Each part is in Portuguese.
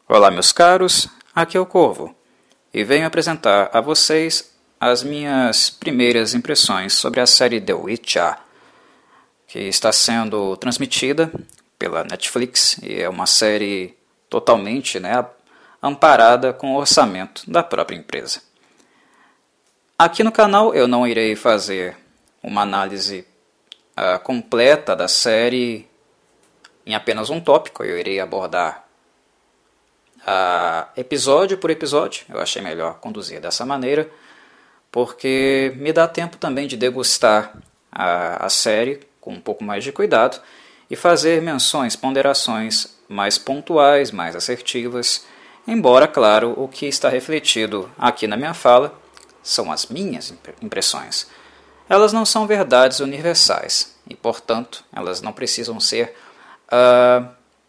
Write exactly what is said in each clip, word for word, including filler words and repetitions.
Olá, meus caros, aqui é o Corvo e venho apresentar a vocês as minhas primeiras impressões sobre a série The Witcher, que está sendo transmitida pela Netflix e é uma série totalmente né, amparada com o orçamento da própria empresa. Aqui no canal eu não irei fazer uma análise uh, completa da série em apenas um tópico, eu irei abordar Uh, episódio por episódio. Eu achei melhor conduzir dessa maneira, porque me dá tempo também de degustar a, a série com um pouco mais de cuidado e fazer menções, ponderações mais pontuais, mais assertivas, embora, claro, o que está refletido aqui na minha fala são as minhas impressões. Elas não são verdades universais e, portanto, elas não precisam ser uh,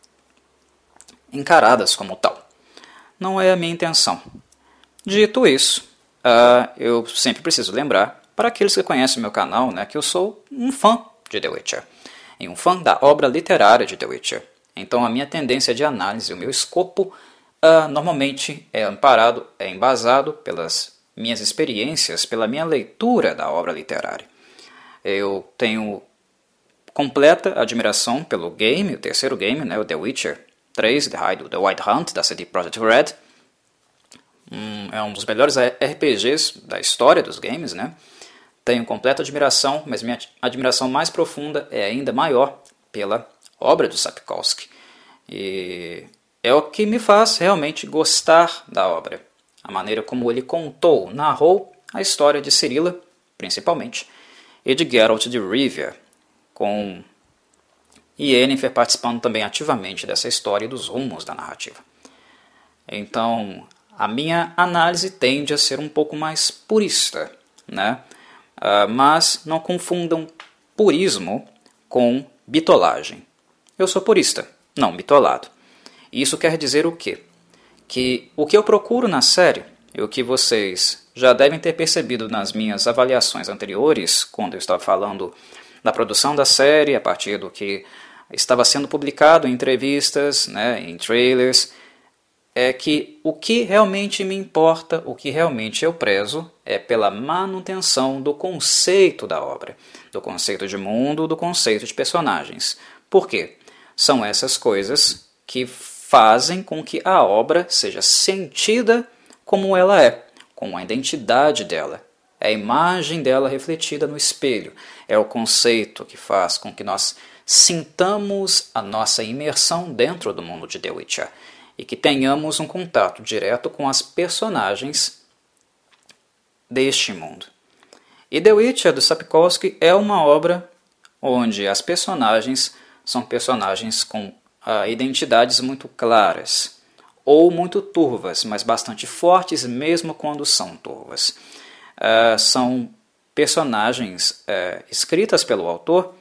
encaradas como tal. Não é a minha intenção. Dito isso, uh, eu sempre preciso lembrar, para aqueles que conhecem o meu canal, né, que eu sou um fã de The Witcher, e um fã da obra literária de The Witcher. Então a minha tendência de análise, o meu escopo, uh, normalmente é amparado, é embasado pelas minhas experiências, pela minha leitura da obra literária. Eu tenho completa admiração pelo game, o terceiro game, né, o The Witcher três, The Wild Hunt, da C D Projekt Red. Um, é um dos melhores R P Gs da história dos games, né? Tenho completa admiração, mas minha admiração mais profunda é ainda maior pela obra do Sapkowski. E é o que me faz realmente gostar da obra. A maneira como ele contou, narrou a história de Cirilla, principalmente, e de Geralt de Rivia, com e Yennefer participando também ativamente dessa história e dos rumos da narrativa. Então, a minha análise tende a ser um pouco mais purista, né? Uh, mas não confundam purismo com bitolagem. Eu sou purista, não bitolado. Isso quer dizer o quê? Que o que eu procuro na série, e o que vocês já devem ter percebido nas minhas avaliações anteriores, quando eu estava falando da produção da série, a partir do que estava sendo publicado em entrevistas, né, em trailers, é que o que realmente me importa, o que realmente eu prezo, é pela manutenção do conceito da obra, do conceito de mundo, do conceito de personagens. Por quê? São essas coisas que fazem com que a obra seja sentida como ela é, com a identidade dela. É a imagem dela refletida no espelho. É o conceito que faz com que nós sintamos a nossa imersão dentro do mundo de The Witcher e que tenhamos um contato direto com as personagens deste mundo. E The Witcher, do Sapkowski, é uma obra onde as personagens são personagens com uh, identidades muito claras, ou muito turvas, mas bastante fortes mesmo quando são turvas. Uh, são personagens uh, escritas pelo autor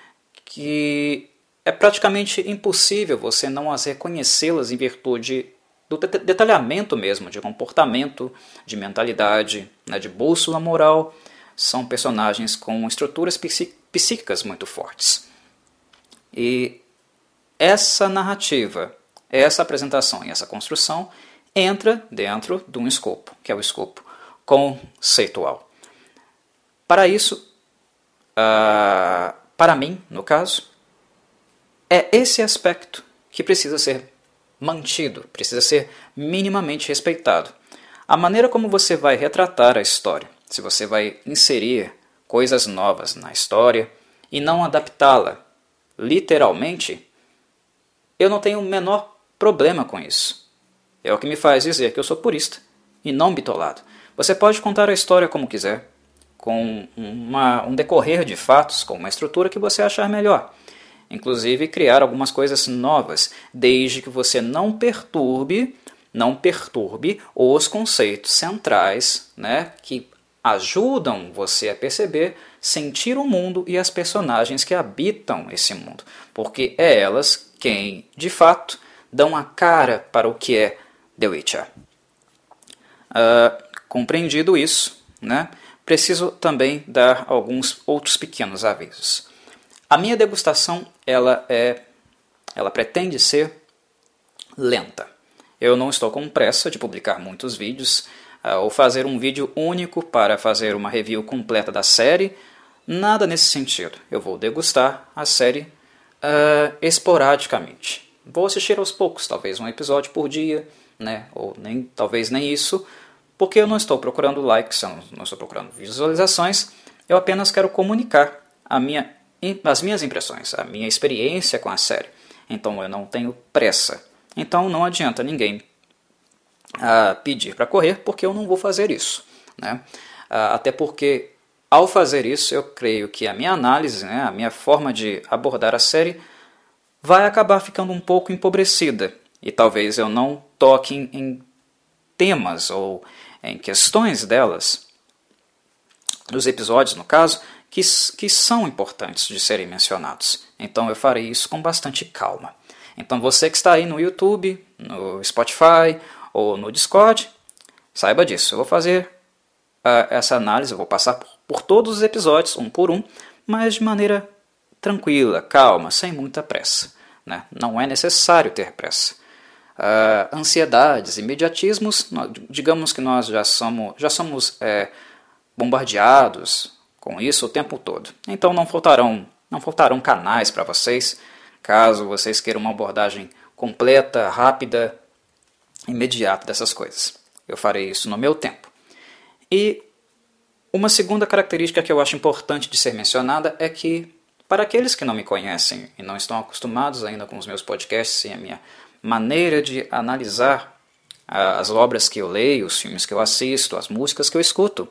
que é praticamente impossível você não as reconhecê-las em virtude do detalhamento mesmo, de comportamento, de mentalidade, né, de bússola moral. São personagens com estruturas psíquicas muito fortes. E essa narrativa, essa apresentação e essa construção entra dentro de um escopo, que é o escopo conceitual. Para isso, uh, para mim, no caso, é esse aspecto que precisa ser mantido, precisa ser minimamente respeitado. A maneira como você vai retratar a história, se você vai inserir coisas novas na história e não adaptá-la literalmente, eu não tenho o menor problema com isso. É o que me faz dizer que eu sou purista e não bitolado. Você pode contar a história como quiser, com uma, um decorrer de fatos, com uma estrutura que você achar melhor. Inclusive criar algumas coisas novas, desde que você não perturbe, não perturbe os conceitos centrais, né, que ajudam você a perceber, sentir o mundo e as personagens que habitam esse mundo. Porque é elas quem, de fato, dão a cara para o que é The Witcher. Uh, compreendido isso, né, preciso também dar alguns outros pequenos avisos. A minha degustação ela, é, ela pretende ser lenta. Eu não estou com pressa de publicar muitos vídeos, uh, ou fazer um vídeo único para fazer uma review completa da série. Nada nesse sentido. Eu vou degustar a série uh, esporadicamente. Vou assistir aos poucos, talvez um episódio por dia, né? Ou nem, talvez nem isso, porque eu não estou procurando likes, eu não, não estou procurando visualizações. Eu apenas quero comunicar a minha, as minhas impressões, a minha experiência com a série. Então eu não tenho pressa. Então não adianta ninguém uh, pedir para correr, porque eu não vou fazer isso, né? Uh, até porque, ao fazer isso, eu creio que a minha análise, né, a minha forma de abordar a série vai acabar ficando um pouco empobrecida. E talvez eu não toque em, em temas ou em questões delas, dos episódios, no caso, que, que são importantes de serem mencionados. Então eu farei isso com bastante calma. Então você que está aí no YouTube, no Spotify ou no Discord, saiba disso. Eu vou fazer uh, essa análise, eu vou passar por, por todos os episódios, um por um, mas de maneira tranquila, calma, sem muita pressa, né? Não é necessário ter pressa. Uh, ansiedades, imediatismos, digamos que nós já somos, já somos é, bombardeados com isso o tempo todo. Então não faltarão, não faltarão canais para vocês, caso vocês queiram uma abordagem completa, rápida, imediata dessas coisas. Eu farei isso no meu tempo. E uma segunda característica que eu acho importante de ser mencionada é que, para aqueles que não me conhecem e não estão acostumados ainda com os meus podcasts e a minha maneira de analisar as obras que eu leio, os filmes que eu assisto, as músicas que eu escuto,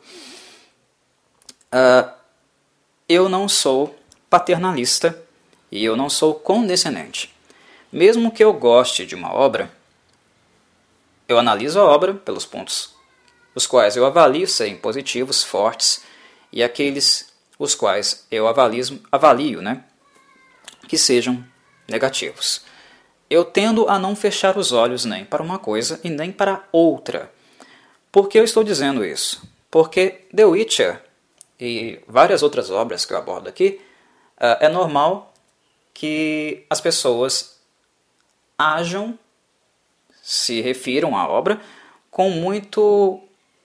uh, eu não sou paternalista e eu não sou condescendente. Mesmo que eu goste de uma obra, eu analiso a obra pelos pontos os quais eu avalio serem positivos, fortes, e aqueles os quais eu avalio, avalio né, que sejam negativos. Eu tendo a não fechar os olhos nem para uma coisa e nem para outra. Por que eu estou dizendo isso? Porque The Witcher e várias outras obras que eu abordo aqui, uh, é normal que as pessoas ajam, se refiram à obra com muito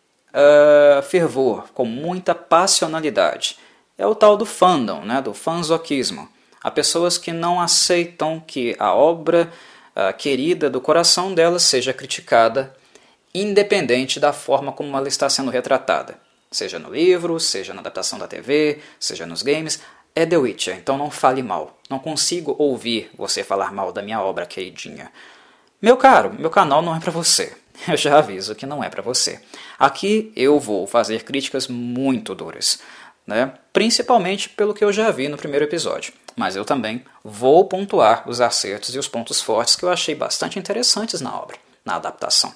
uh, fervor, com muita passionalidade. É o tal do fandom, né, do fanzoquismo. Há pessoas que não aceitam que a obra uh, querida do coração delas seja criticada, independente da forma como ela está sendo retratada. Seja no livro, seja na adaptação da T V, seja nos games. É The Witcher, então não fale mal. Não consigo ouvir você falar mal da minha obra queridinha. Meu caro, meu canal não é para você. Eu já aviso que não é para você. Aqui eu vou fazer críticas muito duras, né? Principalmente pelo que eu já vi no primeiro episódio. Mas eu também vou pontuar os acertos e os pontos fortes que eu achei bastante interessantes na obra, na adaptação.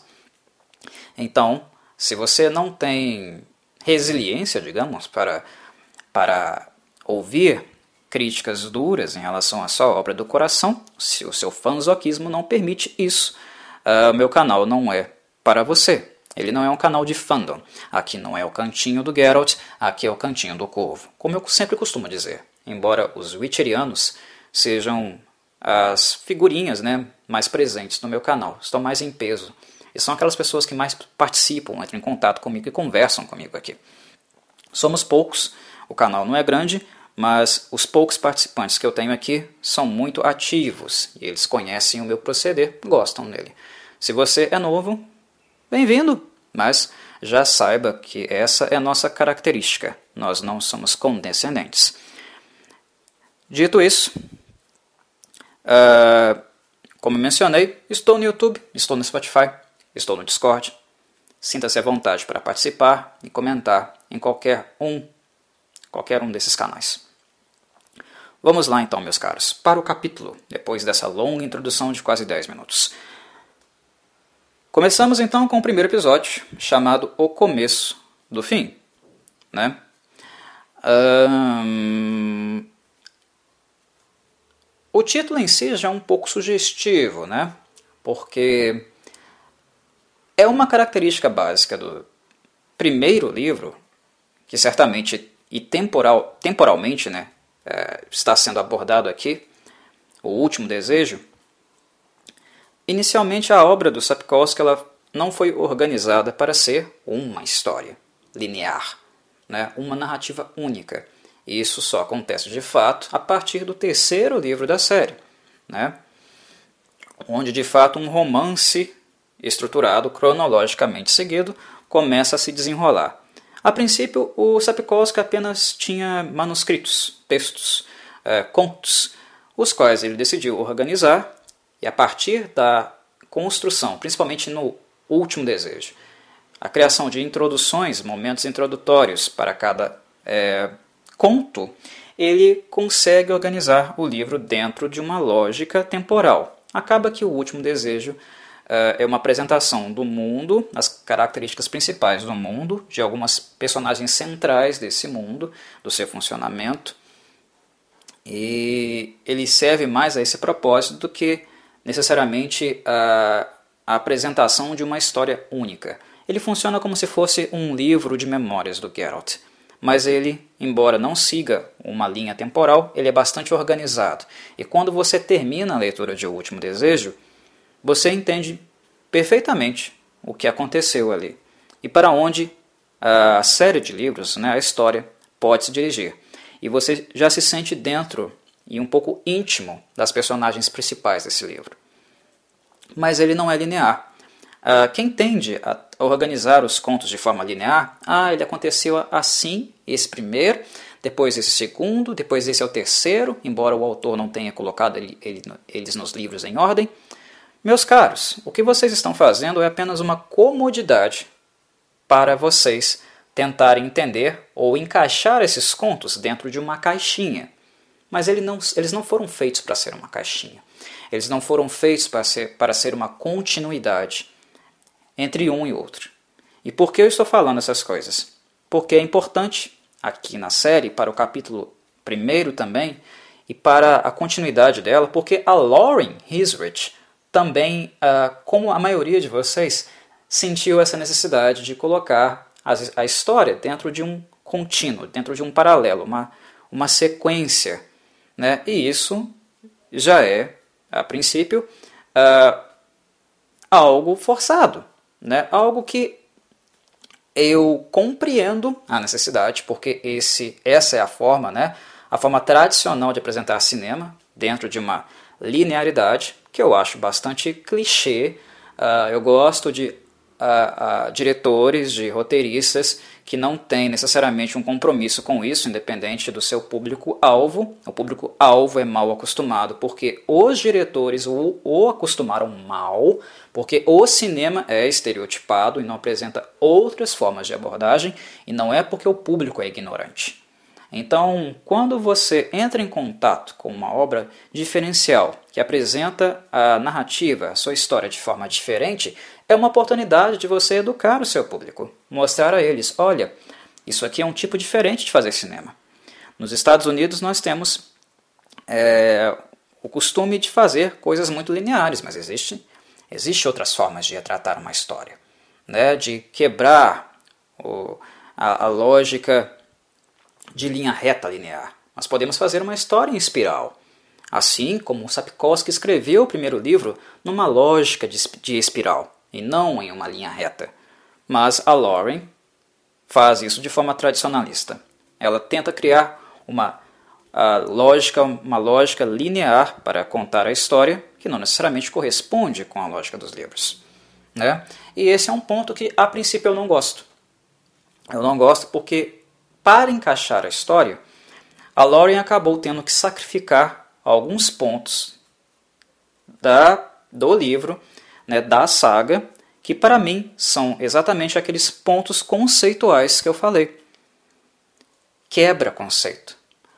Então, se você não tem resiliência, digamos, para, para ouvir críticas duras em relação à sua obra do coração, se o seu fanzoquismo não permite isso, uh, meu canal não é para você. Ele não é um canal de fandom. Aqui não é o cantinho do Geralt, aqui é o cantinho do Corvo, como eu sempre costumo dizer. Embora os Witcherianos sejam as figurinhas, né, mais presentes no meu canal, estão mais em peso. E são aquelas pessoas que mais participam, entram em contato comigo e conversam comigo aqui. Somos poucos, o canal não é grande, mas os poucos participantes que eu tenho aqui são muito ativos e eles conhecem o meu proceder, gostam dele. Se você é novo, bem-vindo, mas já saiba que essa é a nossa característica, nós não somos condescendentes. Dito isso, uh, como mencionei, estou no YouTube, estou no Spotify, estou no Discord. Sinta-se à vontade para participar e comentar em qualquer um, qualquer um desses canais. Vamos lá então, meus caros, para o capítulo, depois dessa longa introdução de quase dez minutos. Começamos então com o primeiro episódio, chamado O Começo do Fim, né? Um... O título em si já é um pouco sugestivo, né? Porque é uma característica básica do primeiro livro, que certamente e temporal, temporalmente, né, é, está sendo abordado aqui, O Último Desejo, Inicialmente, a obra do Sapkowski ela não foi organizada para ser uma história linear, né? Uma narrativa única. Isso só acontece de fato a partir do terceiro livro da série, né? Onde de fato um romance estruturado, cronologicamente seguido, começa a se desenrolar. A princípio, o Sapkowski apenas tinha manuscritos, textos, eh, contos, os quais ele decidiu organizar, e a partir da construção, principalmente no último desejo, a criação de introduções, momentos introdutórios para cada é, conto, ele consegue organizar o livro dentro de uma lógica temporal. Acaba que o último desejo é, é uma apresentação do mundo, as características principais do mundo, de algumas personagens centrais desse mundo, do seu funcionamento, e ele serve mais a esse propósito do que necessariamente a, a apresentação de uma história única. Ele funciona como se fosse um livro de memórias do Geralt, mas ele, embora não siga uma linha temporal, ele é bastante organizado. E quando você termina a leitura de O Último Desejo, você entende perfeitamente o que aconteceu ali e para onde a série de livros, né, a história, pode se dirigir. E você já se sente dentro e um pouco íntimo das personagens principais desse livro. Mas ele não é linear. Uh, quem tende a organizar os contos de forma linear, ah, ele aconteceu assim, esse primeiro, depois esse segundo, depois esse é o terceiro, embora o autor não tenha colocado ele, ele, eles nos livros em ordem. Meus caros, o que vocês estão fazendo é apenas uma comodidade para vocês tentarem entender ou encaixar esses contos dentro de uma caixinha. Mas ele não, eles não foram feitos para ser uma caixinha. Eles não foram feitos para ser, para ser uma continuidade entre um e outro. E por que eu estou falando essas coisas? Porque é importante aqui na série, para o capítulo primeiro também, e para a continuidade dela, porque a Lauren Hissrich também, como a maioria de vocês, sentiu essa necessidade de colocar a história dentro de um contínuo, dentro de um paralelo, uma, uma sequência, né? E isso já é, a princípio, uh, algo forçado, né? Algo que eu compreendo a necessidade, porque esse, essa é a forma, né? A forma tradicional de apresentar cinema, dentro de uma linearidade, que eu acho bastante clichê. Uh, eu gosto de uh, uh, diretores, de roteiristas que não têm necessariamente um compromisso com isso, independente do seu público-alvo. O público-alvo é mal acostumado, porque os diretores o, o acostumaram mal, porque o cinema é estereotipado e não apresenta outras formas de abordagem, e não é porque o público é ignorante. Então, quando você entra em contato com uma obra diferencial, que apresenta a narrativa, a sua história de forma diferente, é uma oportunidade de você educar o seu público, mostrar a eles, olha, isso aqui é um tipo diferente de fazer cinema. Nos Estados Unidos nós temos é, o costume de fazer coisas muito lineares, mas existe, existe outras formas de retratar uma história, né? De quebrar o, a, a lógica de linha reta linear. Nós podemos fazer uma história em espiral, assim como o Sapkowski escreveu o primeiro livro numa lógica de, de espiral, e não em uma linha reta. Mas a Lauren faz isso de forma tradicionalista. Ela tenta criar uma, a lógica, uma lógica linear para contar a história, que não necessariamente corresponde com a lógica dos livros, né? E esse é um ponto que, a princípio, eu não gosto. Eu não gosto porque, para encaixar a história, a Lauren acabou tendo que sacrificar alguns pontos da, do livro, né, da saga, que para mim são exatamente aqueles pontos conceituais que eu falei. Quebra conceito.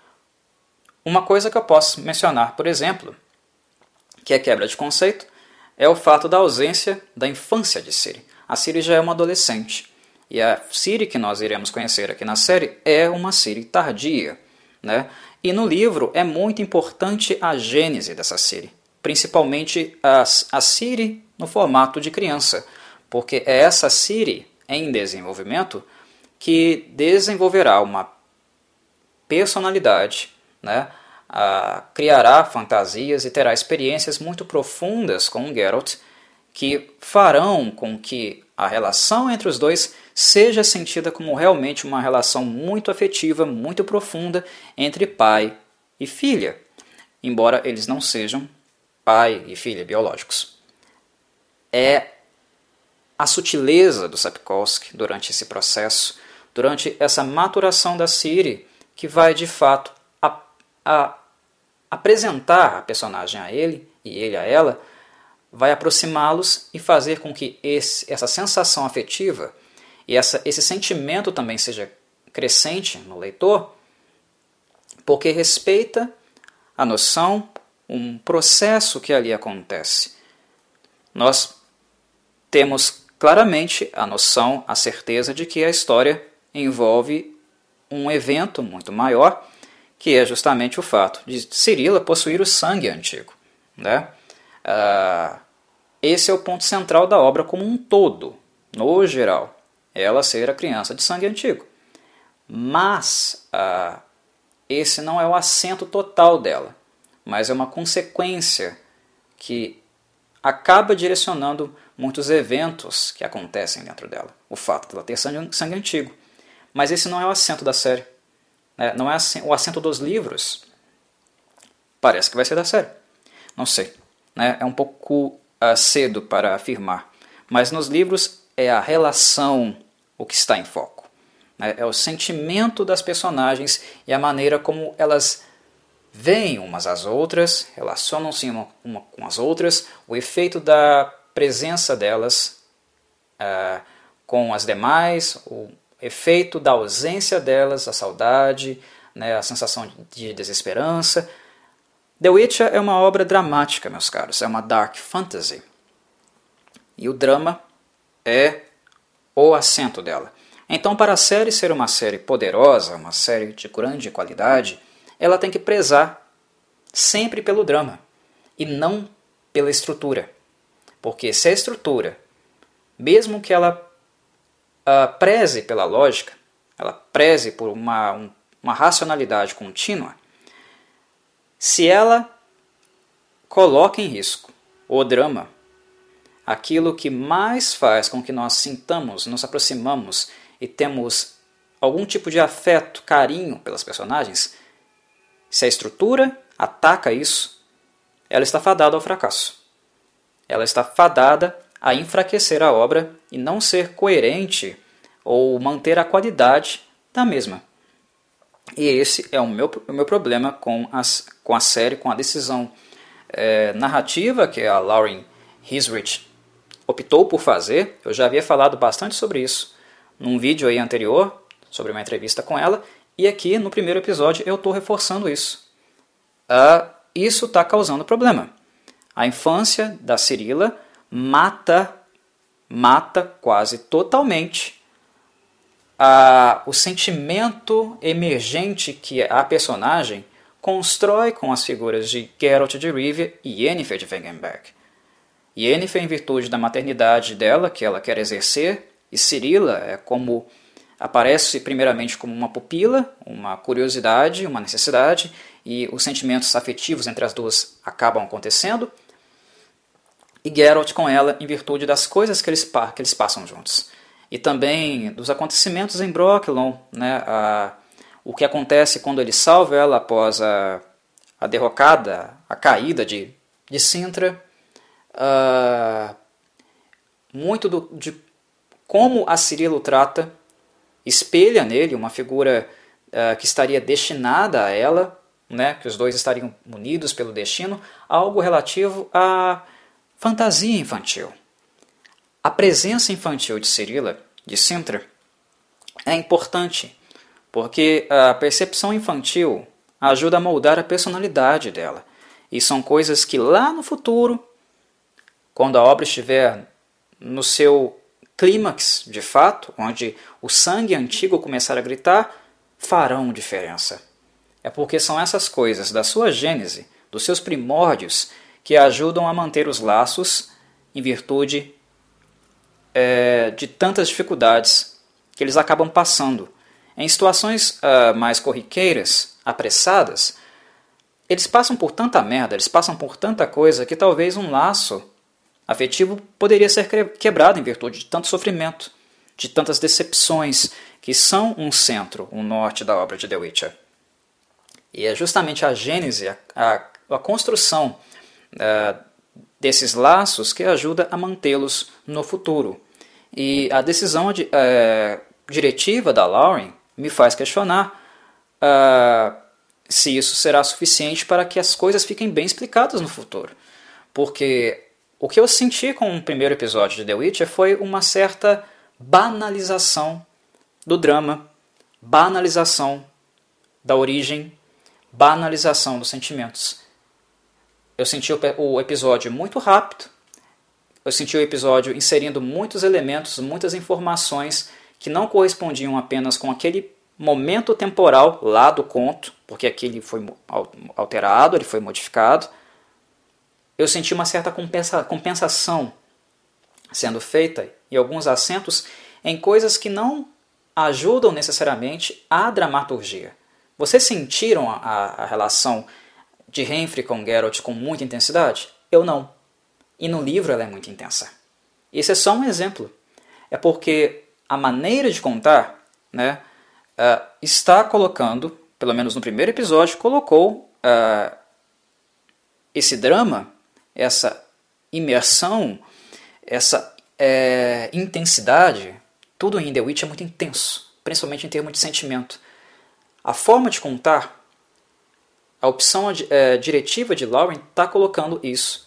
Uma coisa que eu posso mencionar, por exemplo, que é quebra de conceito, é o fato da ausência da infância de Ciri. A Ciri já é uma adolescente. E a Ciri que nós iremos conhecer aqui na série é uma Ciri tardia, né? E no livro é muito importante a gênese dessa Ciri, principalmente a, a Ciri no formato de criança, porque é essa Ciri em desenvolvimento que desenvolverá uma personalidade, né? uh, criará fantasias e terá experiências muito profundas com Geralt que farão com que a relação entre os dois seja sentida como realmente uma relação muito afetiva, muito profunda entre pai e filha, embora eles não sejam pai e filha biológicos. É a sutileza do Sapkowski durante esse processo, durante essa maturação da Ciri, que vai de fato a, a, apresentar a personagem a ele e ele a ela, vai aproximá-los e fazer com que esse, essa sensação afetiva e essa, esse sentimento também seja crescente no leitor, porque respeita a noção, um processo que ali acontece. Nós temos claramente a noção, a certeza de que a história envolve um evento muito maior, que é justamente o fato de Cirila possuir o sangue antigo, né? Uh, esse é o ponto central da obra como um todo, no geral, ela ser a criança de sangue antigo. Mas uh, esse não é o acento total dela, mas é uma consequência que acaba direcionando muitos eventos que acontecem dentro dela. O fato de ela ter sangue, sangue antigo. Mas esse não é o acento da série. Né? Não é o acento dos livros. Parece que vai ser da série. Não sei. Né? É um pouco uh, cedo para afirmar. Mas nos livros é a relação o que está em foco. Né? É o sentimento das personagens e a maneira como elas veem umas às outras, relacionam-se uma, uma com as outras, o efeito da presença delas uh, com as demais, o efeito da ausência delas, a saudade, né, a sensação de desesperança. The Witcher é uma obra dramática, meus caros, é uma dark fantasy. E o drama é o acento dela. Então, para a série ser uma série poderosa, uma série de grande qualidade, ela tem que prezar sempre pelo drama e não pela estrutura. Porque se a estrutura, mesmo que ela uh, preze pela lógica, ela preze por uma, um, uma racionalidade contínua, se ela coloca em risco o drama, aquilo que mais faz com que nós sintamos, nos aproximamos e temos algum tipo de afeto, carinho pelas personagens, se a estrutura ataca isso, ela está fadada ao fracasso. Ela está fadada a enfraquecer a obra e não ser coerente ou manter a qualidade da mesma. E esse é o meu, o meu problema com, as, com a série, com a decisão é, narrativa que a Lauren Hisrich optou por fazer. Eu já havia falado bastante sobre isso num vídeo aí anterior, sobre uma entrevista com ela, e aqui no primeiro episódio eu estou reforçando isso. Uh, isso está causando problema. A infância da Cirila mata, mata quase totalmente a, o sentimento emergente que a personagem constrói com as figuras de Geralt de Rivia e Yennefer de Wengerberg. Yennefer em virtude da maternidade dela, que ela quer exercer, e Cirila é como aparece primeiramente como uma pupila, uma curiosidade, uma necessidade, e os sentimentos afetivos entre as duas acabam acontecendo, e Geralt com ela em virtude das coisas que eles, que eles passam juntos. E também dos acontecimentos em Brokilon, né, a, o que acontece quando ele salva ela após a, a derrocada, a caída de, de Cintra, uh, muito do, de como a Cirila o trata, espelha nele uma figura uh, que estaria destinada a ela, né, que os dois estariam unidos pelo destino, algo relativo à fantasia infantil. A presença infantil de Cirila, de Cintra, é importante, porque a percepção infantil ajuda a moldar a personalidade dela. E são coisas que lá no futuro, quando a obra estiver no seu clímax, de fato, onde o sangue antigo começar a gritar, farão diferença. É porque são essas coisas da sua gênese, dos seus primórdios, que ajudam a manter os laços em virtude é, de tantas dificuldades que eles acabam passando. Em situações uh, mais corriqueiras, apressadas, eles passam por tanta merda, eles passam por tanta coisa que talvez um laço afetivo poderia ser quebrado em virtude de tanto sofrimento, de tantas decepções, que são um centro, um norte da obra de The Witcher. E é justamente a gênese, a, a, a construção uh, desses laços que ajuda a mantê-los no futuro. E a decisão de, uh, diretiva da Lauren me faz questionar uh, se isso será suficiente para que as coisas fiquem bem explicadas no futuro. Porque o que eu senti com o primeiro episódio de The Witcher foi uma certa banalização do drama, banalização da origem, banalização dos sentimentos. Eu senti o episódio muito rápido, eu senti o episódio inserindo muitos elementos, muitas informações que não correspondiam apenas com aquele momento temporal lá do conto, porque aqui ele foi alterado, ele foi modificado. Eu senti uma certa compensa, compensação sendo feita e alguns acentos em coisas que não ajudam necessariamente a dramaturgia. Vocês sentiram a, a relação de Renfri com Geralt com muita intensidade? Eu não. E no livro ela é muito intensa. Esse é só um exemplo. É porque a maneira de contar, né, uh, está colocando, pelo menos no primeiro episódio, colocou uh, esse drama, essa imersão, essa é, intensidade. Tudo em The Witch é muito intenso, principalmente em termos de sentimento. A forma de contar, a opção é, diretiva de Lauren está colocando isso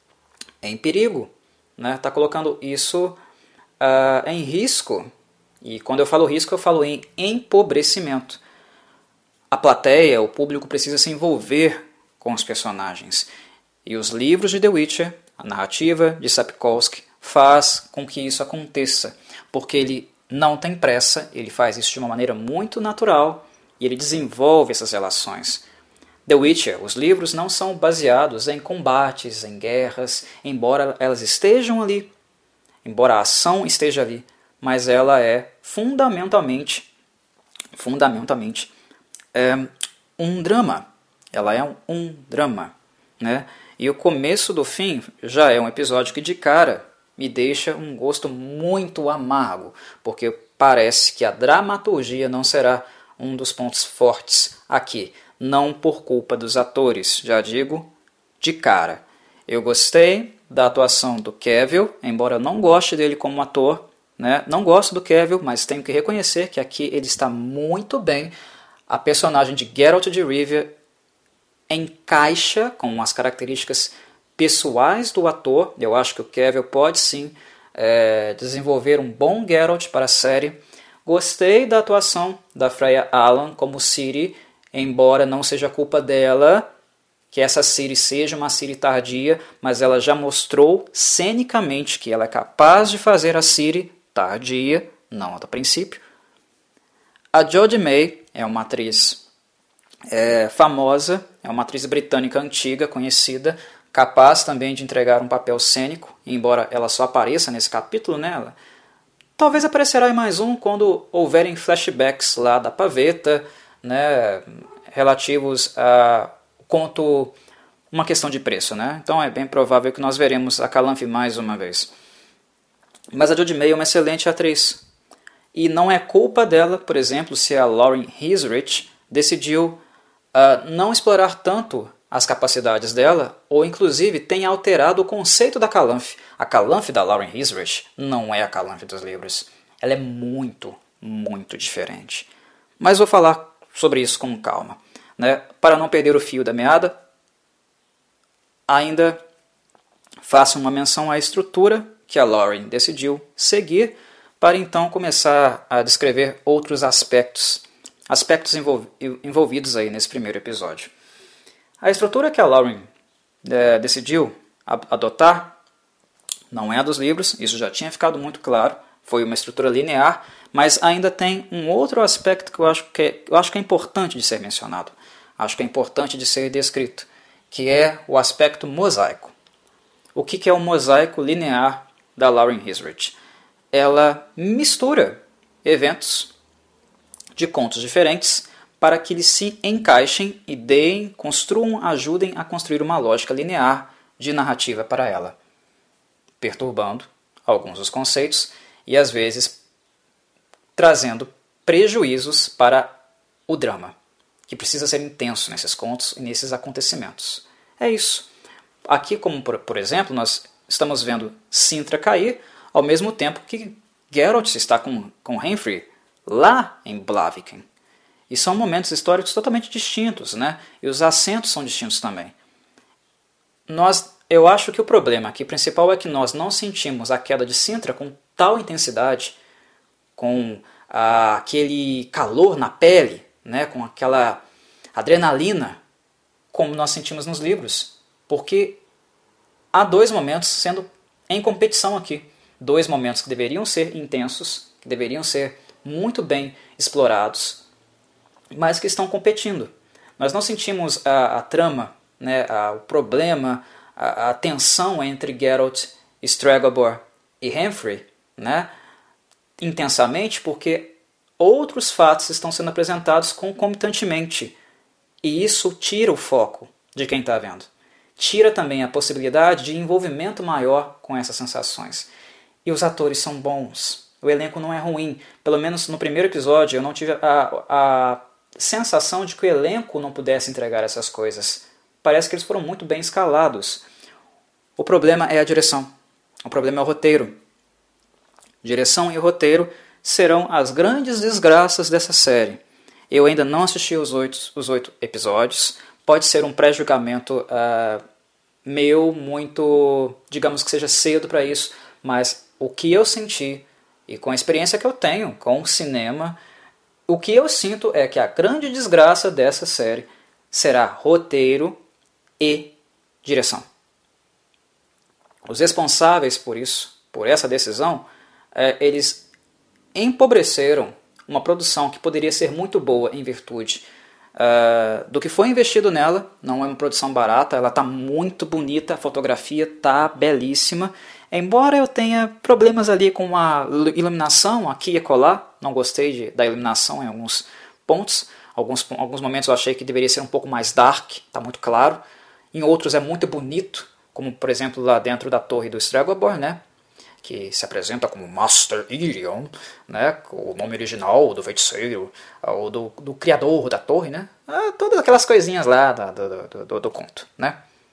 em perigo, né? Está colocando isso uh, em risco. E quando eu falo risco, eu falo em empobrecimento. A plateia, o público precisa se envolver com os personagens. E os livros de The Witcher, a narrativa de Sapkowski, faz com que isso aconteça. Porque ele não tem pressa, ele faz isso de uma maneira muito natural e ele desenvolve essas relações. The Witcher, os livros não são baseados em combates, em guerras, embora elas estejam ali, embora a ação esteja ali, mas ela é fundamentalmente, fundamentalmente é um drama. Ela é um, um drama, né? E o começo do fim já é um episódio que de cara me deixa um gosto muito amargo, porque parece que a dramaturgia não será um dos pontos fortes aqui, não por culpa dos atores, já digo de cara. Eu gostei da atuação do Cavill, embora eu não goste dele como ator, né? Não gosto do Cavill, mas tenho que reconhecer que aqui ele está muito bem. A personagem de Geralt de Rivia encaixa com as características pessoais do ator. Eu acho que o Cavill pode sim é, desenvolver um bom Geralt para a série. Gostei da atuação da Freya Allan como Ciri, embora não seja culpa dela que essa Ciri seja uma Ciri tardia, mas ela já mostrou cenicamente que ela é capaz de fazer a Ciri tardia, não a do princípio. A Jodie May é uma atriz é, famosa, é uma atriz britânica antiga, conhecida, capaz também de entregar um papel cênico, embora ela só apareça nesse capítulo, né? Ela talvez aparecerá em mais um quando houverem flashbacks lá da Pavetta, né, relativos a conto uma questão de preço, né? Então é bem provável que nós veremos a Calanthe mais uma vez. Mas a Jodie May é uma excelente atriz. E não é culpa dela, por exemplo, se a Lauren Hisrich decidiu uh, não explorar tanto as capacidades dela, ou inclusive tenha alterado o conceito da Calanthe. A Calanthe da Lauren Hisrich não é a Calanthe dos livros. Ela é muito, muito diferente. Mas vou falar sobre isso com calma, né? Para não perder o fio da meada, ainda faço uma menção à estrutura que a Lauren decidiu seguir para então começar a descrever outros aspectos, aspectos envolvidos aí nesse primeiro episódio. A estrutura que a Lauren é, decidiu adotar não é a dos livros, isso já tinha ficado muito claro, foi uma estrutura linear, mas ainda tem um outro aspecto que eu acho que é, eu acho que é importante de ser mencionado, acho que é importante de ser descrito, que é o aspecto mosaico. O que é o mosaico linear da Lauren Hisrich? Ela mistura eventos de contos diferentes para que eles se encaixem e deem, construam, ajudem a construir uma lógica linear de narrativa para ela, perturbando alguns dos conceitos e às vezes trazendo prejuízos para o drama, que precisa ser intenso nesses contos e nesses acontecimentos. É isso. Aqui, como por, por exemplo, nós estamos vendo Cintra cair, ao mesmo tempo que Geralt está com, com Henry lá em Blaviken. E são momentos históricos totalmente distintos, né? E os acentos são distintos também. Nós, eu acho que o problema aqui principal é que nós não sentimos a queda de Cintra com tal intensidade, com ah, aquele calor na pele, né? Com aquela adrenalina, como nós sentimos nos livros. Porque há dois momentos sendo em competição aqui. Dois momentos que deveriam ser intensos, que deveriam ser muito bem explorados, mas que estão competindo. Nós não sentimos a, a trama, né, a, o problema, a, a tensão entre Geralt, Stregobor e Henry, né, intensamente, porque outros fatos estão sendo apresentados concomitantemente. E isso tira o foco de quem está vendo. Tira também a possibilidade de envolvimento maior com essas sensações. E os atores são bons. O elenco não é ruim. Pelo menos no primeiro episódio eu não tive a, a sensação de que o elenco não pudesse entregar essas coisas. Parece que eles foram muito bem escalados. O problema é a direção. O problema é o roteiro. Direção e roteiro serão as grandes desgraças dessa série. Eu ainda não assisti os oito, os oito episódios. Pode ser um pré-julgamento uh, meu, muito, digamos que seja cedo para isso, mas o que eu senti, e com a experiência que eu tenho com o cinema, o que eu sinto é que a grande desgraça dessa série será roteiro e direção. Os responsáveis por isso, por essa decisão, é, eles empobreceram uma produção que poderia ser muito boa em virtude uh, do que foi investido nela. Não é uma produção barata, ela está muito bonita, a fotografia está belíssima. Embora eu tenha problemas ali com a iluminação aqui e acolá, não gostei de, da iluminação em alguns pontos. Alguns, alguns momentos eu achei que deveria ser um pouco mais dark, está muito claro. Em outros é muito bonito, como por exemplo lá dentro da torre do Stregobor, né? Que se apresenta como Master Ilion, né? O nome original do feiticeiro, ou do, do criador da torre, né? Ah, todas aquelas coisinhas lá do, do, do, do conto, né?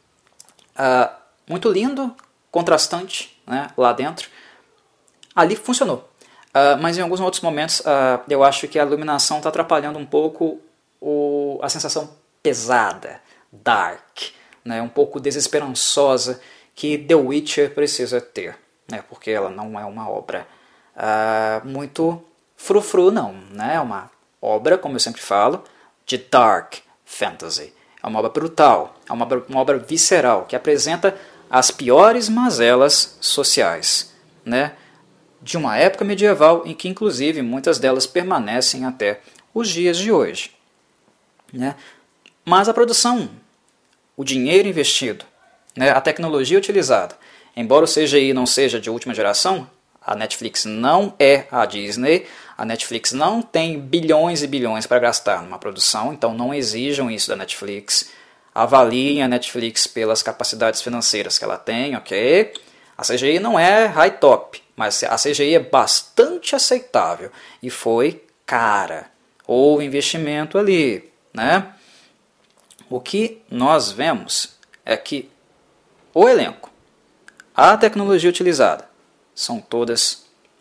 Ah, muito lindo, contrastante, né? Lá dentro. Ali funcionou. Uh, mas em alguns outros momentos uh, eu acho que a iluminação está atrapalhando um pouco o, a sensação pesada, dark, né, um pouco desesperançosa que The Witcher precisa ter, né, porque ela não é uma obra uh, muito frufru, não. Né, é uma obra, como eu sempre falo, de dark fantasy. É uma obra brutal, é uma obra, uma obra visceral, que apresenta as piores mazelas sociais, né, de uma época medieval em que, inclusive, muitas delas permanecem até os dias de hoje. Né? Mas a produção, o dinheiro investido, né, a tecnologia utilizada, embora o C G I não seja de última geração, a Netflix não é a Disney, a Netflix não tem bilhões e bilhões para gastar numa produção, então não exijam isso da Netflix. Avaliem a Netflix pelas capacidades financeiras que ela tem, ok? A C G I não é high top, mas a C G I é bastante aceitável e foi cara. Houve investimento ali, né? O que nós vemos é que o elenco, a tecnologia utilizada, são todas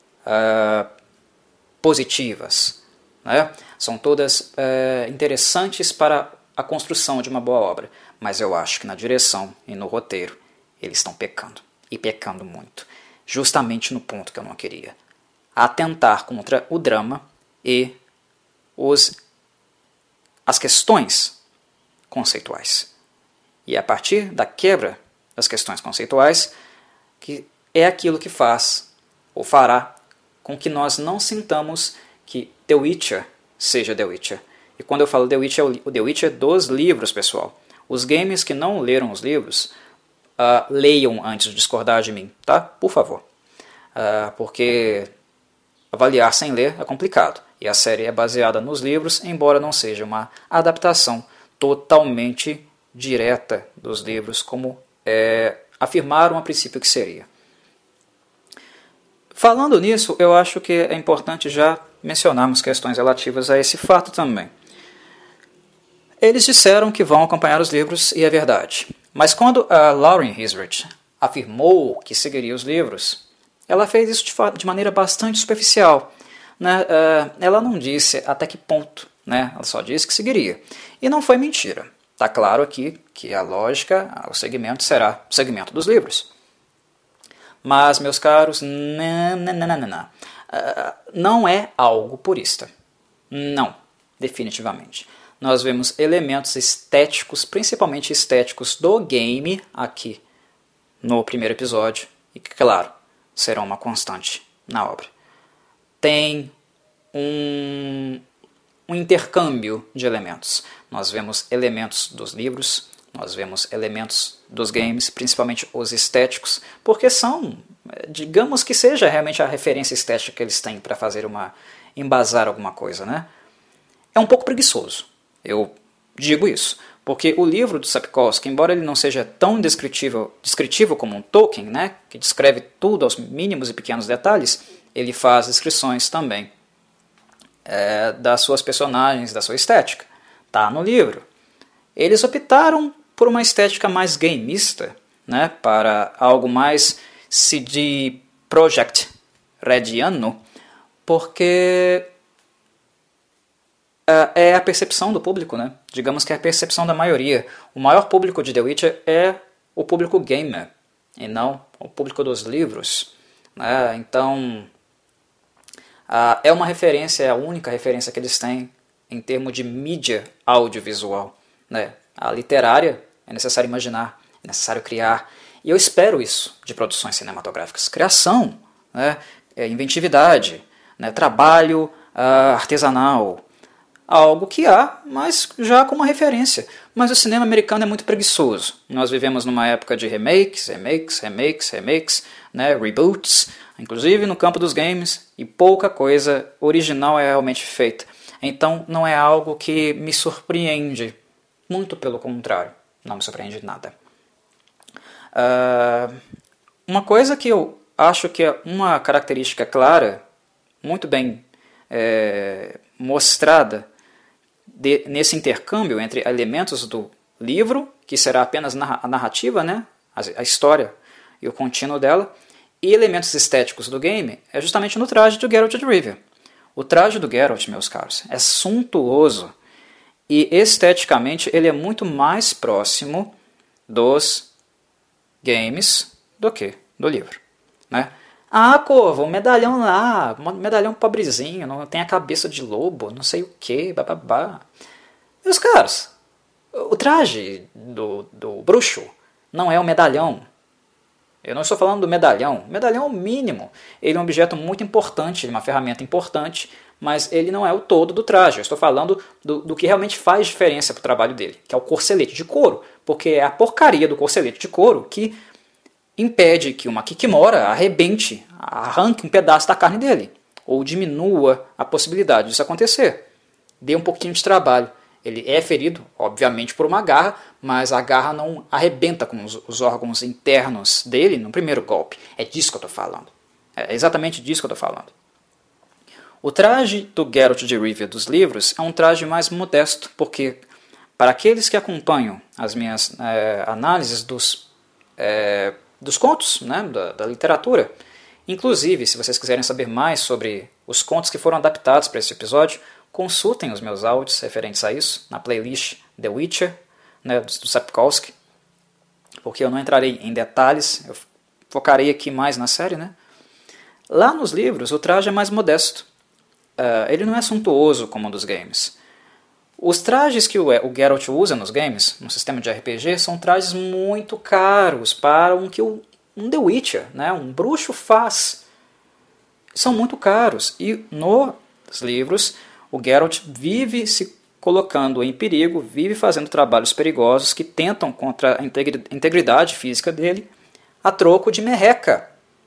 uh, positivas, né? São todas uh, interessantes para a construção de uma boa obra. Mas eu acho que na direção e no roteiro eles estão pecando. E pecando muito, justamente no ponto que eu não queria. Atentar contra o drama e os, as questões conceituais. E é a partir da quebra das questões conceituais que é aquilo que faz ou fará com que nós não sintamos que The Witcher seja The Witcher. E quando eu falo The Witcher, é o The Witcher dos livros, pessoal. Os gamers que não leram os livros, Uh, leiam antes de discordar de mim, tá? Por favor. Uh, porque avaliar sem ler é complicado. e a série é baseada nos livros, embora não seja uma adaptação totalmente direta dos livros, como é, afirmaram a princípio que seria. Falando nisso, eu acho que é importante já mencionarmos questões relativas a esse fato também. Eles disseram que vão acompanhar os livros, e é verdade. Mas quando a Lauren Hisrich afirmou que seguiria os livros, ela fez isso de, de maneira bastante superficial. Né? Uh, ela não disse até que ponto, né? Ela só disse que seguiria. E não foi mentira. Está claro aqui que a lógica, o segmento será o segmento dos livros. Mas, meus caros, não, não, não, não, não. Uh, não é algo purista. Não, definitivamente. Nós vemos elementos estéticos, principalmente estéticos do game aqui no primeiro episódio, e que, claro, serão uma constante na obra. Tem um, um intercâmbio de elementos. Nós vemos elementos dos livros, nós vemos elementos dos games, principalmente os estéticos, porque são, digamos que seja realmente a referência estética que eles têm para fazer uma, embasar alguma coisa, né? É um pouco preguiçoso, eu digo isso, porque o livro do Sapkowski, embora ele não seja tão descritivo, descritivo como um Tolkien, né, que descreve tudo aos mínimos e pequenos detalhes, ele faz descrições também é, das suas personagens, da sua estética. Está no livro. Eles optaram por uma estética mais gameista, né, para algo mais C D Projekt Rediano, porque uh, é a percepção do público, né? Digamos que é a percepção da maioria. O maior público de The Witcher é o público gamer, e não o público dos livros. Né? Então, uh, é uma referência, é a única referência que eles têm em termos de mídia audiovisual. Né? A literária é necessário imaginar, é necessário criar. E eu espero isso de produções cinematográficas. Criação, né? É, inventividade, né? Trabalho uh, artesanal. Algo que há, mas já como uma referência. Mas o cinema americano é muito preguiçoso. Nós vivemos numa época de remakes, remakes, remakes, remakes, né? Reboots, inclusive no campo dos games, e pouca coisa original é realmente feita. Então não é algo que me surpreende. Muito pelo contrário, não me surpreende nada. Uh, uma coisa que eu acho que é uma característica clara, muito bem é, mostrada de, nesse intercâmbio entre elementos do livro, que será apenas a narrativa, né, a, a história e o contínuo dela, e elementos estéticos do game, é justamente no traje do Geralt de Rivia. O traje do Geralt, meus caros, é suntuoso. E esteticamente ele é muito mais próximo dos games do que do livro. Né? Ah, Corvo, um medalhão lá, um medalhão pobrezinho, não tem a cabeça de lobo, não sei o que, bababá. Meus caros, o traje do, do bruxo não é um medalhão. Eu não estou falando do medalhão. O medalhão é o mínimo. Ele é um objeto muito importante, uma ferramenta importante, mas ele não é o todo do traje. Eu estou falando do, do que realmente faz diferença para o trabalho dele, que é o corcelete de couro, porque é a porcaria do corcelete de couro que impede que uma Kikimora arrebente, arranque um pedaço da carne dele, ou diminua a possibilidade disso acontecer. Dê um pouquinho de trabalho. Ele é ferido, obviamente, por uma garra, mas a garra não arrebenta com os, os órgãos internos dele no primeiro golpe. É disso que eu estou falando. É exatamente disso que eu estou falando. O traje do Geralt de Rivia dos livros é um traje mais modesto, porque para aqueles que acompanham as minhas é, análises dos, é, dos contos, né, da, da literatura, inclusive, se vocês quiserem saber mais sobre os contos que foram adaptados para esse episódio, consultem os meus áudios referentes a isso, na playlist The Witcher, né, do Sapkowski, porque eu não entrarei em detalhes, eu focarei aqui mais na série. Né? Lá nos livros, o traje é mais modesto. Uh, ele não é suntuoso como o dos games. Os trajes que o, o Geralt usa nos games, no sistema de R P G, são trajes muito caros para um que o, um The Witcher, né, um bruxo faz. São muito caros. E nos livros, o Geralt vive se colocando em perigo, vive fazendo trabalhos perigosos que tentam contra a integridade física dele a troco de merreca.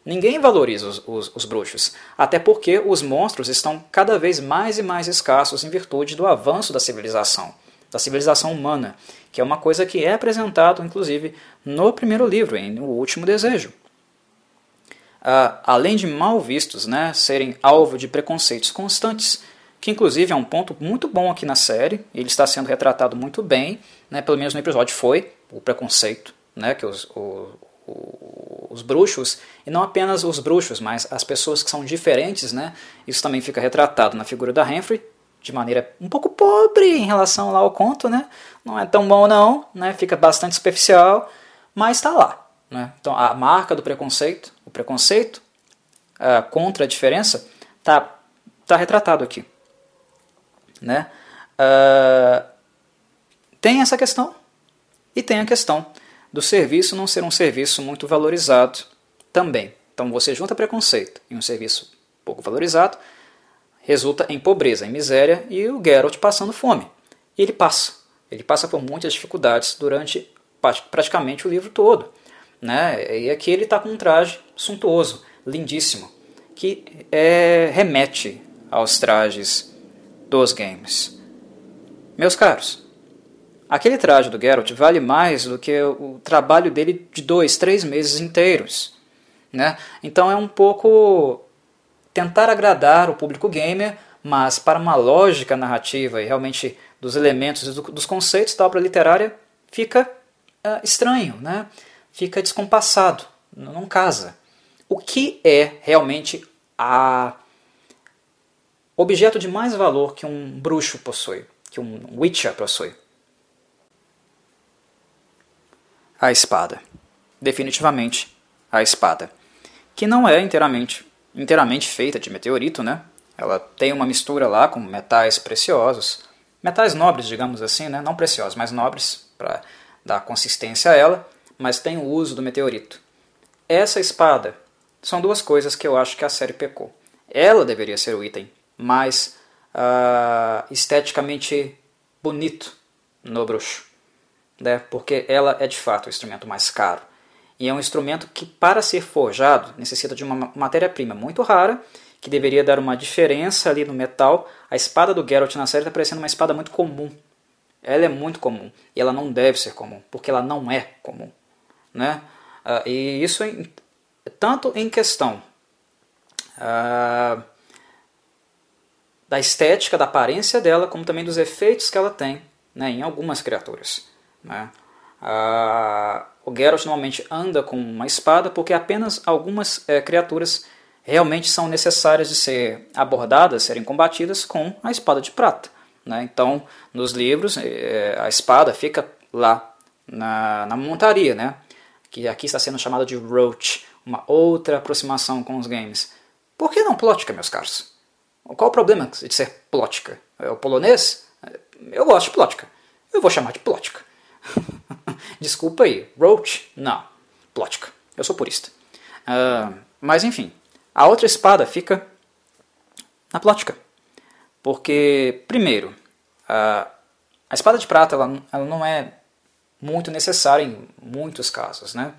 Ninguém valoriza os, os, os bruxos, até porque os monstros estão cada vez mais e mais escassos em virtude do avanço da civilização, da civilização humana, que é uma coisa que é apresentado, inclusive, no primeiro livro, em O Último Desejo. Uh, além de mal vistos, né, serem alvo de preconceitos constantes, que inclusive é um ponto muito bom aqui na série, ele está sendo retratado muito bem, né, pelo menos no episódio foi, o preconceito, né, que os, o, o, os bruxos, e não apenas os bruxos, mas as pessoas que são diferentes, né, isso também fica retratado na figura da Renfrey, de maneira um pouco pobre em relação lá ao conto, né, não é tão bom não, né, fica bastante superficial, mas está lá. Né? Então a marca do preconceito, o preconceito uh, contra a diferença, está tá retratado aqui. Né? Uh, tem essa questão e tem a questão do serviço não ser um serviço muito valorizado também. Então você junta preconceito e um serviço pouco valorizado, resulta em pobreza, em miséria e o Geralt passando fome. E ele passa, ele passa por muitas dificuldades durante praticamente o livro todo. Né? E aqui ele está com um traje suntuoso, lindíssimo, que é, remete aos trajes dos games. Meus caros, aquele traje do Geralt vale mais do que o trabalho dele de dois, três meses inteiros. Né? Então é um pouco tentar agradar o público gamer, mas para uma lógica narrativa e realmente dos elementos e dos conceitos da obra literária fica uh, estranho, né? Fica descompassado, não casa. O que é realmente a objeto de mais valor que um bruxo possui, que um Witcher possui? A espada. Definitivamente a espada. Que não é inteiramente, inteiramente feita de meteorito, né? Ela tem uma mistura lá com metais preciosos, metais nobres, digamos assim, né? Não preciosos, mas nobres, para dar consistência a ela, mas tem o uso do meteorito. Essa espada são duas coisas que eu acho que a série pecou. Ela deveria ser o item mais uh, esteticamente bonito no bruxo, né? Porque ela é de fato o instrumento mais caro. E é um instrumento que, para ser forjado, necessita de uma matéria-prima muito rara, que deveria dar uma diferença ali no metal. A espada do Geralt na série está parecendo uma espada muito comum. Ela é muito comum, e ela não deve ser comum, porque ela não é comum. Né? Uh, e isso em, tanto em questão uh, da estética, da aparência dela, como também dos efeitos que ela tem, né, em algumas criaturas. Né? Uh, o Geralt normalmente anda com uma espada porque apenas algumas uh, criaturas realmente são necessárias de ser abordadas, serem combatidas com a espada de prata. Né? Então, nos livros, uh, a espada fica lá na, na montaria, né? Que aqui está sendo chamada de Roach, uma outra aproximação com os games. Por que não Plotka, meus caros? Qual o problema de ser Plotka? É o polonês? Eu gosto de Plotka. Eu vou chamar de Plotka. Desculpa aí, Roach? Não, Plotka. Eu sou purista. Uh, mas enfim, a outra espada fica na Plotka. Porque, primeiro, uh, a espada de prata ela, ela não é muito necessária em muitos casos. Né?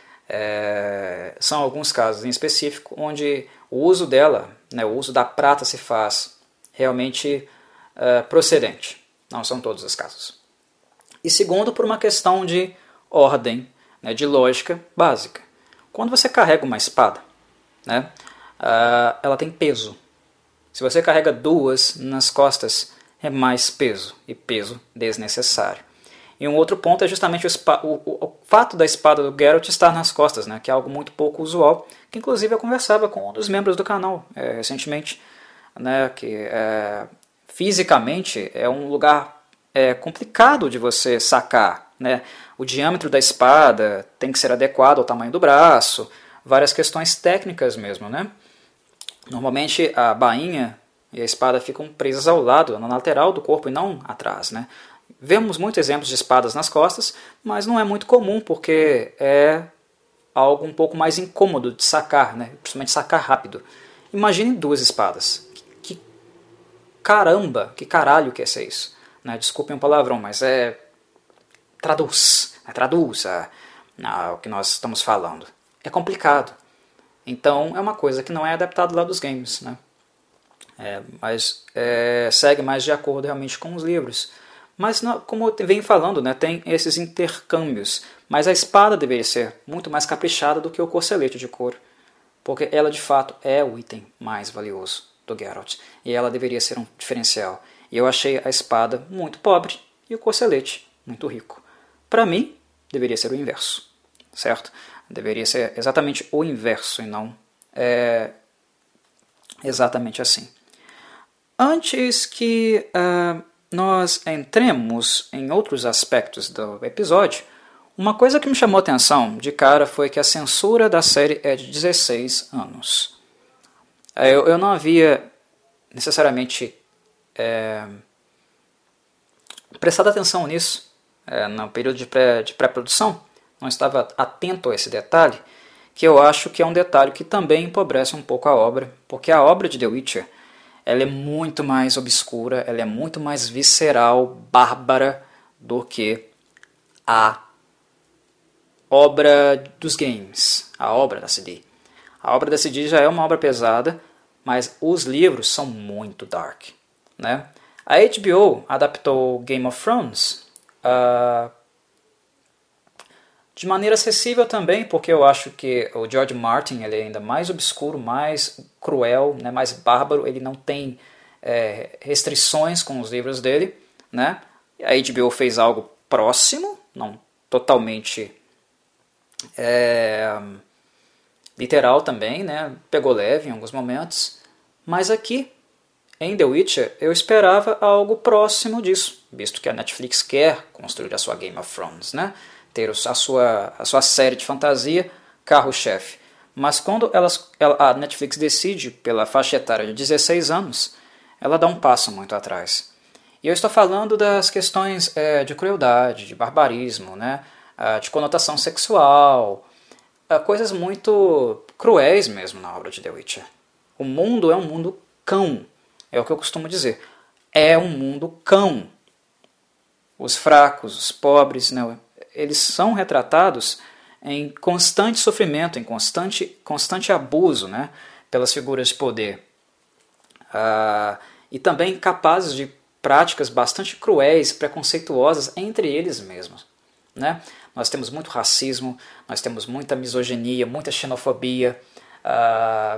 É, são alguns casos em específico onde o uso dela, né, o uso da prata se faz realmente uh, procedente. Não são todos os casos. E segundo, por uma questão de ordem, né, de lógica básica. Quando você carrega uma espada, né, uh, ela tem peso. Se você carrega duas nas costas, é mais peso, e peso desnecessário. E um outro ponto é justamente o, o, o, o fato da espada do Geralt estar nas costas, né, que é algo muito pouco usual, que inclusive eu conversava com um dos membros do canal é, recentemente, né, que é, fisicamente é um lugar é, complicado de você sacar. Né? O diâmetro da espada tem que ser adequado ao tamanho do braço, várias questões técnicas mesmo. Né? Normalmente a bainha e a espada ficam presas ao lado, na lateral do corpo e não atrás. Né? Vemos muitos exemplos de espadas nas costas, mas não é muito comum porque é algo um pouco mais incômodo de sacar, né? Principalmente sacar rápido. Imagine duas espadas. Que caramba, que caralho que é ser isso? Né? Desculpem o palavrão, mas é... Traduz, né? Traduz a, a, o que nós estamos falando. É complicado. Então é uma coisa que não é adaptada lá dos games, né? É, mas é, segue mais de acordo realmente com os livros. Mas não, como eu venho falando, né, tem esses intercâmbios. Mas a espada deveria ser muito mais caprichada do que o corcelete de couro. Porque ela de fato é o item mais valioso do Geralt. E ela deveria ser um diferencial. E eu achei a espada muito pobre e o corcelete muito rico. Para mim, deveria ser o inverso, certo? Deveria ser exatamente o inverso e não é, exatamente assim. Antes que uh, nós entremos em outros aspectos do episódio, uma coisa que me chamou a atenção de cara foi que a censura da série é de dezesseis anos. Eu, eu não havia necessariamente é, prestado atenção nisso é, no período de, pré, de pré-produção, não estava atento a esse detalhe, que eu acho que é um detalhe que também empobrece um pouco a obra, porque a obra de The Witcher ela é muito mais obscura, ela é muito mais visceral, bárbara do que a obra dos games, a obra da C D. A obra da C D já é uma obra pesada, mas os livros são muito dark, né? A H B O adaptou Game of Thrones uh, de maneira acessível também, porque eu acho que o George Martin ele é ainda mais obscuro, mais cruel, né, mais bárbaro, ele não tem é, restrições com os livros dele, né? A H B O fez algo próximo, não totalmente é, literal também, né? Pegou leve em alguns momentos, mas aqui em The Witcher eu esperava algo próximo disso, visto que a Netflix quer construir a sua Game of Thrones, né? Ter a sua, a sua série de fantasia, carro-chefe. Mas quando elas, ela, a Netflix decide pela faixa etária de dezesseis anos, ela dá um passo muito atrás. E eu estou falando das questões é, de crueldade, de barbarismo, né? De conotação sexual, coisas muito cruéis mesmo na obra de The Witcher. O mundo é um mundo cão, é o que eu costumo dizer. É um mundo cão. Os fracos, os pobres, né? Eles são retratados em constante sofrimento, em constante, constante abuso, né, pelas figuras de poder. Ah, e também capazes de práticas bastante cruéis, preconceituosas entre eles mesmos. Né? Nós temos muito racismo, nós temos muita misoginia, muita xenofobia, ah,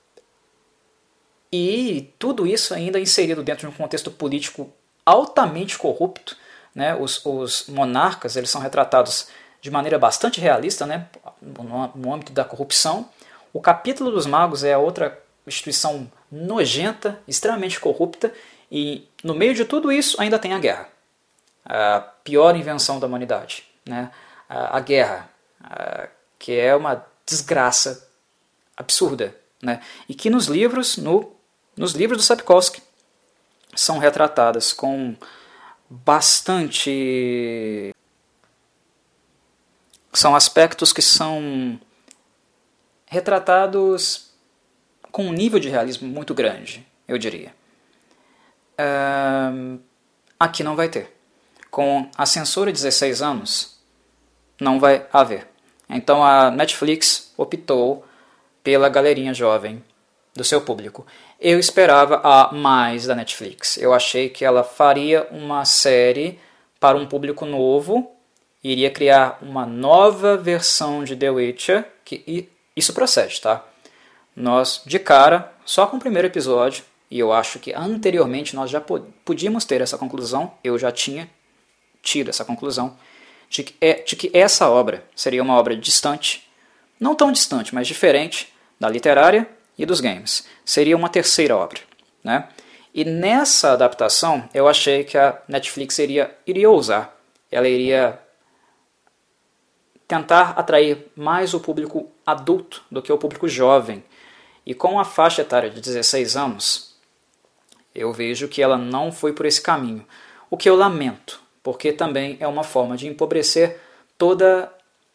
e tudo isso ainda inserido dentro de um contexto político altamente corrupto. Né, os, os monarcas eles são retratados de maneira bastante realista, né, no, no âmbito da corrupção. O capítulo dos magos é outra instituição nojenta, extremamente corrupta, e no meio de tudo isso ainda tem a guerra. A pior invenção da humanidade. Né, a, a guerra, a, que é uma desgraça absurda. Né, e que nos livros, no, nos livros do Sapkowski, são retratadas com bastante... São aspectos que são retratados com um nível de realismo muito grande, eu diria. Uh, aqui não vai ter. Com a censura de dezesseis anos, não vai haver. Então a Netflix optou pela galerinha jovem do seu público. Eu esperava a mais da Netflix. Eu achei que ela faria uma série para um público novo, iria criar uma nova versão de The Witcher, que isso procede, tá? Nós, de cara, só com o primeiro episódio, e eu acho que anteriormente nós já podíamos ter essa conclusão, eu já tinha tido essa conclusão, de que, é, de que essa obra seria uma obra distante, não tão distante, mas diferente da literária e dos games. Seria uma terceira obra. Né? E nessa adaptação, eu achei que a Netflix iria, iria ousar. Ela iria tentar atrair mais o público adulto do que o público jovem. E com a faixa etária de dezesseis anos, eu vejo que ela não foi por esse caminho. O que eu lamento, porque também é uma forma de empobrecer toda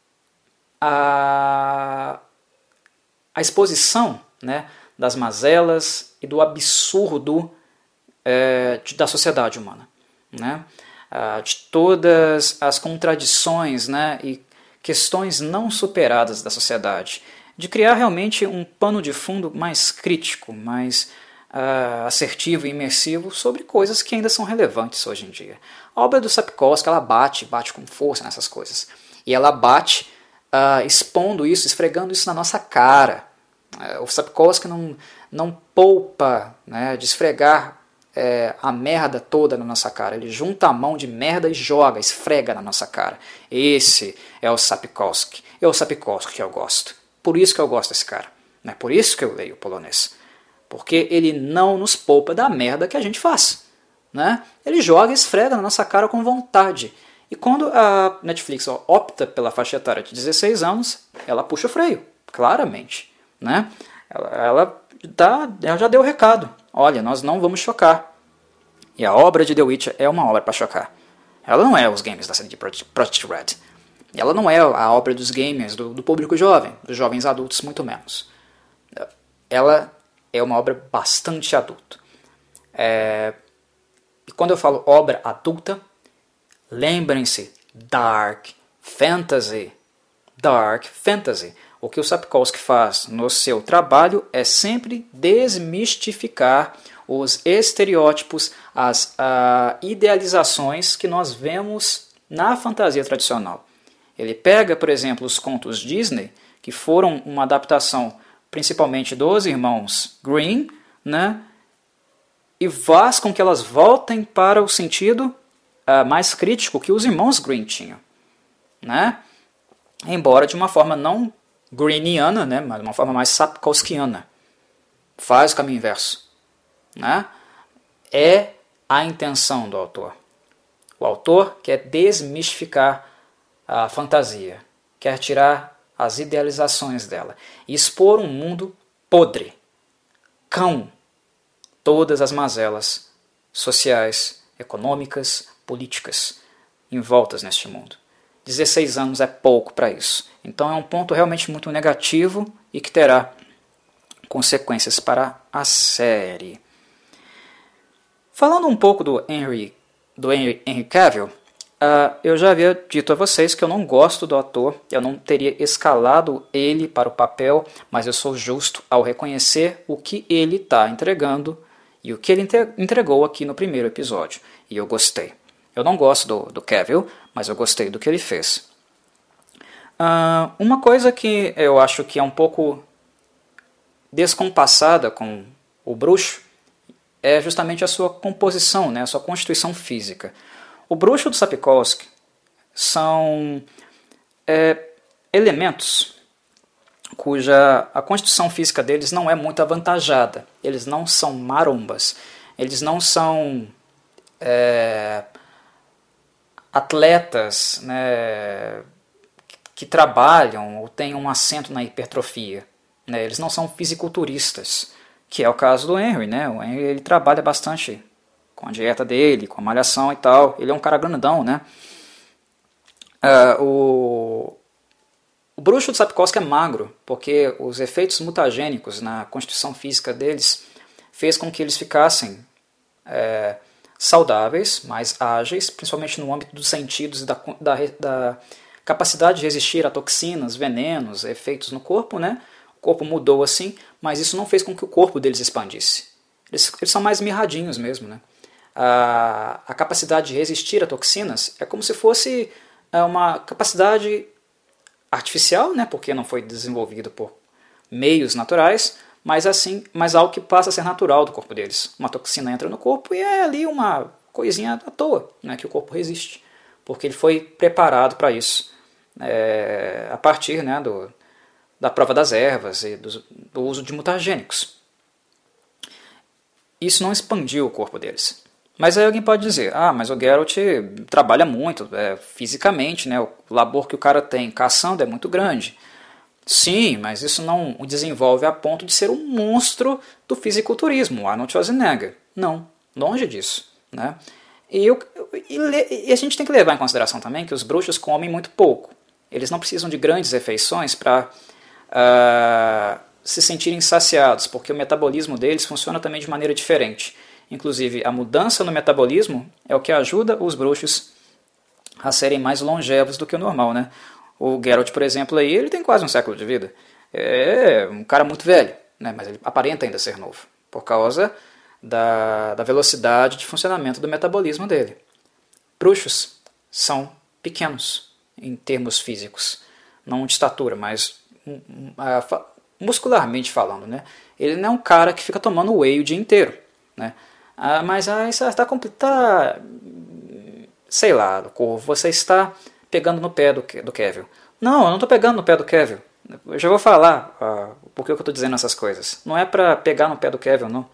a, a exposição, né, das mazelas e do absurdo é, de, da sociedade humana. Né? Ah, de todas as contradições, né, e questões não superadas da sociedade. de criar realmente um pano de fundo mais crítico, mais uh, assertivo e imersivo sobre coisas que ainda são relevantes hoje em dia. A obra do Sapkowski, ela bate, bate com força nessas coisas. E ela bate uh, expondo isso, esfregando isso na nossa cara. Uh, o Sapkowski não, não poupa, né, de esfregar é, a merda toda na nossa cara. Ele junta a mão de merda e joga, esfrega na nossa cara. Esse é o Sapkowski. É o Sapkowski que eu gosto. Por isso que eu gosto desse cara. Né? Por isso que eu leio o polonês. Porque ele não nos poupa da merda que a gente faz. Né? Ele joga e esfrega na nossa cara com vontade. E quando a Netflix ó, opta pela faixa etária de dezesseis anos, ela puxa o freio, claramente. Né? Ela, ela, dá, ela já deu o recado. Olha, nós não vamos chocar. E a obra de The Witcher é uma obra para chocar. Ela não é os games da C D Projekt Red. Ela não é a obra dos gamers, do, do público jovem, dos jovens adultos, muito menos. Ela é uma obra bastante adulta. É, e quando eu falo obra adulta, lembrem-se, Dark Fantasy. Dark Fantasy. O que o Sapkowski faz no seu trabalho é sempre desmistificar os estereótipos, as uh, idealizações que nós vemos na fantasia tradicional. Ele pega, por exemplo, os contos Disney, que foram uma adaptação principalmente dos irmãos Grimm, né, e faz com que elas voltem para o sentido uh, mais crítico que os irmãos Grimm tinham. Né? Embora de uma forma não greeniana, né, mas de uma forma mais sapkowskiana. Faz o caminho inverso. Né? É a intenção do autor. O autor quer desmistificar a fantasia, quer tirar as idealizações dela e expor um mundo podre, cão, todas as mazelas sociais, econômicas, políticas envoltas neste mundo. dezesseis anos é pouco para isso. Então é um ponto realmente muito negativo e que terá consequências para a série. Falando um pouco do Henry, do Henry, Henry Cavill, uh, eu já havia dito a vocês que eu não gosto do ator, eu não teria escalado ele para o papel, mas eu sou justo ao reconhecer o que ele está entregando e o que ele entregou aqui no primeiro episódio. E eu gostei. Eu não gosto do, do Cavill, mas eu gostei do que ele fez. Uh, uma coisa que eu acho que é um pouco descompassada com o bruxo é justamente a sua composição, né, a sua constituição física. O bruxo do Sapkowski são é, elementos cuja a constituição física deles não é muito avantajada. Eles não são marombas. Eles não são é, atletas, né, que trabalham ou têm um assento na hipertrofia. Né? Eles não são fisiculturistas, que é o caso do Henry. Né? O Henry ele trabalha bastante com a dieta dele, com a malhação e tal. Ele é um cara grandão. Né? Uh, o, o bruxo do Sapkowski é magro, porque os efeitos mutagênicos na constituição física deles fez com que eles ficassem é, saudáveis, mais ágeis, principalmente no âmbito dos sentidos e da, da, da capacidade de resistir a toxinas, venenos, efeitos no corpo. Né? O corpo mudou assim, mas isso não fez com que o corpo deles expandisse. Eles, eles são mais mirradinhos mesmo. Né? A, a capacidade de resistir a toxinas é como se fosse uma capacidade artificial, né? Porque não foi desenvolvido por meios naturais, mas assim, mas algo que passa a ser natural do corpo deles. Uma toxina entra no corpo e é ali uma coisinha à toa, né? Que o corpo resiste, porque ele foi preparado para isso, é, a partir, né, do, da prova das ervas e do, do uso de mutagênicos. Isso não expandiu o corpo deles. Mas aí alguém pode dizer, ah, mas o Geralt trabalha muito é, fisicamente, né? O labor que o cara tem caçando é muito grande. Sim, mas isso não o desenvolve a ponto de ser um monstro do fisiculturismo, o Arnold Schwarzenegger. Não, longe disso. Né? E, eu, e, e a gente tem que levar em consideração também que os bruxos comem muito pouco. Eles não precisam de grandes refeições para uh, se sentirem saciados, porque o metabolismo deles funciona também de maneira diferente. Inclusive, a mudança no metabolismo é o que ajuda os bruxos a serem mais longevos do que o normal. Né? O Geralt, por exemplo, aí, ele tem quase um século de vida. é um cara muito velho, né? Mas ele aparenta ainda ser novo, por causa da, da velocidade de funcionamento do metabolismo dele. Bruxos são pequenos em termos físicos, não de estatura, mas muscularmente falando, né? Ele não é um cara que fica tomando whey o dia inteiro, né? Ah, mas ah, isso está complicado. Sei lá, Corvo, você está pegando no pé do, do Kevin. Não, eu não estou pegando no pé do Kevin. Eu já vou falar uh, por que eu estou dizendo essas coisas. Não é para pegar no pé do Kevin, não.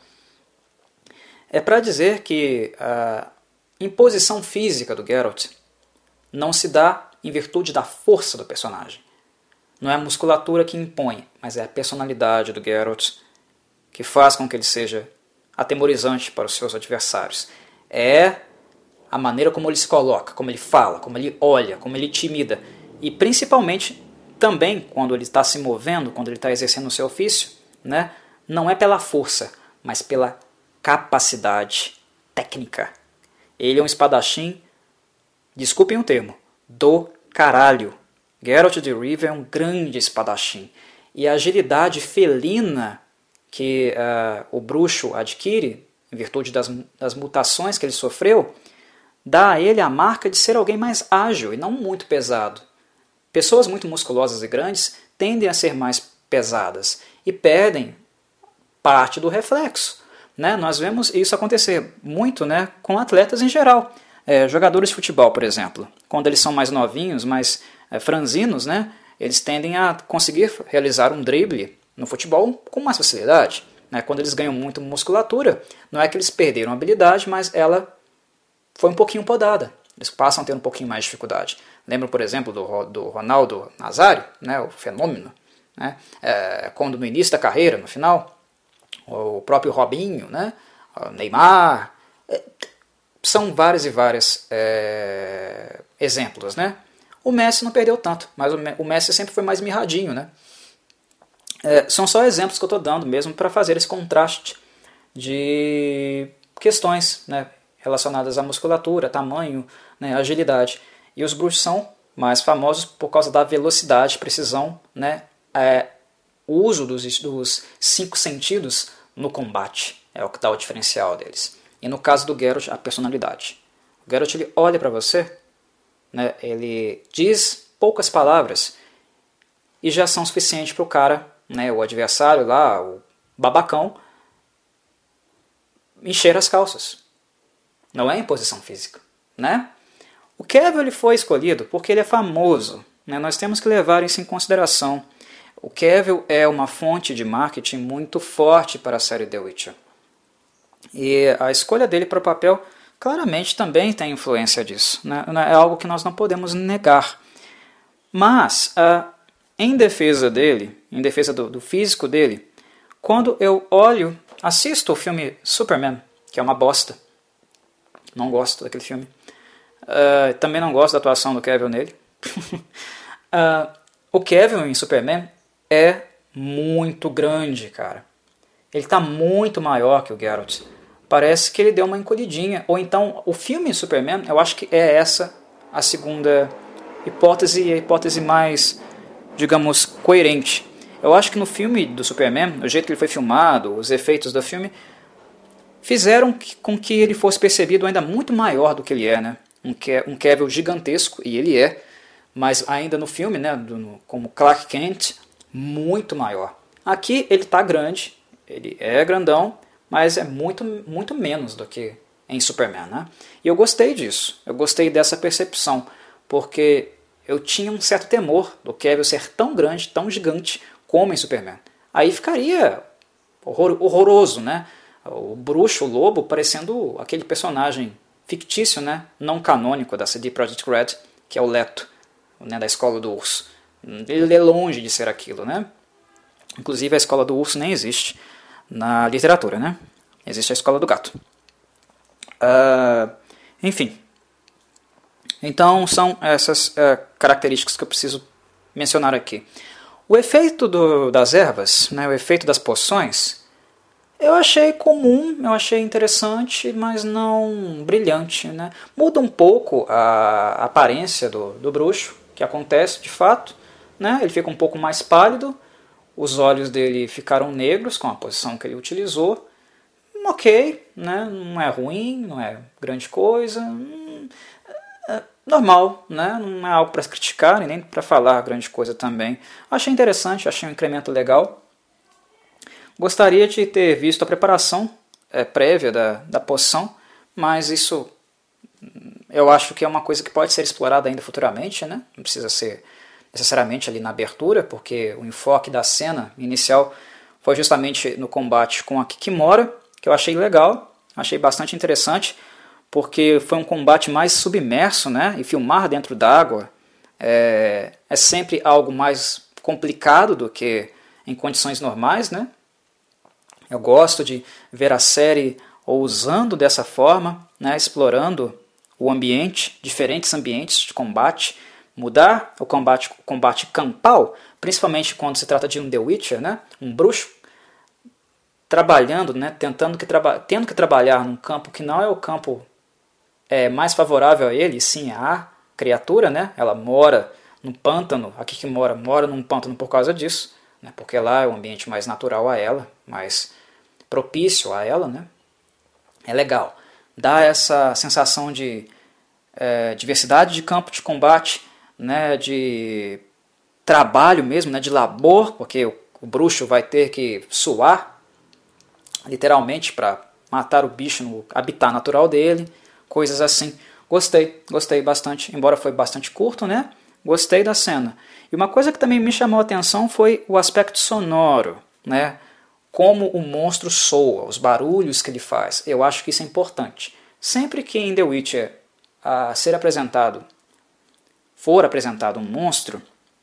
É para dizer que a imposição física do Geralt não se dá em virtude da força do personagem. Não é a musculatura que impõe, mas é a personalidade do Geralt que faz com que ele seja atemorizante para os seus adversários. É a maneira como ele se coloca, como ele fala, como ele olha, como ele intimida. E principalmente também quando ele está se movendo, quando ele está exercendo o seu ofício, né, não é pela força, mas pela capacidade técnica. Ele é um espadachim, desculpem o termo, do caralho. Geralt de Rivia é um grande espadachim. E a agilidade felina que uh, o bruxo adquire, em virtude das, das mutações que ele sofreu, dá a ele a marca de ser alguém mais ágil e não muito pesado. Pessoas muito musculosas e grandes tendem a ser mais pesadas e perdem parte do reflexo. Né? Nós vemos isso acontecer muito, né, com atletas em geral. É, jogadores de futebol, por exemplo, quando eles são mais novinhos, mais é, franzinos, né, eles tendem a conseguir realizar um drible no futebol com mais facilidade. Né? Quando eles ganham muito musculatura, não é que eles perderam a habilidade, mas ela foi um pouquinho podada. Eles passam a ter um pouquinho mais de dificuldade. Lembro, por exemplo, do, do Ronaldo Nazário, né, o fenômeno, né, é, quando no início da carreira, no final, o próprio Robinho, né, o Neymar, é, são vários e vários é, exemplos. Né? O Messi não perdeu tanto, mas o Messi sempre foi mais mirradinho. Né? É, são só exemplos que eu estou dando mesmo para fazer esse contraste de questões, né, relacionadas à musculatura, tamanho, né, agilidade. E os bruxos são mais famosos por causa da velocidade, precisão, né, é, o uso dos, dos cinco sentidos no combate. É o que dá o diferencial deles. E no caso do Geralt, a personalidade. O Geralt ele olha para você, né, ele diz poucas palavras e já são suficientes para o cara, né, o adversário lá, o babacão, encher as calças. Não é imposição física. Né? O Kevin ele foi escolhido porque ele é famoso. Né? Nós temos que levar isso em consideração. O Kevin é uma fonte de marketing muito forte para a série The Witcher. E a escolha dele para o papel claramente também tem influência disso. Né? É algo que nós não podemos negar. Mas, uh, em defesa dele, em defesa do, do físico dele, quando eu olho, assisto o filme Superman, que é uma bosta, não gosto daquele filme. Uh, também não gosto da atuação do Kevin nele. uh, o Kevin em Superman é muito grande, cara. Ele está muito maior que o Geralt. Parece que ele deu uma encolhidinha. Ou então, o filme Superman, eu acho que é essa a segunda hipótese, a hipótese mais, digamos, coerente. Eu acho que no filme do Superman, o jeito que ele foi filmado, os efeitos do filme, fizeram com que ele fosse percebido ainda muito maior do que ele é, né? Um, um Kevin gigantesco, e ele é, mas ainda no filme, né, do, como Clark Kent, muito maior. Aqui ele está grande, ele é grandão, mas é muito, muito menos do que em Superman. Né? E eu gostei disso, eu gostei dessa percepção, porque eu tinha um certo temor do Kevin ser tão grande, tão gigante como em Superman. Aí ficaria horror, horroroso, né? O bruxo, o lobo, parecendo aquele personagem fictício, né? Não canônico da C D Projekt Red, que é o Leto, né? Da Escola do Urso. Ele é longe de ser aquilo, né? Inclusive a Escola do Urso nem existe na literatura, né? Existe a Escola do Gato. Uh, enfim. Então são essas uh, características que eu preciso mencionar aqui. O efeito do, das ervas, né? O efeito das poções, eu achei comum, eu achei interessante, mas não brilhante. Né? Muda um pouco a aparência do, do bruxo, que acontece de fato. Né? Ele fica um pouco mais pálido, os olhos dele ficaram negros com a posição que ele utilizou. Ok, né? Não é ruim, não é grande coisa, é normal, né? Não é algo para criticar e nem para falar grande coisa também. Achei interessante, achei um incremento legal. Gostaria de ter visto a preparação é, prévia da, da poção, mas isso eu acho que é uma coisa que pode ser explorada ainda futuramente, né? Não precisa ser necessariamente ali na abertura, porque o enfoque da cena inicial foi justamente no combate com a Kikimora, que eu achei legal, achei bastante interessante, porque foi um combate mais submerso, né? E filmar dentro d'água é, é sempre algo mais complicado do que em condições normais, né? Eu gosto de ver a série ousando dessa forma, né? Explorando o ambiente, diferentes ambientes de combate, mudar o combate, o combate campal, principalmente quando se trata de um The Witcher, né? Um bruxo, trabalhando, né? Tentando que traba tendo que trabalhar num campo que não é o campo é, mais favorável a ele, sim a criatura, né? Ela mora num pântano, aqui que mora, mora num pântano por causa disso, né? Porque lá é o ambiente mais natural a ela, mais propício a ela, né? É legal. Dá essa sensação de é, diversidade de campo de combate, né, de trabalho mesmo, né, de labor, porque o, o bruxo vai ter que suar, literalmente, para matar o bicho no habitat natural dele, coisas assim. Gostei, gostei bastante, embora foi bastante curto, né? Gostei da cena. E uma coisa que também me chamou a atenção foi o aspecto sonoro, né? Como o monstro soa, os barulhos que ele faz. Eu acho que isso é importante. Sempre que em The Witcher a ser apresentado, for apresentado um monstro,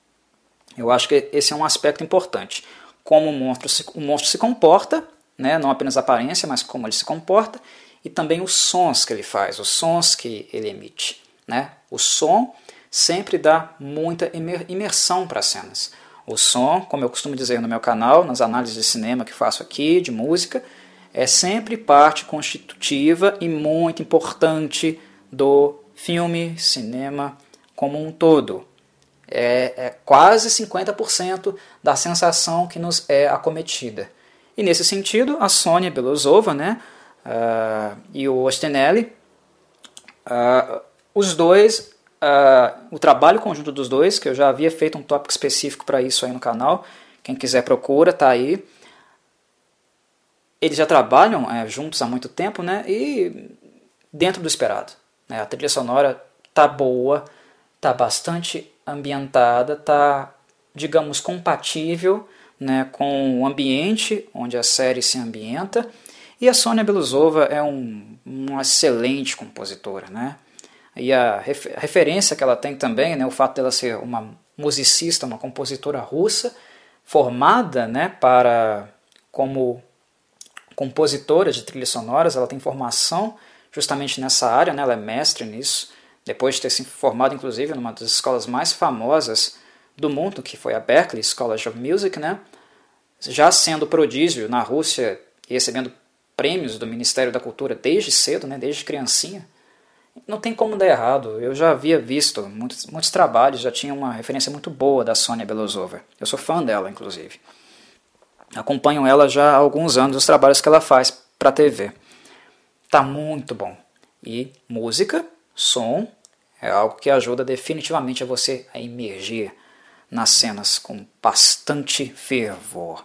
eu acho que esse é um aspecto importante. Como o monstro se, o monstro se comporta, né? Não apenas a aparência, mas como ele se comporta, e também os sons que ele faz, os sons que ele emite, né? O som sempre dá muita imersão para as cenas. O som, como eu costumo dizer no meu canal, nas análises de cinema que faço aqui, de música, é sempre parte constitutiva e muito importante do filme, cinema como um todo. É, é quase cinquenta por cento da sensação que nos é acometida. E nesse sentido, a Sônia Belousova, né, uh, e o Ostenelli, uh, os dois... Uh, o trabalho conjunto dos dois, que eu já havia feito um tópico específico para isso aí no canal, quem quiser procura, tá aí. Eles já trabalham é, juntos há muito tempo, né, e dentro do esperado, né, a trilha sonora tá boa, tá bastante ambientada, tá, digamos, compatível, né, com o ambiente onde a série se ambienta, e a Sônia Belousova é um, uma excelente compositora, né. E a referência que ela tem também, né, o fato dela ser uma musicista, uma compositora russa, formada, né, para, como compositora de trilhas sonoras, ela tem formação justamente nessa área, né, ela é mestre nisso, depois de ter se formado, inclusive, numa das escolas mais famosas do mundo, que foi a Berklee College of Music, né, já sendo prodígio na Rússia e recebendo prêmios do Ministério da Cultura desde cedo, né, desde criancinha. Não tem como dar errado, eu já havia visto muitos, muitos trabalhos, já tinha uma referência muito boa da Sônia Belousova. Eu sou fã dela, inclusive. Acompanho ela já há alguns anos, os trabalhos que ela faz para a T V. Tá muito bom. E música, som, é algo que ajuda definitivamente a você a imergir nas cenas com bastante fervor.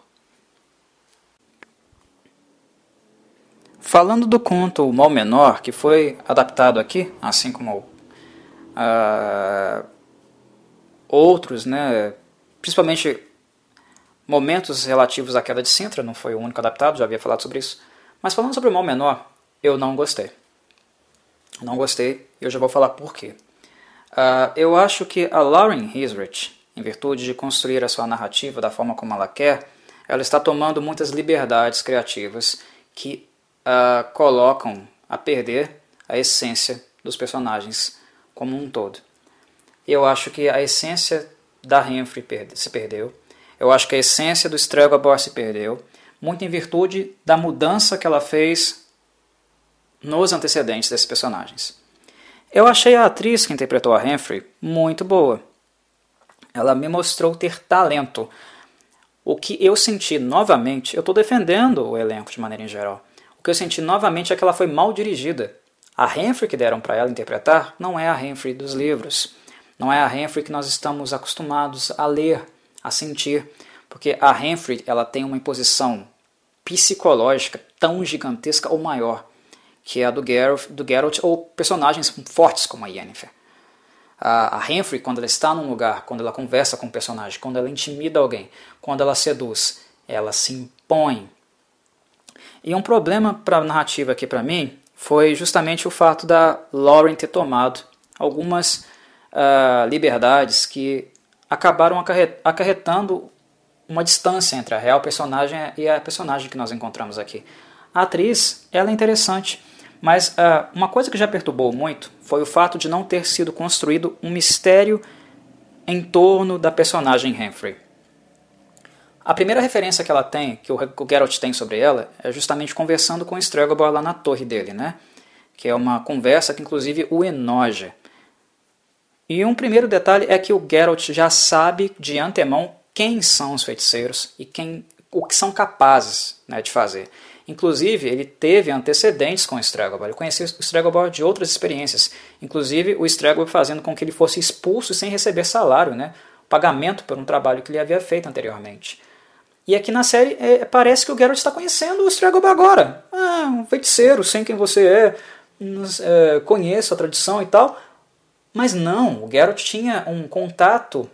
Falando do conto O Mal Menor, que foi adaptado aqui, assim como uh, outros, né, principalmente momentos relativos à queda de Sintra, não foi o único adaptado, já havia falado sobre isso. Mas falando sobre O Mal Menor, eu não gostei. Não gostei, e eu já vou falar por quê. Uh, eu acho que a Lauren Hisrich, em virtude de construir a sua narrativa da forma como ela quer, ela está tomando muitas liberdades criativas que Uh, colocam a perder a essência dos personagens como um todo. Eu acho que a essência da Renfri perde, se perdeu. Eu acho que a essência do Stregobor se perdeu, muito em virtude da mudança que ela fez nos antecedentes desses personagens. Eu achei a atriz que interpretou a Renfri muito boa. Ela me mostrou ter talento. O que eu senti novamente, eu estou defendendo o elenco de maneira em geral, o que eu senti novamente é que ela foi mal dirigida. A Renfrey que deram para ela interpretar não é a Renfrey dos livros, não é a Renfrey que nós estamos acostumados a ler, a sentir, porque a Renfrey ela tem uma imposição psicológica tão gigantesca ou maior, que é a do Geralt, do Geralt ou personagens fortes como a Yennefer. A, a Renfrey, quando ela está num lugar, quando ela conversa com um personagem, quando ela intimida alguém, quando ela seduz, ela se impõe. E um problema para a narrativa aqui para mim foi justamente o fato da Lauren ter tomado algumas uh, liberdades que acabaram acarretando uma distância entre a real personagem e a personagem que nós encontramos aqui. A atriz, ela é interessante, mas uh, uma coisa que já perturbou muito foi o fato de não ter sido construído um mistério em torno da personagem Renfrey. A primeira referência que ela tem, que o Geralt tem sobre ela, é justamente conversando com o Stregobor lá na torre dele, né? Que é uma conversa que inclusive o enoja. E um primeiro detalhe é que o Geralt já sabe de antemão quem são os feiticeiros e quem, o que são capazes, né, de fazer. Inclusive, ele teve antecedentes com o Stregobor, ele conhecia o Stregobor de outras experiências, inclusive o Stregobor fazendo com que ele fosse expulso sem receber salário, né, pagamento por um trabalho que ele havia feito anteriormente. E aqui na série é, parece que o Geralt está conhecendo o Stregobor agora. Ah, um feiticeiro, sei quem você é, é, conheço a tradição e tal. Mas não, o Geralt tinha um contato,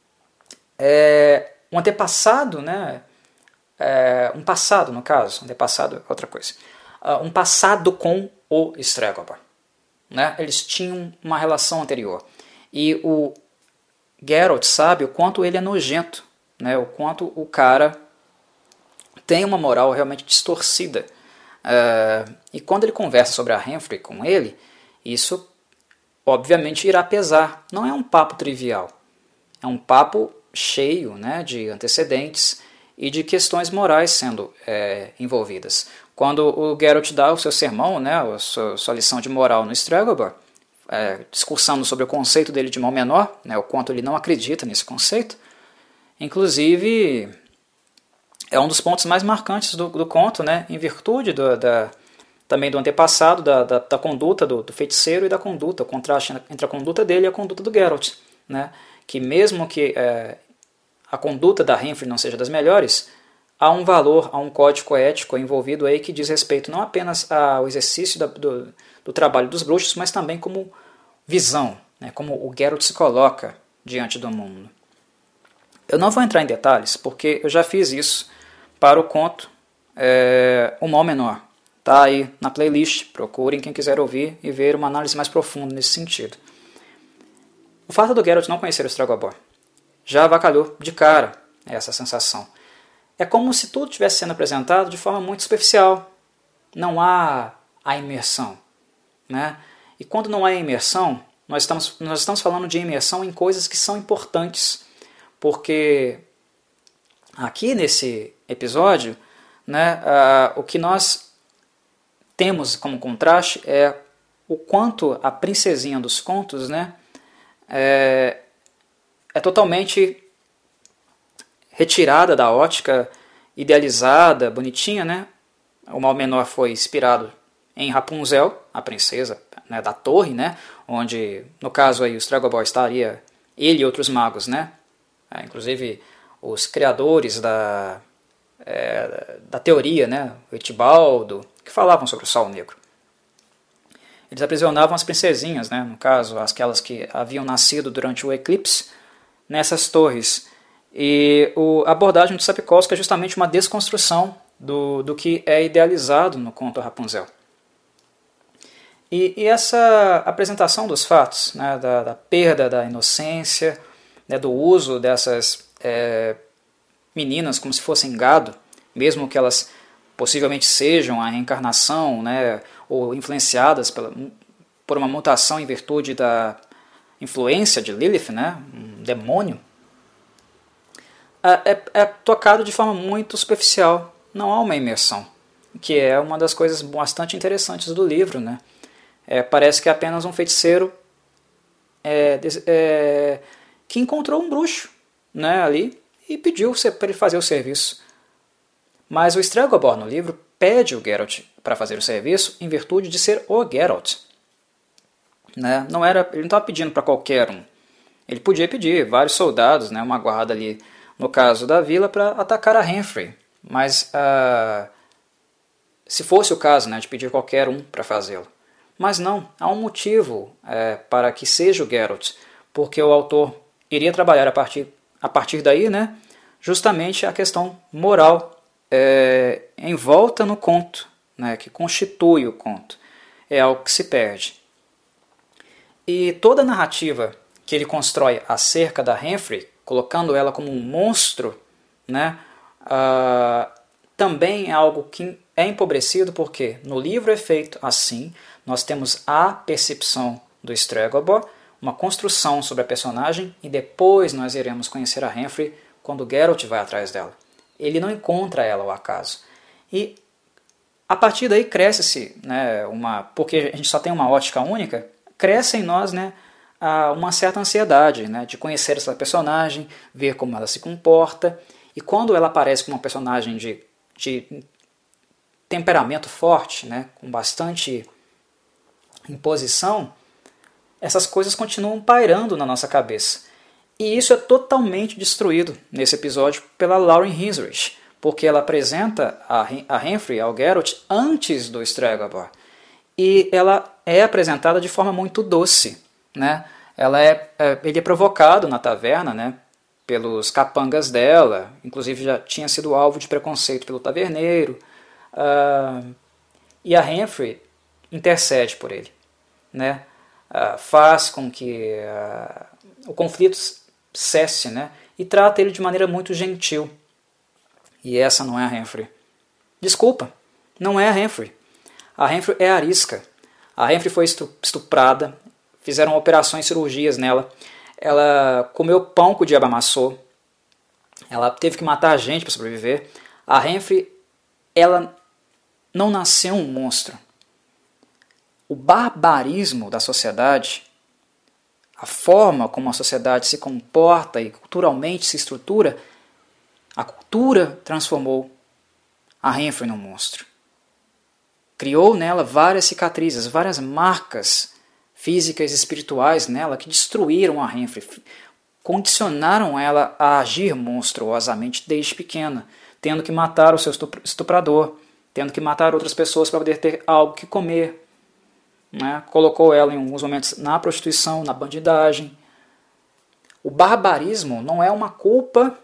é, um antepassado, né? É, um passado no caso, antepassado é outra coisa, uh, um passado com o Stregobor, né? Eles tinham uma relação anterior e o Geralt sabe o quanto ele é nojento, né? O quanto o cara tem uma moral realmente distorcida, uh, e quando ele conversa sobre a Renfrey com ele, isso obviamente irá pesar. Não é um papo trivial, é um papo cheio, né, de antecedentes e de questões morais sendo é, envolvidas. Quando o Geralt dá o seu sermão, né, a sua, sua lição de moral no Stregobor, é, discursando sobre o conceito dele de mal menor, né, o quanto ele não acredita nesse conceito, inclusive é um dos pontos mais marcantes do, do conto, né, em virtude do, da, também do antepassado, da, da, da conduta do, do feiticeiro e da conduta, o contraste entre a conduta dele e a conduta do Geralt, né, que mesmo que é, a conduta da Renfrey não seja das melhores, há um valor, há um código ético envolvido aí que diz respeito não apenas ao exercício da, do, do trabalho dos bruxos, mas também como visão, né, como o Geralt se coloca diante do mundo. Eu não vou entrar em detalhes, porque eu já fiz isso para o conto é, O Mal Menor. Está aí na playlist, procurem quem quiser ouvir e ver uma análise mais profunda nesse sentido. O fato do Geralt não conhecer o Stregobor já avacalhou de cara essa sensação. É como se tudo estivesse sendo apresentado de forma muito superficial. Não há a imersão, né? E quando não há imersão, nós estamos, nós estamos falando de imersão em coisas que são importantes. Porque aqui nesse episódio, né, uh, o que nós temos como contraste é o quanto a princesinha dos contos, né, é, é totalmente retirada da ótica idealizada, bonitinha, né? O Mal Menor foi inspirado em Rapunzel, a princesa, né, da torre, né? Onde, no caso aí, o Stregobor estaria, ele e outros magos, né? É, inclusive os criadores da, é, da teoria, né? O Etibaldo, que falavam sobre o Sol Negro. Eles aprisionavam as princesinhas, né? No caso, aquelas que haviam nascido durante o eclipse, nessas torres. E o, a abordagem de Sapkowski é justamente uma desconstrução do, do que é idealizado no conto Rapunzel. E, e essa apresentação dos fatos, né, da, da perda da inocência, né, do uso dessas é, meninas como se fossem gado, mesmo que elas possivelmente sejam a reencarnação, né, ou influenciadas pela, por uma mutação em virtude da influência de Lilith, né, um demônio, é, é tocado de forma muito superficial. Não há uma imersão, que é uma das coisas bastante interessantes do livro, né? É, parece que é apenas um feiticeiro é, é, que encontrou um bruxo, né, ali, e pediu para ele fazer o serviço. Mas o Stregobor no livro pede o Geralt para fazer o serviço em virtude de ser o Geralt. Né? Não era, ele não estava pedindo para qualquer um. Ele podia pedir vários soldados, né, uma guarda ali, no caso da vila, para atacar a Renfrey. Mas uh, se fosse o caso, né, de pedir qualquer um para fazê-lo. Mas não, há um motivo é, para que seja o Geralt, porque o autor iria trabalhar a partir, a partir daí, né, justamente a questão moral é, em volta no conto, né, que constitui o conto. É algo que se perde. E toda a narrativa que ele constrói acerca da Renfrey, colocando ela como um monstro, né, uh, também é algo que é empobrecido, porque no livro é feito assim, nós temos a percepção do Stregobor, uma construção sobre a personagem, e depois nós iremos conhecer a Renfrey quando Geralt vai atrás dela. Ele não encontra ela ao acaso. E a partir daí cresce-se, né, uma, porque a gente só tem uma ótica única, cresce em nós, né, uma certa ansiedade, né, de conhecer essa personagem, ver como ela se comporta, e quando ela aparece como uma personagem de, de temperamento forte, né, com bastante imposição, essas coisas continuam pairando na nossa cabeça. E isso é totalmente destruído nesse episódio pela Lauren Heinrich, porque ela apresenta a Renfrey ao Geralt antes do Stregobor. E ela é apresentada de forma muito doce. Né? Ela é, é, ele é provocado na taverna, né, pelos capangas dela, inclusive já tinha sido alvo de preconceito pelo taverneiro, uh, e a Renfrey intercede por ele. Né? Uh, faz com que uh, o conflito cesse, né? E trata ele de maneira muito gentil. E essa não é a Renfrey. Desculpa, não é a Renfrey. A Renfrey é arisca. A Renfrey foi estuprada, fizeram operações, cirurgias nela, ela comeu pão que o diabo amassou, ela teve que matar a gente para sobreviver. A Renfrey, ela não nasceu um monstro. O barbarismo da sociedade, a forma como a sociedade se comporta e culturalmente se estrutura, a cultura transformou a Renfrey num monstro. Criou nela várias cicatrizes, várias marcas físicas e espirituais nela que destruíram a Renfrey, condicionaram ela a agir monstruosamente desde pequena, tendo que matar o seu estuprador, tendo que matar outras pessoas para poder ter algo que comer. Né? Colocou ela em alguns momentos na prostituição, na bandidagem. O barbarismo não é uma culpa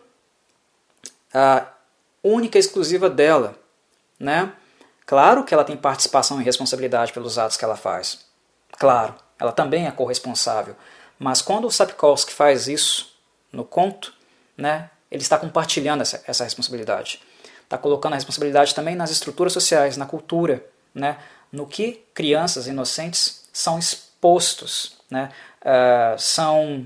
ah, única e exclusiva dela. Né? Claro que ela tem participação e responsabilidade pelos atos que ela faz. Claro, ela também é corresponsável. Mas quando o Sapkowski faz isso no conto, né, ele está compartilhando essa, essa responsabilidade. Está colocando a responsabilidade também nas estruturas sociais, na cultura, né, no que crianças inocentes são expostos, né, uh, são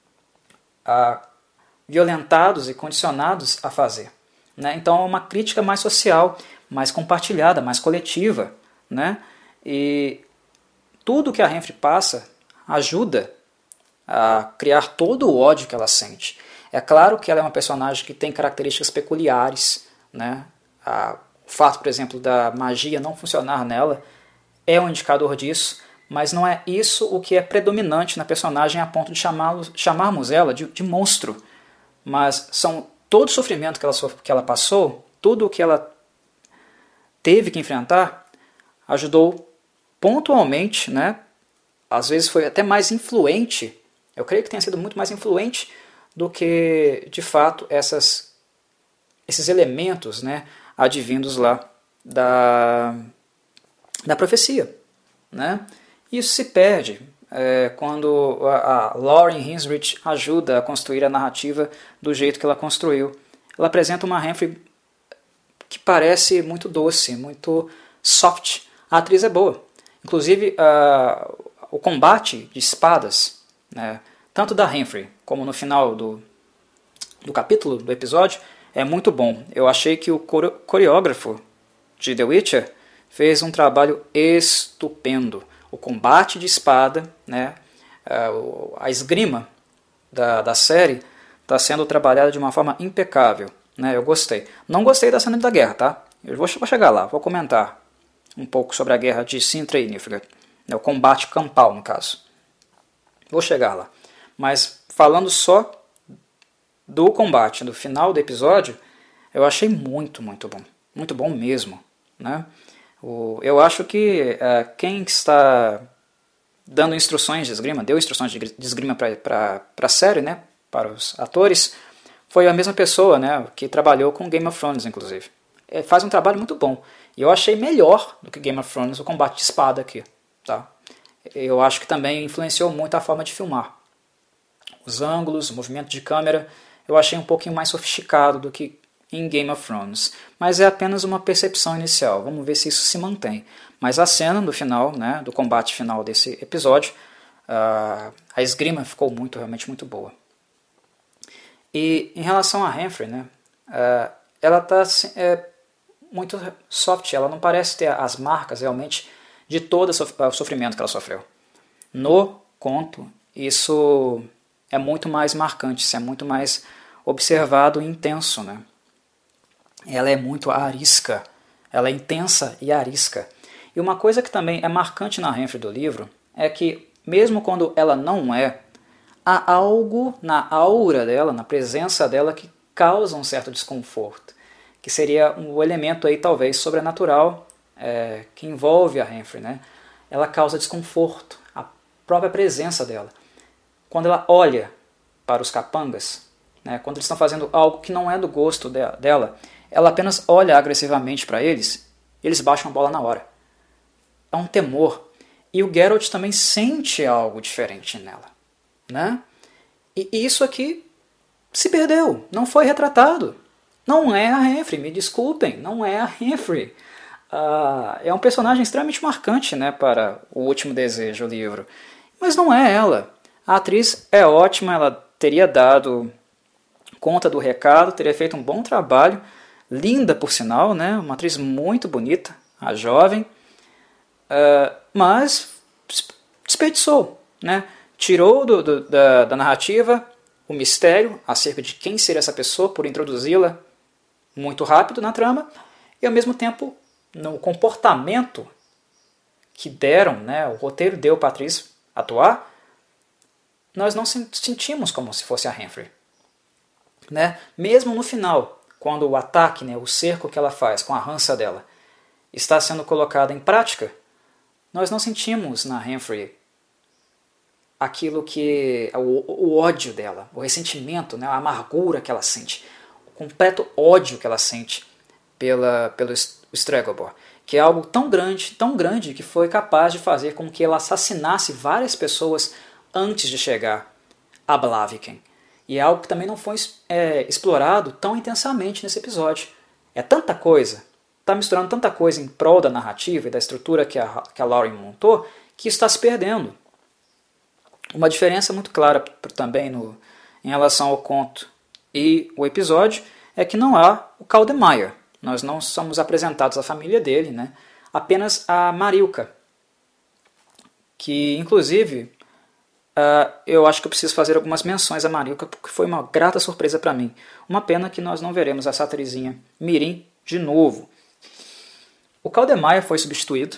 uh, violentados e condicionados a fazer. Né? Então é uma crítica mais social, mais compartilhada, mais coletiva. Né? E tudo que a Renfrey passa ajuda a criar todo o ódio que ela sente. É claro que ela é uma personagem que tem características peculiares. Né? A, o fato, por exemplo, da magia não funcionar nela é um indicador disso, mas não é isso o que é predominante na personagem a ponto de chamarmos ela de, de monstro. Mas são todo o sofrimento que ela, que ela passou, tudo o que ela teve que enfrentar, ajudou pontualmente, né? Às vezes foi até mais influente, eu creio que tenha sido muito mais influente do que, de fato, essas, esses elementos, né, advindos lá da, da profecia. Né? Isso se perde é, quando a, a Lauren Heinrich ajuda a construir a narrativa do jeito que ela construiu. Ela apresenta uma Renfrey que parece muito doce, muito soft. A atriz é boa. Inclusive, uh, o combate de espadas, né, tanto da Renfrey como no final do, do capítulo, do episódio, é muito bom. Eu achei que o coreógrafo de The Witcher fez um trabalho estupendo. O combate de espada, né, uh, a esgrima da, da série, está sendo trabalhada de uma forma impecável, né? Eu gostei. Não gostei da cena da guerra, tá? Eu vou, vou chegar lá, vou comentar um pouco sobre a guerra de Sintra e Nilfgaard, né? O combate campal, no caso. Vou chegar lá. Mas falando só do combate, do final do episódio, eu achei muito, muito bom. Muito bom mesmo, né? O, eu acho que uh, quem está dando instruções de esgrima, deu instruções de esgrima para a série, né, para os atores, foi a mesma pessoa, né, que trabalhou com Game of Thrones, inclusive. É, faz um trabalho muito bom. E eu achei melhor do que Game of Thrones o combate de espada aqui. Tá? Eu acho que também influenciou muito a forma de filmar. Os ângulos, o movimento de câmera, eu achei um pouquinho mais sofisticado do que em Game of Thrones. Mas é apenas uma percepção inicial. Vamos ver se isso se mantém. Mas a cena do final, né, do combate final desse episódio, uh, a esgrima ficou muito, realmente muito boa. E em relação a Renfrey, né, uh, ela está é, muito soft, ela não parece ter as marcas realmente de todo o sofrimento que ela sofreu. No conto, isso é muito mais marcante, isso é muito mais observado e intenso, né? Ela é muito arisca, ela é intensa e arisca. E uma coisa que também é marcante na Renfrey do livro é que, mesmo quando ela não é, há algo na aura dela, na presença dela, que causa um certo desconforto, que seria um elemento aí talvez sobrenatural é, que envolve a Renfrey, né? Ela causa desconforto, a própria presença dela. Quando ela olha para os capangas, né, quando eles estão fazendo algo que não é do gosto de, dela, ela apenas olha agressivamente para eles e eles baixam a bola na hora. É um temor. E o Geralt também sente algo diferente nela, né? E isso aqui se perdeu, não foi retratado. Não é a Renfrey, me desculpem, não é a Renfrey. Uh, é um personagem extremamente marcante, né, para O Último Desejo, o livro. Mas não é ela. A atriz é ótima, ela teria dado conta do recado, teria feito um bom trabalho, linda por sinal, né, uma atriz muito bonita, a jovem, uh, mas desperdiçou, né, tirou do, do, da, da narrativa o mistério acerca de quem seria essa pessoa por introduzi-la muito rápido na trama, e ao mesmo tempo no comportamento que deram, né, o roteiro deu para a atriz atuar, nós não sentimos como se fosse a Renfrey. Né? Mesmo no final, quando o ataque, né, o cerco que ela faz com a rança dela, está sendo colocado em prática, nós não sentimos na Renfrey aquilo que o, o ódio dela, o ressentimento, né, a amargura que ela sente, o completo ódio que ela sente pela, pelo Stregobor, que é algo tão grande, tão grande, que foi capaz de fazer com que ela assassinasse várias pessoas antes de chegar a Blaviken. E é algo que também não foi é, explorado tão intensamente nesse episódio. É tanta coisa, está misturando tanta coisa em prol da narrativa e da estrutura que a, que a Lauren montou, que isso está se perdendo. Uma diferença muito clara também no, em relação ao conto e o episódio é que não há o Caldemeyer. Nós não somos apresentados à família dele, né? Apenas a Marilka, que inclusive uh, eu acho que eu preciso fazer algumas menções a Marilka, porque foi uma grata surpresa para mim. Uma pena que nós não veremos essa atrizinha mirim de novo. O Caldemeyer foi substituído.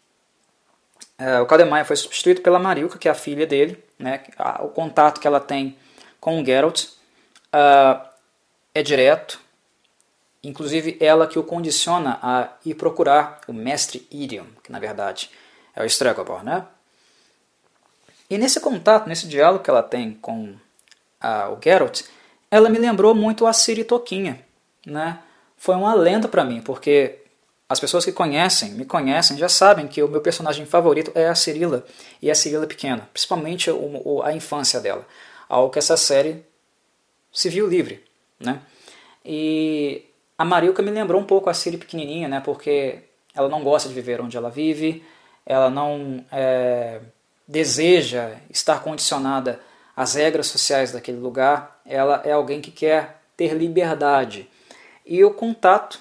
Uh, o Caldemeyer foi substituído pela Marilka, que é a filha dele, né? O contato que ela tem com o Geralt uh, é direto. Inclusive ela que o condiciona a ir procurar o mestre Irion, que na verdade é o Stregobor, né? E nesse contato, nesse diálogo que ela tem com a, o Geralt, ela me lembrou muito a Ciri Toquinha, né? Foi um alento para mim, porque as pessoas que conhecem, me conhecem, já sabem que o meu personagem favorito é a Cirila, e a Cirila pequena, principalmente o, o, a infância dela, algo que essa série se viu livre, né? E a Marilka me lembrou um pouco a Ciri pequenininha, né? Porque ela não gosta de viver onde ela vive, ela não é, deseja estar condicionada às regras sociais daquele lugar, ela é alguém que quer ter liberdade. E o contato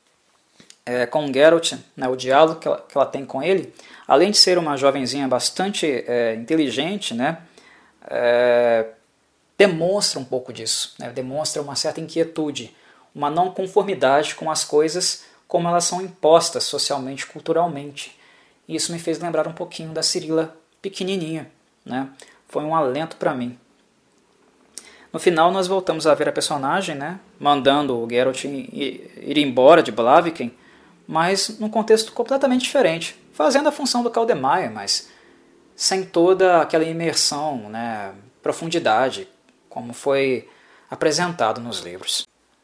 é, com o Geralt, né, o diálogo que ela, que ela tem com ele, além de ser uma jovenzinha bastante é, inteligente, né, é, demonstra um pouco disso, né? Demonstra uma certa inquietude, uma não conformidade com as coisas como elas são impostas socialmente, culturalmente. E isso me fez lembrar um pouquinho da Cirila pequenininha, né? Foi um alento para mim. No final nós voltamos a ver a personagem, né, mandando o Geralt ir embora de Blaviken, mas num contexto completamente diferente, fazendo a função do Caldemeyer, mas sem toda aquela imersão, né, profundidade, como foi apresentado nos livros.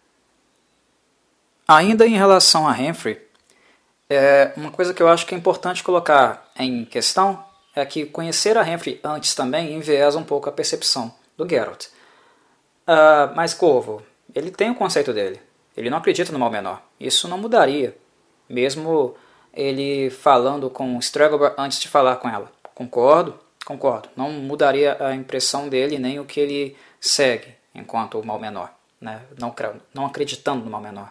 Ainda em relação a Henry, é, uma coisa que eu acho que é importante colocar em questão é que conhecer a Henry antes também enviesa um pouco a percepção do Geralt. Uh, mas Corvo, ele tem o conceito dele. Ele não acredita no mal menor. Isso não mudaria, mesmo ele falando com Stregobor antes de falar com ela. Concordo? Concordo. Não mudaria a impressão dele nem o que ele segue enquanto o mal menor, né? não, não acreditando no mal menor.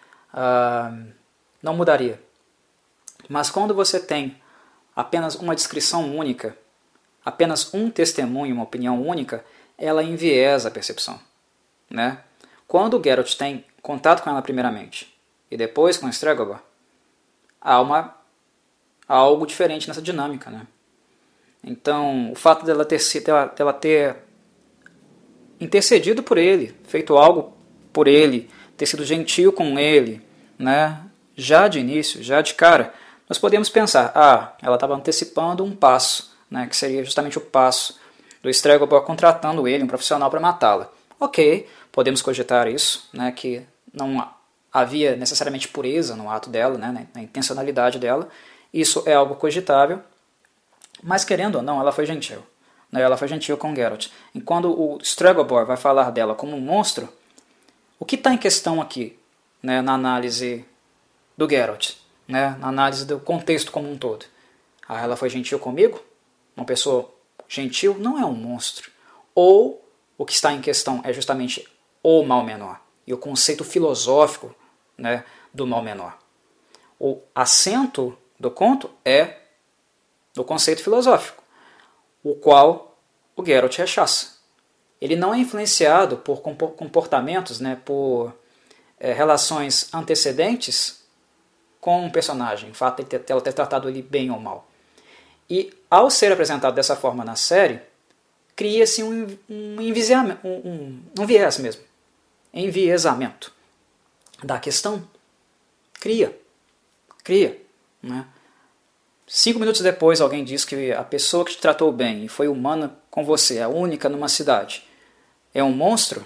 Uh, não mudaria. Mas quando você tem apenas uma descrição única, apenas um testemunho, uma opinião única, ela enviesa a percepção, né? Quando o Geralt tem contato com ela primeiramente e depois com Stregobor, há, uma, há algo diferente nessa dinâmica, né? Então, o fato dela ter, dela, dela ter intercedido por ele, feito algo por ele, ter sido gentil com ele, né? Já de início, já de cara, nós podemos pensar, ah, ela estava antecipando um passo, né? Que seria justamente o passo do Stregobor contratando ele, um profissional, para matá-la. Ok, podemos cogitar isso, né, que não havia necessariamente pureza no ato dela, né, na intencionalidade dela. Isso é algo cogitável, mas querendo ou não, ela foi gentil. Né, ela foi gentil com Geralt. E quando o Stregobor vai falar dela como um monstro, o que está em questão aqui, né, na análise do Geralt, né, na análise do contexto como um todo? Ah, ela foi gentil comigo? Uma pessoa gentil não é um monstro. Ou o que está em questão é justamente o mal menor e o conceito filosófico, né, do mal menor. O acento do conto é do conceito filosófico, o qual o Geralt rechaça. Ele não é influenciado por comportamentos, né, por é, relações antecedentes com um personagem, o fato de ela ter tratado ele bem ou mal. E, ao ser apresentado dessa forma na série, cria-se um, um, um, um, um viés mesmo, enviesamento da questão. Cria, cria. Né? Cinco minutos depois alguém diz que a pessoa que te tratou bem e foi humana com você, a única numa cidade, é um monstro.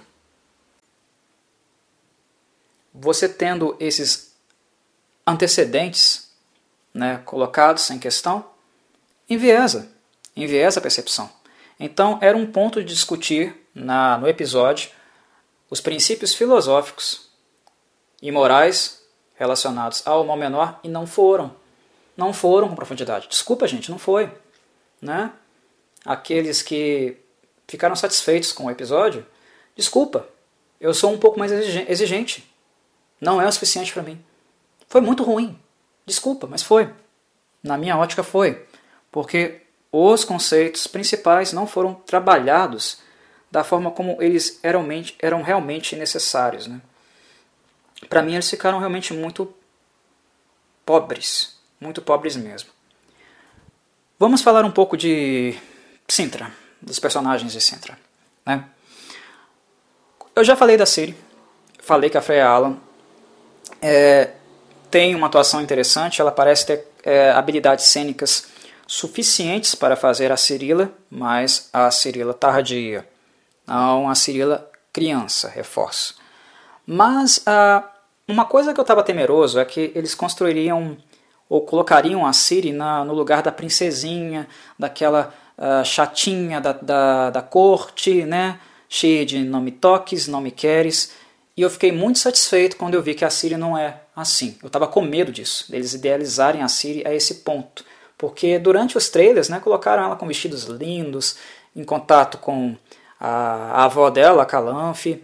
Você tendo esses antecedentes, né, colocados em questão, enviesa, enviesa a percepção. Então, era um ponto de discutir na, no episódio os princípios filosóficos e morais relacionados ao mal menor e não foram. Não foram com profundidade. Desculpa, gente, não foi. Né? Aqueles que ficaram satisfeitos com o episódio, desculpa, eu sou um pouco mais exigente. Não é o suficiente para mim. Foi muito ruim. Desculpa, mas foi. Na minha ótica foi. Porque os conceitos principais não foram trabalhados da forma como eles eram, eram realmente necessários. Né? Para mim, eles ficaram realmente muito pobres. Muito pobres mesmo. Vamos falar um pouco de Cintra, dos personagens de Cintra. Né? Eu já falei da Ciri, falei que a Freya Allan é, tem uma atuação interessante, ela parece ter é, habilidades cênicas suficientes para fazer a Cirila, mas a Cirila tardia, não a Cirila criança, reforço. Mas ah, uma coisa que eu estava temeroso é que eles construiriam ou colocariam a Ciri na, no lugar da princesinha, daquela uh, chatinha da, da, da corte, né? Cheia de não me toques, não me queres. E eu fiquei muito satisfeito quando eu vi que a Ciri não é assim. Eu estava com medo disso, deles idealizarem a Ciri a esse ponto. Porque durante os trailers, né, colocaram ela com vestidos lindos, em contato com a, a avó dela, a Calanthe,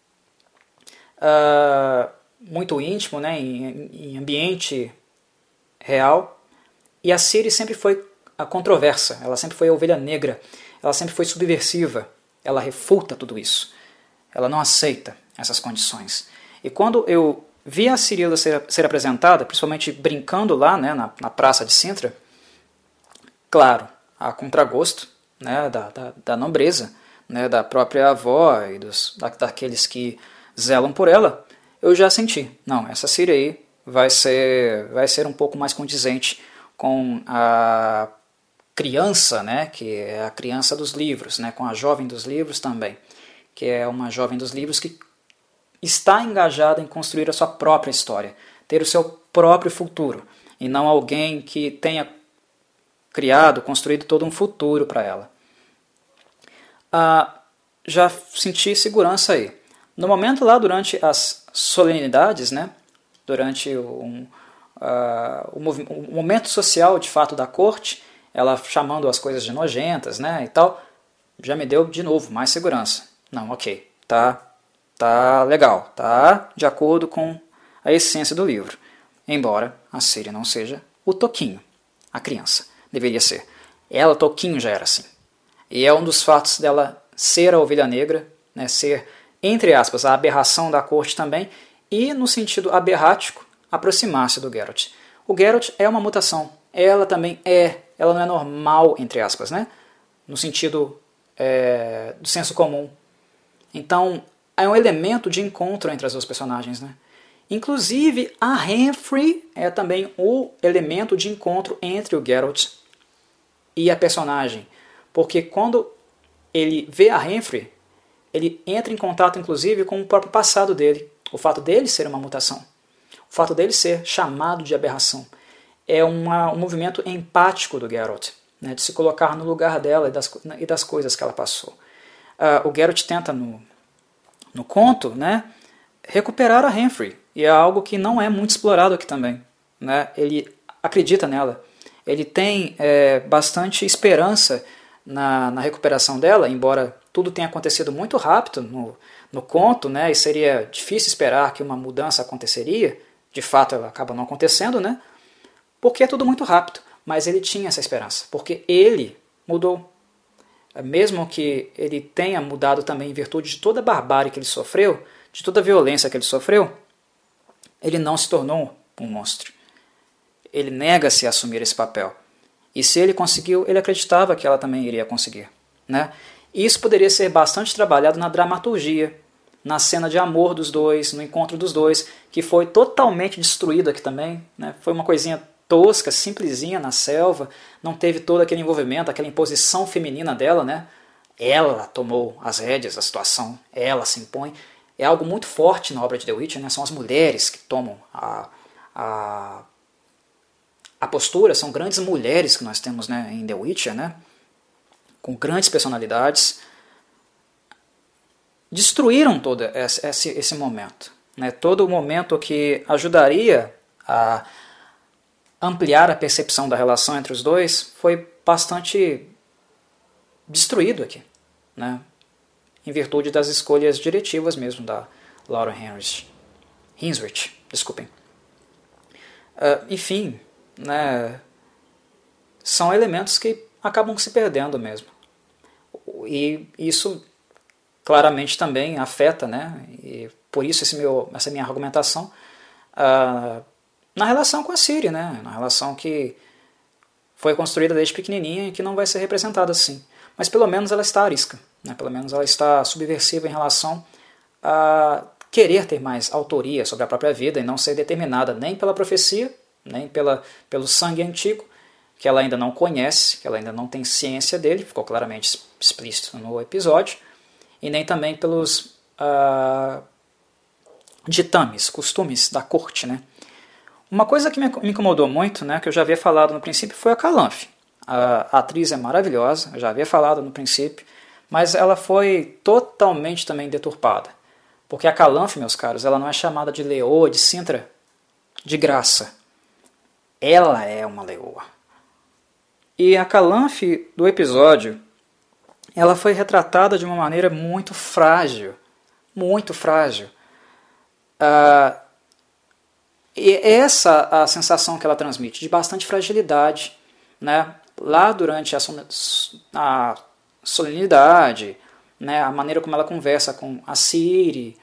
uh, muito íntimo, né, em, em ambiente real. E a Ciri sempre foi a controversa, ela sempre foi a ovelha negra, ela sempre foi subversiva. ela refuta tudo isso. Ela não aceita essas condições. E quando eu vi a Cirila ser, ser apresentada, principalmente brincando lá, né, na, na praça de Cintra, claro, a contragosto, né, da, da, da nobreza, né, da própria avó e dos, da, daqueles que zelam por ela, eu já senti, não, essa Ciri aí vai ser, vai ser um pouco mais condizente com a criança, né, que é a criança dos livros, né, com a jovem dos livros também, que é uma jovem dos livros que está engajada em construir a sua própria história, ter o seu próprio futuro, e não alguém que tenha criado, construído todo um futuro para ela. Ah, já senti segurança aí. No momento lá, durante as solenidades, né, durante um, uh, o, o momento social, de fato, da corte, ela chamando as coisas de nojentas, né, e tal, já me deu, de novo, mais segurança. Não, ok, tá, tá legal, tá de acordo com a essência do livro. Embora a Ciri não seja o Toquinho, a criança. Deveria ser. Ela, Toquinho, já era assim. E é um dos fatos dela ser a ovelha negra, né, ser, entre aspas, a aberração da corte também, e, no sentido aberrático, aproximar-se do Geralt. O Geralt é uma mutação. Ela também é. Ela não é normal, entre aspas, né? No sentido é, do senso comum. Então, é um elemento de encontro entre as duas personagens, né? Inclusive, a Henry é também o elemento de encontro entre o Geralt e a personagem. Porque quando ele vê a Henry, ele entra em contato, inclusive, com o próprio passado dele. O fato dele ser uma mutação. O fato dele ser chamado de aberração. É uma, um movimento empático do Geralt, né, de se colocar no lugar dela e das, e das coisas que ela passou. Uh, o Geralt tenta, no, no conto, né, recuperar a Henry. E é algo que não é muito explorado aqui também. Né? Ele acredita nela. Ele tem é, bastante esperança na, na recuperação dela, embora tudo tenha acontecido muito rápido no, no conto, né, e seria difícil esperar que uma mudança aconteceria. De fato, ela acaba não acontecendo, né, porque é tudo muito rápido. Mas ele tinha essa esperança, porque ele mudou. Mesmo que ele tenha mudado também em virtude de toda a barbárie que ele sofreu, de toda a violência que ele sofreu, ele não se tornou um monstro. Ele nega-se a assumir esse papel. E se ele conseguiu, ele acreditava que ela também iria conseguir. Né? E isso poderia ser bastante trabalhado na dramaturgia, na cena de amor dos dois, no encontro dos dois, que foi totalmente destruído aqui também. Né? Foi uma coisinha tosca, simplesinha na selva, não teve todo aquele envolvimento, aquela imposição feminina dela. Né? Ela tomou as rédeas da situação, ela se impõe. É algo muito forte na obra de The Witcher, né? São as mulheres que tomam a, a, a postura, são grandes mulheres que nós temos, né, em The Witcher, né? Com grandes personalidades, destruíram todo esse, esse, esse momento. Né? Todo o momento que ajudaria a ampliar a percepção da relação entre os dois foi bastante destruído aqui, né? Em virtude das escolhas diretivas mesmo da Laura Henrich. Hinsrich, desculpem. Uh, enfim, né, são elementos que acabam se perdendo mesmo. E isso claramente também afeta, né, e por isso esse meu, essa minha argumentação, uh, na relação com a Ciri, né, na relação que foi construída desde pequenininha e que não vai ser representada assim. Mas pelo menos ela está arisca, né? Pelo menos ela está subversiva em relação a querer ter mais autoria sobre a própria vida e não ser determinada nem pela profecia, nem pela, pelo sangue antigo, que ela ainda não conhece, que ela ainda não tem ciência dele, ficou claramente explícito no episódio, e nem também pelos uh, ditames, costumes da corte. Né? Uma coisa que me incomodou muito, né, que eu já havia falado no princípio, foi a Calanthe. A atriz é maravilhosa, eu já havia falado no princípio, mas ela foi totalmente também deturpada. Porque a Calanthe, meus caros, ela não é chamada de leoa de Cintra de graça. Ela é uma leoa. E a Calanthe do episódio, ela foi retratada de uma maneira muito frágil. Muito frágil. Ah, e essa a sensação que ela transmite, de bastante fragilidade, né? Lá durante a, a solenidade, né, a maneira como ela conversa com a Ciri.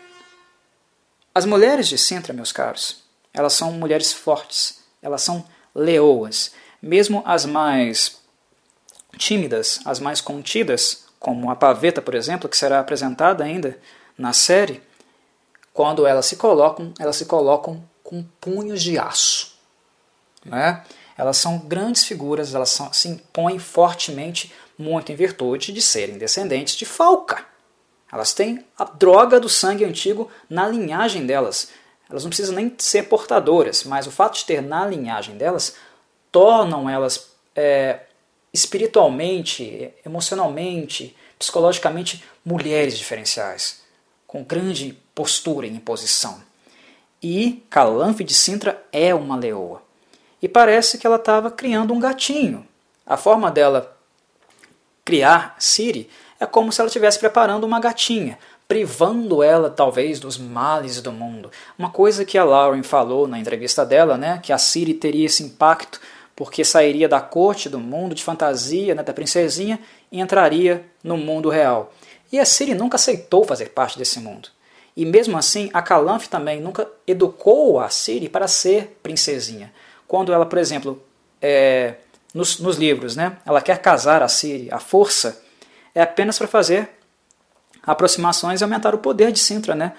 As mulheres de Cintra, meus caros, elas são mulheres fortes, elas são leoas. Mesmo as mais tímidas, as mais contidas, como a Pavetta, por exemplo, que será apresentada ainda na série, quando elas se colocam, elas se colocam com punhos de aço. Né? Elas são grandes figuras, elas são, se impõem fortemente, muito em virtude de serem descendentes de Falca. Elas têm a droga do sangue antigo na linhagem delas. Elas não precisam nem ser portadoras, mas o fato de ter na linhagem delas tornam elas é, espiritualmente, emocionalmente, psicologicamente mulheres diferenciais, com grande postura e imposição. E Calanthe de Cintra é uma leoa. E parece que ela estava criando um gatinho. A forma dela criar Ciri é como se ela estivesse preparando uma gatinha, privando ela talvez dos males do mundo. Uma coisa que a Lauren falou na entrevista dela, né, que a Ciri teria esse impacto porque sairia da corte, do mundo de fantasia, né, da princesinha, e entraria no mundo real. E a Ciri nunca aceitou fazer parte desse mundo. E mesmo assim, a Calanthe também nunca educou a Ciri para ser princesinha. Quando ela, por exemplo, é, nos, nos livros, né, ela quer casar a Ciri à força, é apenas para fazer aproximações e aumentar o poder de Cintra, né,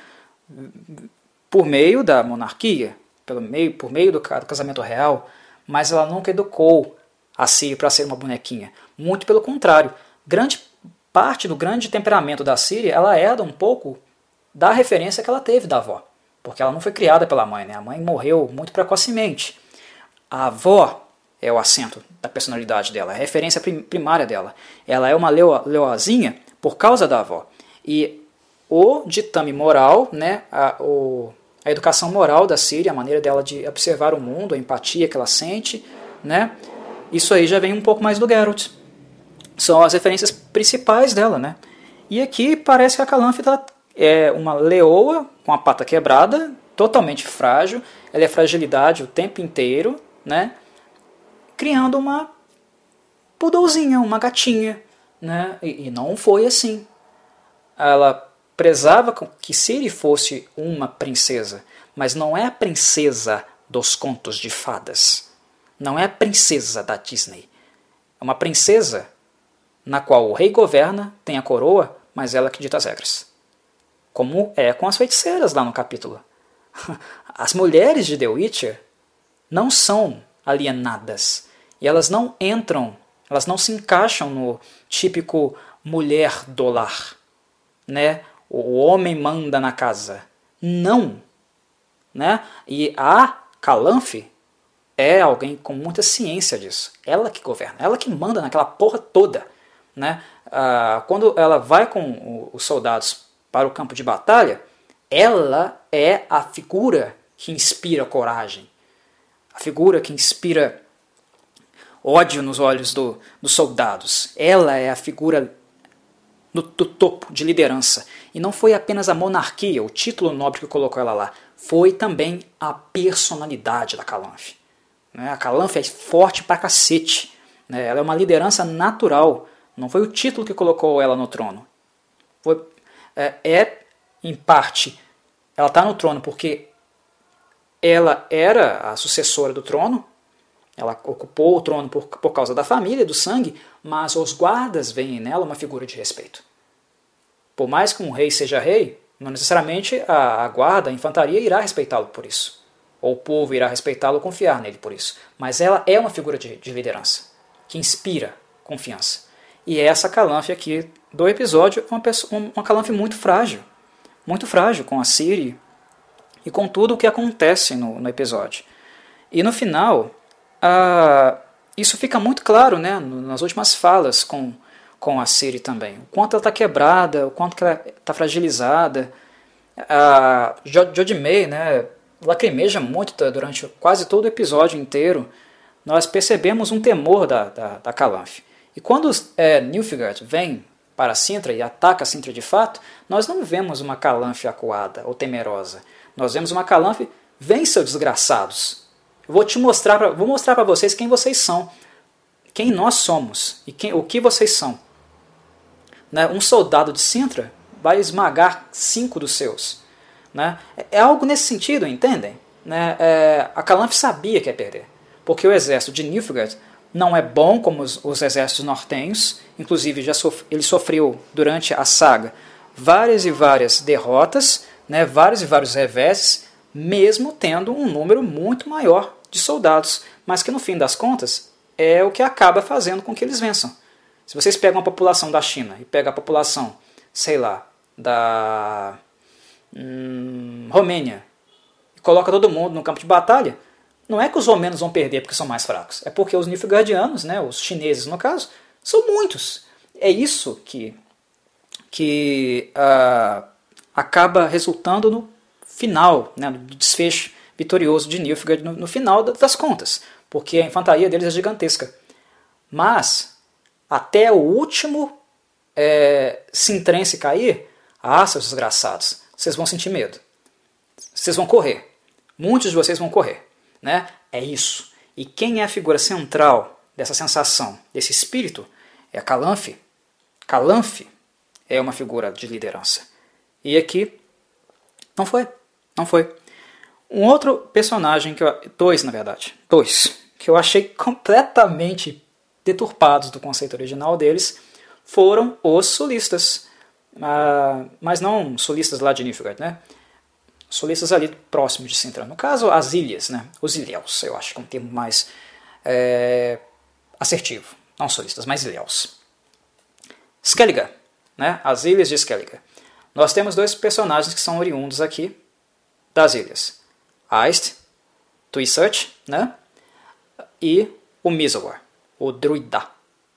por meio da monarquia, pelo meio, por meio do, do casamento real, mas ela nunca educou a Ciri para ser uma bonequinha. Muito pelo contrário. Grande parte do grande temperamento da Ciri, ela herda um pouco da referência que ela teve da avó. Porque ela não foi criada pela mãe, né? A mãe morreu muito precocemente. A avó é o acento da personalidade dela, a referência primária dela. Ela é uma leoa, leoazinha por causa da avó. E o ditame moral, né, a, o, a educação moral da Ciri, a maneira dela de observar o mundo, a empatia que ela sente, né, isso aí já vem um pouco mais do Geralt. São as referências principais dela. Né? E aqui parece que a Calanthe tá, é uma leoa com a pata quebrada, totalmente frágil, ela é fragilidade o tempo inteiro, né, criando uma poodlezinha, uma gatinha. Né? E, e não foi assim. Ela prezava que Ciri fosse uma princesa, mas não é a princesa dos contos de fadas. Não é a princesa da Disney. É uma princesa na qual o rei governa, tem a coroa, mas ela que dita as regras. Como é com as feiticeiras lá no capítulo. As mulheres de The Witcher não são alienadas. E elas não entram, elas não se encaixam no típico mulher do lar. Né? O homem manda na casa. Não. Né? E a Calanthe é alguém com muita ciência disso. Ela que governa, ela que manda naquela porra toda. Né? Ah, quando ela vai com os soldados para o campo de batalha, ela é a figura que inspira coragem. A figura que inspira ódio nos olhos do, dos soldados. Ela é a figura no, do topo de liderança. E não foi apenas a monarquia, o título nobre que colocou ela lá. Foi também a personalidade da Calanthe. Né? A Calanthe é forte pra cacete. Né? Ela é uma liderança natural. Não foi o título que colocou ela no trono. Foi, é, é, em parte, ela está no trono porque ela era a sucessora do trono. Ela ocupou o trono por, por causa da família, do sangue, mas os guardas veem nela uma figura de respeito. Por mais que um rei seja rei, não necessariamente a, a guarda, a infantaria irá respeitá-lo por isso. Ou o povo irá respeitá-lo ou confiar nele por isso. Mas ela é uma figura de, de liderança, que inspira confiança. E essa Calanthe aqui do episódio é uma, pessoa, uma Calanthe muito frágil. Muito frágil com a Ciri e com tudo o que acontece no, no episódio. E no final, uh, isso fica muito claro, né, nas últimas falas com, com a Ciri também. O quanto ela está quebrada, o quanto que ela está fragilizada. A Jodie May, né, lacrimeja muito durante quase todo o episódio inteiro. Nós percebemos um temor da, da, da Calanthe. E quando é, Nilfgaard vem para Cintra e ataca Cintra de fato, nós não vemos uma Calanthe acuada ou temerosa. Nós vemos uma Calanthe, vem seus desgraçados. Eu vou te mostrar, pra, vou mostrar para vocês quem vocês são, quem nós somos e quem, o que vocês são. né? Um soldado de Cintra vai esmagar cinco dos seus. Né? É algo nesse sentido, entendem? Né? É, a Calanthe sabia que ia perder, porque o exército de Nilfgaard não é bom como os, os exércitos nortenhos, inclusive já sof ele sofreu durante a saga várias e várias derrotas, né? Vários e vários reveses, mesmo tendo um número muito maior de soldados, mas que no fim das contas é o que acaba fazendo com que eles vençam. Se vocês pegam a população da China e pegam a população, sei lá, da hum, Romênia, e coloca todo mundo no campo de batalha, não é que os romanos vão perder porque são mais fracos, é porque os nilfgaardianos, né, os chineses no caso, são muitos. É isso que, que uh, acaba resultando no final, né, no desfecho vitorioso de Nilfgaard no, no final das contas, porque a infantaria deles é gigantesca. Mas, até o último é, sintrense cair, ah, seus desgraçados, vocês vão sentir medo. Vocês vão correr. Muitos de vocês vão correr. Né? É isso. E quem é a figura central dessa sensação, desse espírito, é a Calanthe. Calanthe é uma figura de liderança. E aqui, não foi. Não foi. Um outro personagem, que eu, dois na verdade, dois, que eu achei completamente deturpados do conceito original deles, foram os sulistas. Ah, mas não sulistas lá de Nilfgaard, né? Sulistas ali próximos de Cintra. No caso, as ilhas, né? Os ilhéus, eu acho que é um termo mais é, assertivo. Não sulistas, mas ilhéus. Skellige, né? As ilhas de Skellige. Nós temos dois personagens que são oriundos aqui das ilhas. Aist, Tuisut, né? E o Misawar, o druida.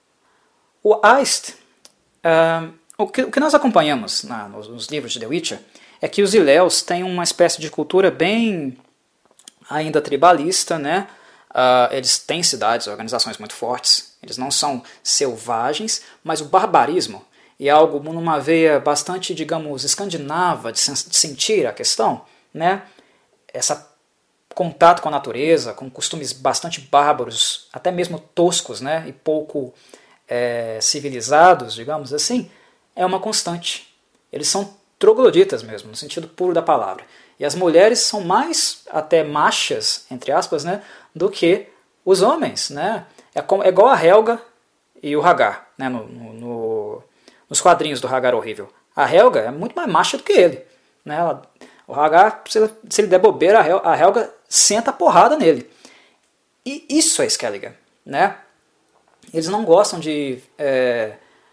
O Aist, uh, o, que, o que nós acompanhamos na, nos, nos livros de The Witcher é que os ilhéus têm uma espécie de cultura bem ainda tribalista, né? Uh, eles têm cidades, organizações muito fortes, eles não são selvagens, mas o barbarismo é algo numa veia bastante, digamos, escandinava de, sen- de sentir a questão, né? Essa contato com a natureza, com costumes bastante bárbaros, até mesmo toscos, né? E pouco é, civilizados, digamos assim, é uma constante. Eles são trogloditas mesmo, no sentido puro da palavra. E as mulheres são mais até machas, entre aspas, né, do que os homens. Né? É, como, é igual a Helga e o Hagar, né, no, no, no, nos quadrinhos do Hagar Horrível. A Helga é muito mais macha do que ele. Né? Ela, o Hagar, se ele, se ele der bobeira, a, Hel, a Helga senta a porrada nele. E isso é Skellige. Né? Eles não gostam de... É,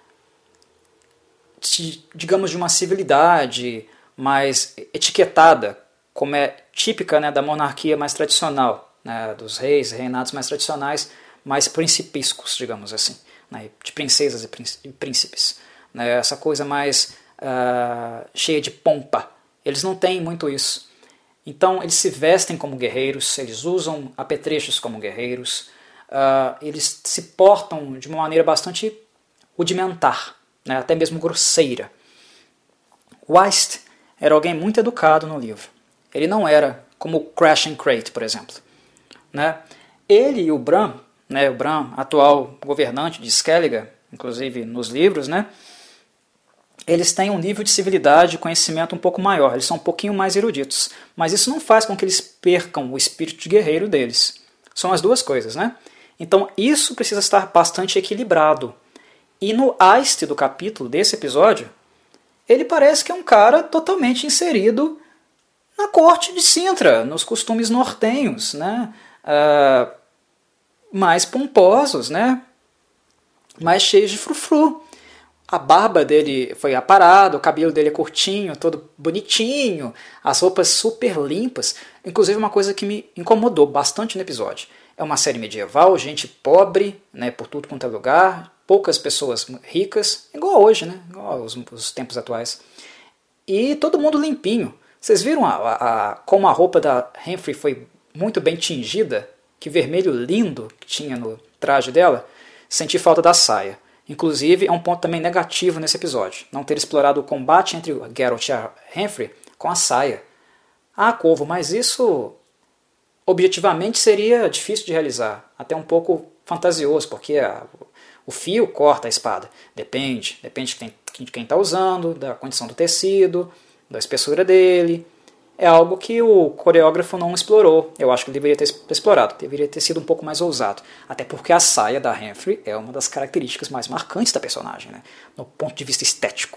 de, digamos, de uma civilidade mais etiquetada, como é típica, né, da monarquia mais tradicional, né, dos reis, reinados mais tradicionais, mais principiscos, digamos assim, né, de princesas e príncipes. Né, essa coisa mais uh, cheia de pompa. Eles não têm muito isso. Então, eles se vestem como guerreiros, eles usam apetrechos como guerreiros, uh, eles se portam de uma maneira bastante rudimentar, né, até mesmo grosseira. O Aist era alguém muito educado no livro. Ele não era como o Crash and Crate, por exemplo. Né? Ele e o Bran, né, o Bran, atual governante de Skellige, inclusive nos livros, né, eles têm um nível de civilidade e conhecimento um pouco maior. Eles são um pouquinho mais eruditos. Mas isso não faz com que eles percam o espírito de guerreiro deles. São as duas coisas. Né? Então isso precisa estar bastante equilibrado. E no Aist do capítulo desse episódio, ele parece que é um cara totalmente inserido na corte de Cintra, nos costumes nortenhos, né? Uh, mais pomposos, né? Mais cheios de frufru. A barba dele foi aparada, o cabelo dele é curtinho, todo bonitinho, as roupas super limpas. Inclusive uma coisa que me incomodou bastante no episódio. É uma série medieval, gente pobre, né, por tudo quanto é lugar, poucas pessoas ricas, igual hoje, né, igual aos, aos tempos atuais. E todo mundo limpinho. Vocês viram a, a, a, como a roupa da Henry foi muito bem tingida? Que vermelho lindo que tinha no traje dela. Senti falta da saia. Inclusive, é um ponto também negativo nesse episódio. Não ter explorado o combate entre o Geralt e a Henry com a saia. Ah, Corvo, mas isso objetivamente seria difícil de realizar. Até um pouco fantasioso, porque a, O fio corta a espada. Depende. Depende de quem de quem está usando, da condição do tecido, da espessura dele. É algo que o coreógrafo não explorou. Eu acho que ele deveria ter explorado, deveria ter sido um pouco mais ousado. Até porque a saia da Renfrew é uma das características mais marcantes da personagem, né? No ponto de vista estético.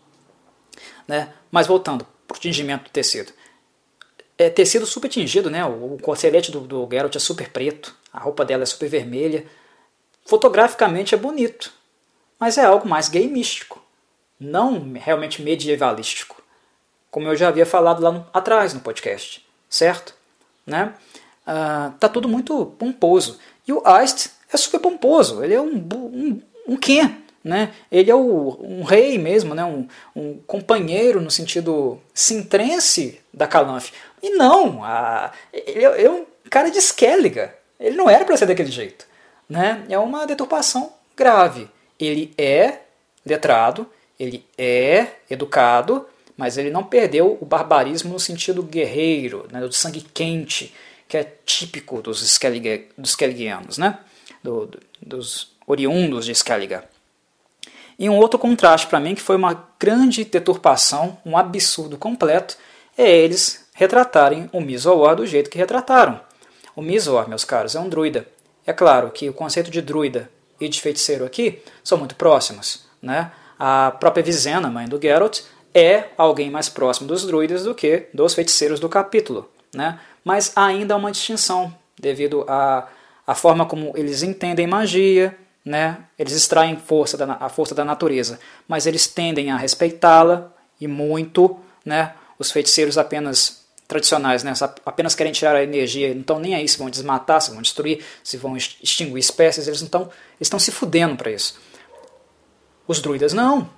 Né? Mas voltando para o tingimento do tecido. É tecido super tingido, né? O, o corcelete do, do Geralt é super preto, a roupa dela é super vermelha. Fotograficamente é bonito, mas é algo mais gay místico, não realmente medievalístico, como eu já havia falado lá no, atrás no podcast, certo? Né? Ah, tá tudo muito pomposo. E o Aist é super pomposo, ele é um, um, um Ken, né? Ele é o, um rei mesmo, né? um, um companheiro no sentido sintrense da Calanfe. E não, a, ele é um cara de Skellige, ele não era para ser daquele jeito. Né? É uma deturpação grave. Ele é letrado, ele é educado, mas ele não perdeu o barbarismo no sentido guerreiro, né, do sangue quente, que é típico dos Skellige, dos Skelligianos, né, do, do, dos oriundos de Skellige. E um outro contraste para mim, que foi uma grande deturpação, um absurdo completo, é eles retratarem o Mizora do jeito que retrataram. O Mizora, meus caros, é um druida. É claro que o conceito de druida e de feiticeiro aqui são muito próximos. Né? A própria Vizena, mãe do Geralt, é alguém mais próximo dos druidas do que dos feiticeiros do capítulo. Né? Mas ainda há uma distinção, devido à, à forma como eles entendem magia, né? Eles extraem força da, a força da natureza, mas eles tendem a respeitá-la, e muito. Né? Os feiticeiros apenas tradicionais, né? Apenas querem tirar a energia, não estão nem aí se vão desmatar, se vão destruir, se vão extinguir espécies, eles não estão, eles estão se fudendo para isso. Os druidas não.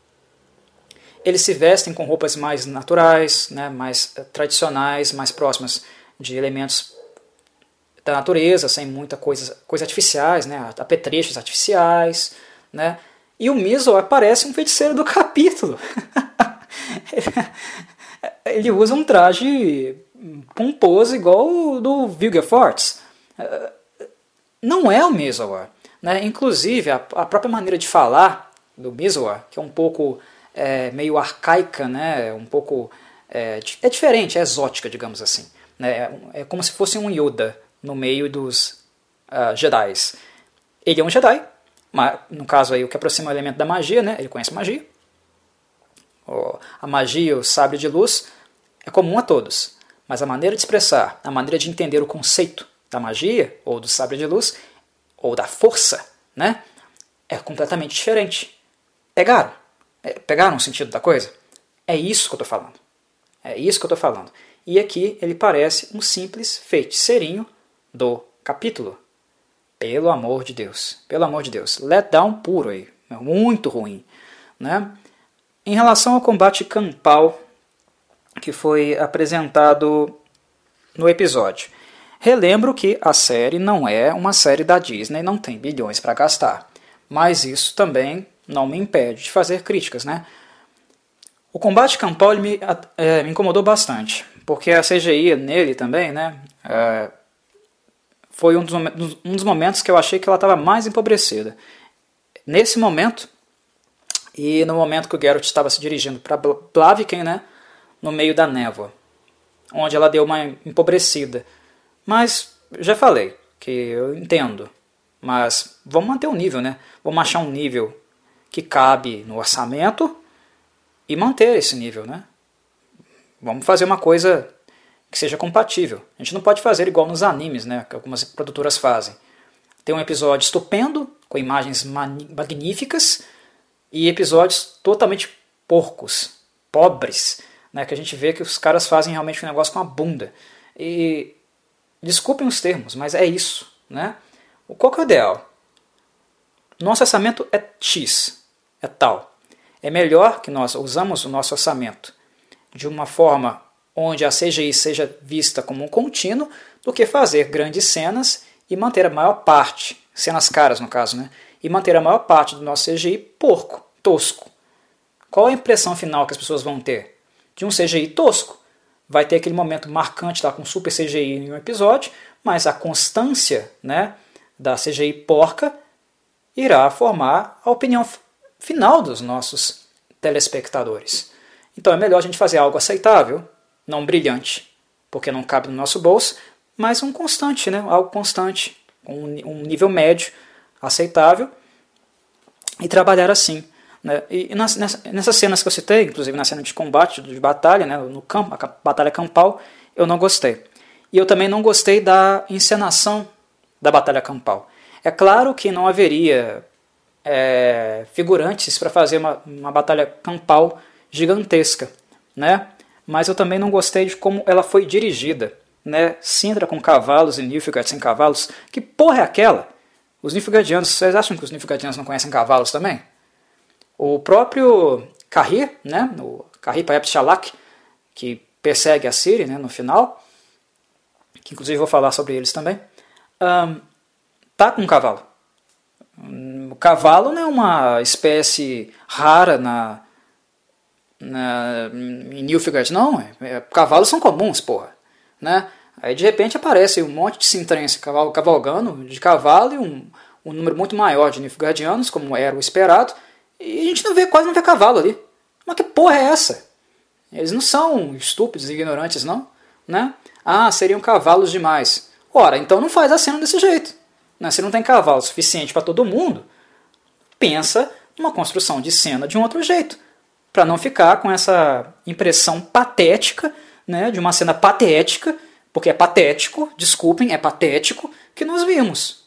Eles se vestem com roupas mais naturais, né? Mais tradicionais, mais próximas de elementos da natureza, sem muita coisa, coisa artificiais, né? Apetrechos artificiais, né? E o Mizora parece um feiticeiro do capítulo. Ele usa um traje pomposo igual o do Vilgefortz. Não é o Mizora. Né? Inclusive, a, a própria maneira de falar do Mizora, que é um pouco é, meio arcaica, né? um pouco é, é diferente, é exótica, digamos assim. Né? É como se fosse um Yoda no meio dos uh, Jedis. Ele é um Jedi, mas, no caso aí, o que aproxima o elemento da magia, né? Ele conhece magia. A magia, o sabre de luz, é comum a todos, mas a maneira de expressar, a maneira de entender o conceito da magia, ou do sabre de luz, ou da força, né, é completamente diferente. Pegaram? Pegaram o sentido da coisa? É isso que eu estou falando. É isso que eu estou falando. E aqui ele parece um simples feiticeirinho do capítulo. Pelo amor de Deus. Pelo amor de Deus. Letdown puro aí. Muito ruim. Né? Em relação ao combate campal que foi apresentado no episódio, relembro que a série não é uma série da Disney, não tem bilhões para gastar. Mas isso também não me impede de fazer críticas. Né? O combate campal me, é, me incomodou bastante, porque a C G I nele também, né, é, foi um dos, um dos momentos que eu achei que ela estava mais empobrecida. Nesse momento, e no momento que o Geralt estava se dirigindo para Blaviken, né, no meio da névoa, onde ela deu uma empobrecida. Mas, já falei, que eu entendo, mas vamos manter o nível, né? Vamos achar um nível que cabe no orçamento e manter esse nível, né? Vamos fazer uma coisa que seja compatível. A gente não pode fazer igual nos animes, né, que algumas produtoras fazem. Tem um episódio estupendo, com imagens magníficas, e episódios totalmente porcos, pobres, né, que a gente vê que os caras fazem realmente um negócio com a bunda. E desculpem os termos, mas é isso. Né? Qual que é o ideal? Nosso orçamento é X, é tal. É melhor que nós usamos o nosso orçamento de uma forma onde a C G I seja vista como um contínuo, do que fazer grandes cenas e manter a maior parte, cenas caras no caso, né? E manter a maior parte do nosso C G I porco, tosco. Qual a impressão final que as pessoas vão ter? De um C G I tosco. Vai ter aquele momento marcante lá com super C G I em um episódio, mas a constância, né, da C G I porca irá formar a opinião final dos nossos telespectadores. Então é melhor a gente fazer algo aceitável, não brilhante, porque não cabe no nosso bolso, mas um constante, né? Algo constante, um, um nível médio, aceitável, e trabalhar assim. Né? E nas, nessas cenas que eu citei, inclusive na cena de combate, de batalha, né, no campo, a batalha campal, eu não gostei. E eu também não gostei da encenação da batalha campal. É claro que não haveria é, figurantes para fazer uma, uma batalha campal gigantesca, né? Mas eu também não gostei de como ela foi dirigida. Né? Sintra com cavalos e Nilfgaard sem cavalos. Que porra é aquela? Os Nilfgaardianos, vocês acham que os Nilfgaardianos não conhecem cavalos também? O próprio Cahir, né? o Cahir Paep Shalak, que persegue a Ciri, né, no final, que inclusive vou falar sobre eles também, um, tá com um cavalo. O cavalo não é uma espécie rara na, na, em Nilfgaard, não. É, cavalos são comuns, porra. Né? Aí de repente aparece um monte de sintrense cavalgando de cavalo e um, um número muito maior de Nilfgaardianos, como era o esperado, e a gente não vê, quase não vê cavalo ali. Mas que porra é essa? Eles não são estúpidos e ignorantes, não. Né? Ah, seriam cavalos demais. Ora, então não faz a cena desse jeito. Né? Se não tem cavalo suficiente para todo mundo, pensa numa construção de cena de um outro jeito, para não ficar com essa impressão patética, né, de uma cena patética, porque é patético, desculpem, é patético, que nós vimos.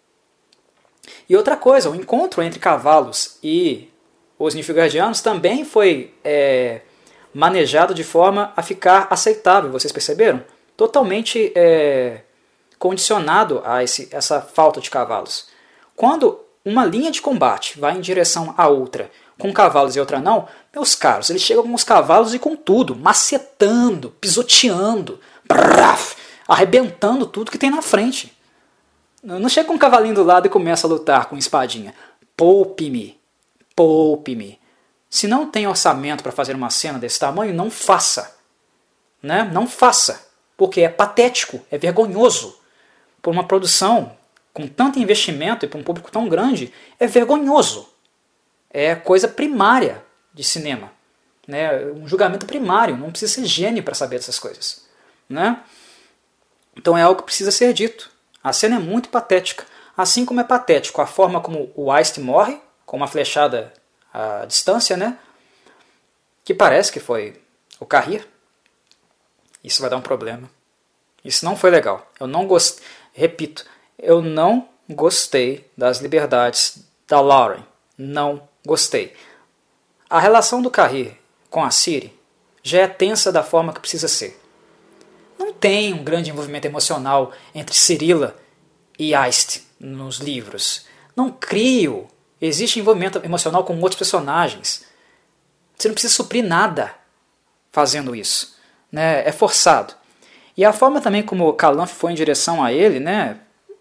E outra coisa, o encontro entre cavalos e os Nilfgaardianos também foi é, manejado de forma a ficar aceitável, vocês perceberam? Totalmente é, condicionado a esse, essa falta de cavalos. Quando uma linha de combate vai em direção a outra, com cavalos e outra não, meus caros, eles chegam com os cavalos e com tudo, macetando, pisoteando, braf, arrebentando tudo que tem na frente. Não chega com um cavalinho do lado e começa a lutar com espadinha. Poupe-me, poupe-me. Se não tem orçamento para fazer uma cena desse tamanho, não faça. Né? Não faça, porque é patético, é vergonhoso. Por uma produção com tanto investimento e para um público tão grande, é vergonhoso. É coisa primária de cinema. Né? Um julgamento primário, não precisa ser gênio para saber dessas coisas. Né? Então é algo que precisa ser dito. A cena é muito patética. Assim como é patético a forma como o Aist morre, com uma flechada à distância, né? Que parece que foi o Cahir. Isso vai dar um problema. Isso não foi legal. Eu não gostei. Repito, eu não gostei das liberdades da Lauren. Não gostei. A relação do Cahir com a Ciri já é tensa da forma que precisa ser. Não tem um grande envolvimento emocional entre Cirilla e Aist nos livros. Não crio. Existe envolvimento emocional com outros personagens. Você não precisa suprir nada fazendo isso. Né? É forçado. E a forma também como Calanth foi em direção a ele, né?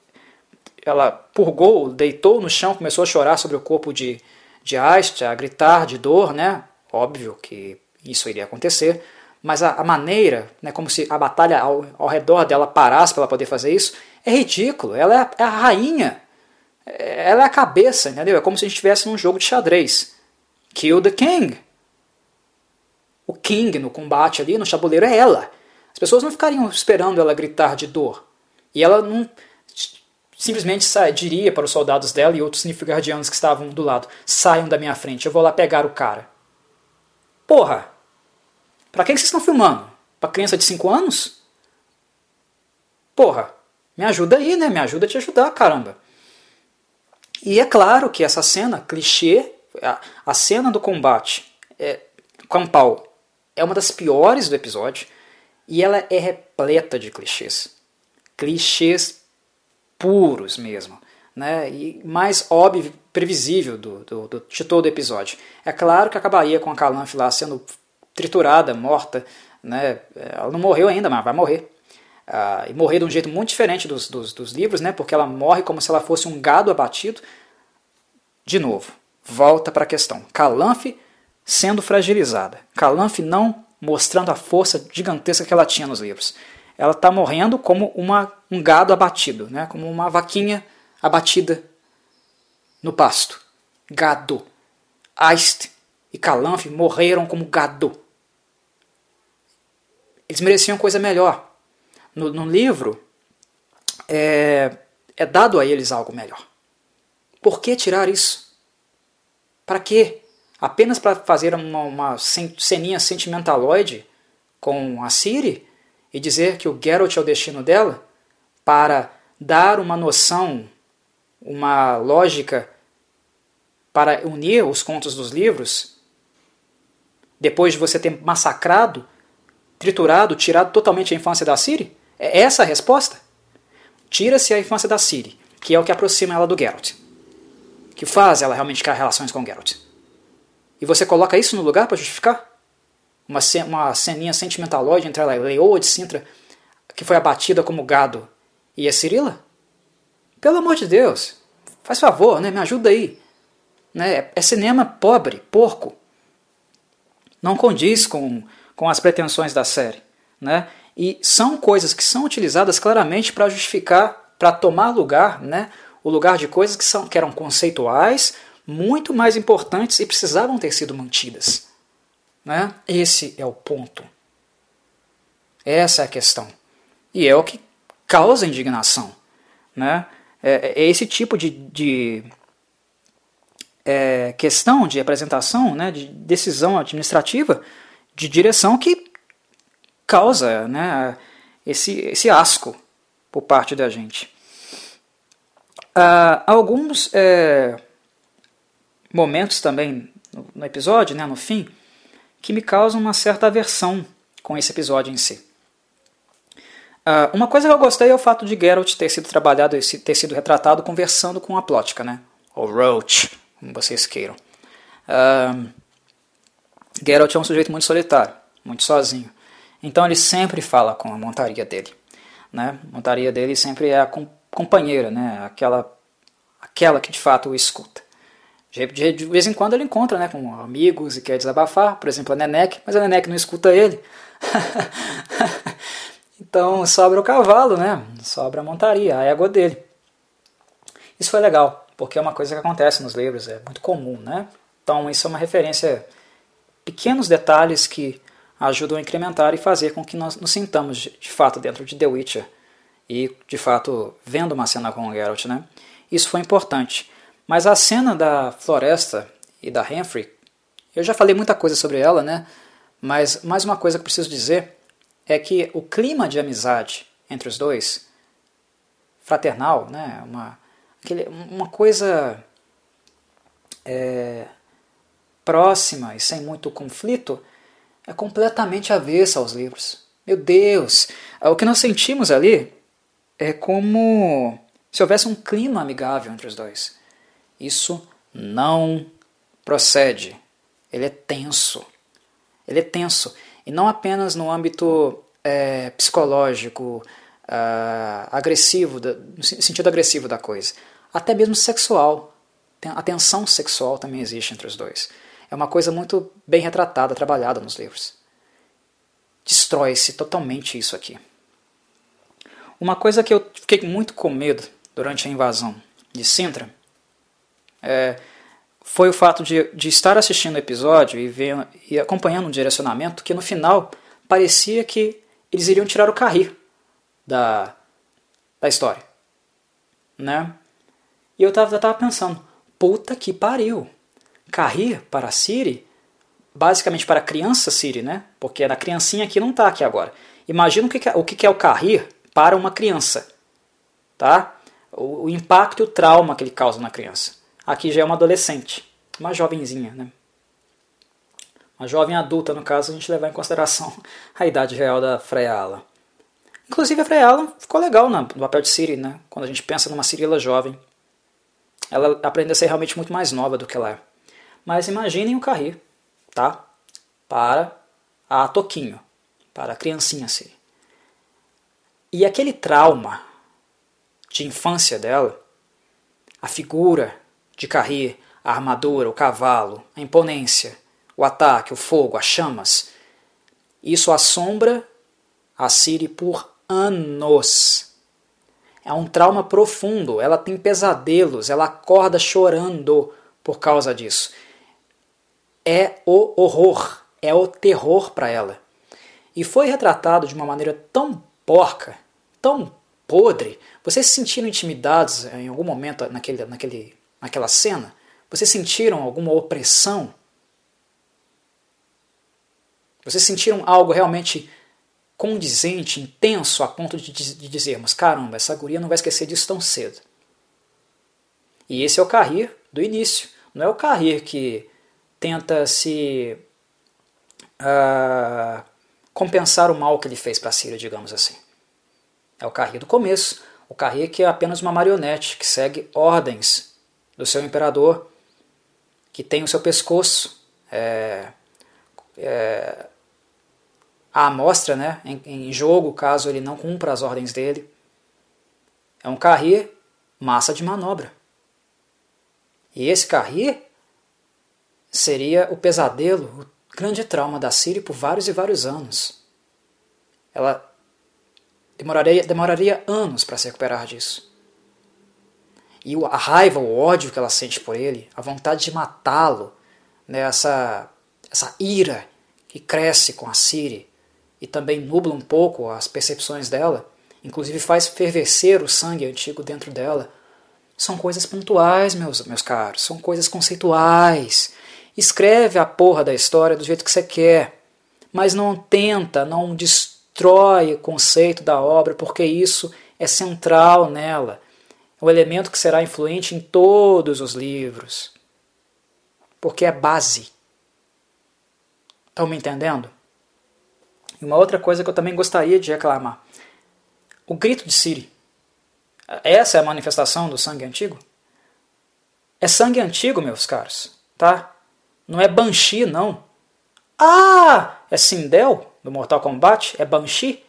Ela purgou, deitou no chão, começou a chorar sobre o corpo de, de Aist, a gritar de dor, né? Óbvio que isso iria acontecer, mas a, a maneira, né, como se a batalha ao, ao redor dela parasse para ela poder fazer isso, é ridículo. Ela é a, é a rainha, ela é a cabeça, entendeu? É como se a gente estivesse num jogo de xadrez. Kill the king. O king no combate ali, no tabuleiro, é ela. As pessoas não ficariam esperando ela gritar de dor. E ela não simplesmente sai, diria para os soldados dela e outros Nilfgaardianos que estavam do lado: saiam da minha frente, eu vou lá pegar o cara. Porra! Pra quem que vocês estão filmando? Pra criança de cinco anos? Porra! Me ajuda aí, né? Me ajuda a te ajudar, caramba. E é claro que essa cena, clichê, a, a cena do combate é, campal é uma das piores do episódio. E ela é repleta de clichês. Clichês puros mesmo. Né? E mais óbvio, previsível do, do, do, de todo o episódio. É claro que acabaria com a Calanth lá sendo triturada, morta. Né? Ela não morreu ainda, mas vai morrer. Ah, e morrer de um jeito muito diferente dos, dos, dos livros, né? Porque ela morre como se ela fosse um gado abatido. De novo, volta para a questão. Calanth sendo fragilizada. Calanth não mostrando a força gigantesca que ela tinha nos livros. Ela está morrendo como uma, um gado abatido, né? Como uma vaquinha abatida. no pasto. Gado. Aist e Calanfe morreram como gado. Eles mereciam coisa melhor. No, no livro, é, é dado a eles algo melhor. Por que tirar isso? Para quê? Apenas para fazer uma, uma ceninha sentimentaloide com a Ciri e dizer que o Geralt é o destino dela? Para dar uma noção, uma lógica para unir os contos dos livros? Depois de você ter massacrado, triturado, tirado totalmente a infância da Ciri? É essa a resposta? Tira-se a infância da Ciri, que é o que aproxima ela do Geralt, que faz ela realmente criar relações com o Geralt. E você coloca isso no lugar para justificar? Uma, uma ceninha sentimentalóide entre a Leoa de Sintra, que foi abatida como gado, e a Cirila? Pelo amor de Deus, faz favor, né? Me ajuda aí. Né? É cinema pobre, porco. Não condiz com, com as pretensões da série. Né? E são coisas que são utilizadas claramente para justificar, para tomar lugar, né? O lugar de coisas que, são, que eram conceituais, muito mais importantes e precisavam ter sido mantidas. Né? Esse é o ponto. Essa é a questão. E é o que causa indignação. Né? É, é esse tipo de, de é, questão de apresentação, né, de decisão administrativa, de direção que causa, né, esse, esse asco por parte da gente. Há alguns é, momentos também no, no episódio, né, no fim, que me causam uma certa aversão com esse episódio em si. Uh, uma coisa que eu gostei é o fato de Geralt ter sido trabalhado, ter sido retratado conversando com a Plotka, né? Ou Roach, como vocês queiram. Uh, Geralt é um sujeito muito solitário, muito sozinho. Então ele sempre fala com a montaria dele. Né? A montaria dele sempre é a com, companheira, né? aquela, aquela que de fato o escuta. De, de, de vez em quando ele encontra, né, com amigos e quer desabafar, por exemplo a Nenek, mas a Nenek não escuta ele. Então sobra o cavalo, né? Sobra a montaria, a égua dele. Isso foi legal, porque é uma coisa que acontece nos livros, é muito comum, né? Então isso é uma referência, pequenos detalhes que ajudam a incrementar e fazer com que nós nos sintamos de, de fato dentro de The Witcher e de fato vendo uma cena com o Geralt, né? Isso foi importante. Mas a cena da floresta e da Henry, eu já falei muita coisa sobre ela, né? Mas mais uma coisa que eu preciso dizer é que o clima de amizade entre os dois, fraternal, né, uma, aquele, uma coisa é, próxima e sem muito conflito, é completamente avessa aos livros. Meu Deus! O que nós sentimos ali é como se houvesse um clima amigável entre os dois. Isso não procede. Ele é tenso. Ele é tenso. E não apenas no âmbito é, psicológico, uh, agressivo, da, no sentido agressivo da coisa. Até mesmo sexual. A tensão sexual também existe entre os dois. É uma coisa muito bem retratada, trabalhada nos livros. Destrói-se totalmente isso aqui. Uma coisa que eu fiquei muito com medo durante a invasão de Sintra é, foi o fato de, de estar assistindo o episódio e, ver, e acompanhando um direcionamento que no final parecia que eles iriam tirar o Cahir da, da história. Né? E eu estava tava pensando, puta que pariu. Cahir para a Ciri, basicamente para a criança Ciri, né? Porque a criancinha aqui não está aqui agora. Imagina o que, que é, o que, que é o Cahir para uma criança. Tá? O, o impacto e o trauma que ele causa na criança. Aqui já é uma adolescente, uma jovenzinha, né? Uma jovem adulta, no caso, a gente levar em consideração a idade real da Freya Allan. Inclusive a Freya Allan ficou legal no papel de Ciri, né? Quando a gente pensa numa Cirila jovem. Ela aprende a ser realmente muito mais nova do que ela é. Mas imaginem o Cahir, tá? Para a Toquinho, para a criancinha Ciri. E aquele trauma de infância dela, a figura de Cahir, a armadura, o cavalo, a imponência, o ataque, o fogo, as chamas, isso assombra a Ciri por anos. É um trauma profundo, ela tem pesadelos, ela acorda chorando por causa disso. É o horror, é o terror para ela. E foi retratado de uma maneira tão porca, tão podre. Vocês se sentiram intimidados em algum momento naquele, naquele, naquela cena? Vocês sentiram alguma opressão? Vocês sentiram algo realmente condizente, intenso, a ponto de, de dizermos, caramba, essa guria não vai esquecer disso tão cedo. E esse é o Cahir do início. Não é o Cahir que tenta se uh, compensar o mal que ele fez para a Ciri, digamos assim. É o Cahir do começo. O Cahir que é apenas uma marionete, que segue ordens do seu imperador, que tem o seu pescoço é, é, à amostra, né, em, em jogo, caso ele não cumpra as ordens dele. É um Cahir massa de manobra. E esse Cahir seria o pesadelo, o grande trauma da Ciri por vários e vários anos. Ela demoraria, demoraria anos para se recuperar disso. E a raiva, o ódio que ela sente por ele, a vontade de matá-lo, né, essa, essa ira que cresce com a Ciri e também nubla um pouco as percepções dela, inclusive faz fervescer o sangue antigo dentro dela, são coisas pontuais, meus, meus caros, são coisas conceituais. Escreve a porra da história do jeito que você quer, mas não tenta, não destrói o conceito da obra, porque isso é central nela. É um elemento que será influente em todos os livros, porque é base. Estão me entendendo? E uma outra coisa que eu também gostaria de reclamar. O grito de Ciri. Essa é a manifestação do sangue antigo? É sangue antigo, meus caros, tá? Não é Banshee, não. Ah, é Sindel, do Mortal Kombat? É Banshee?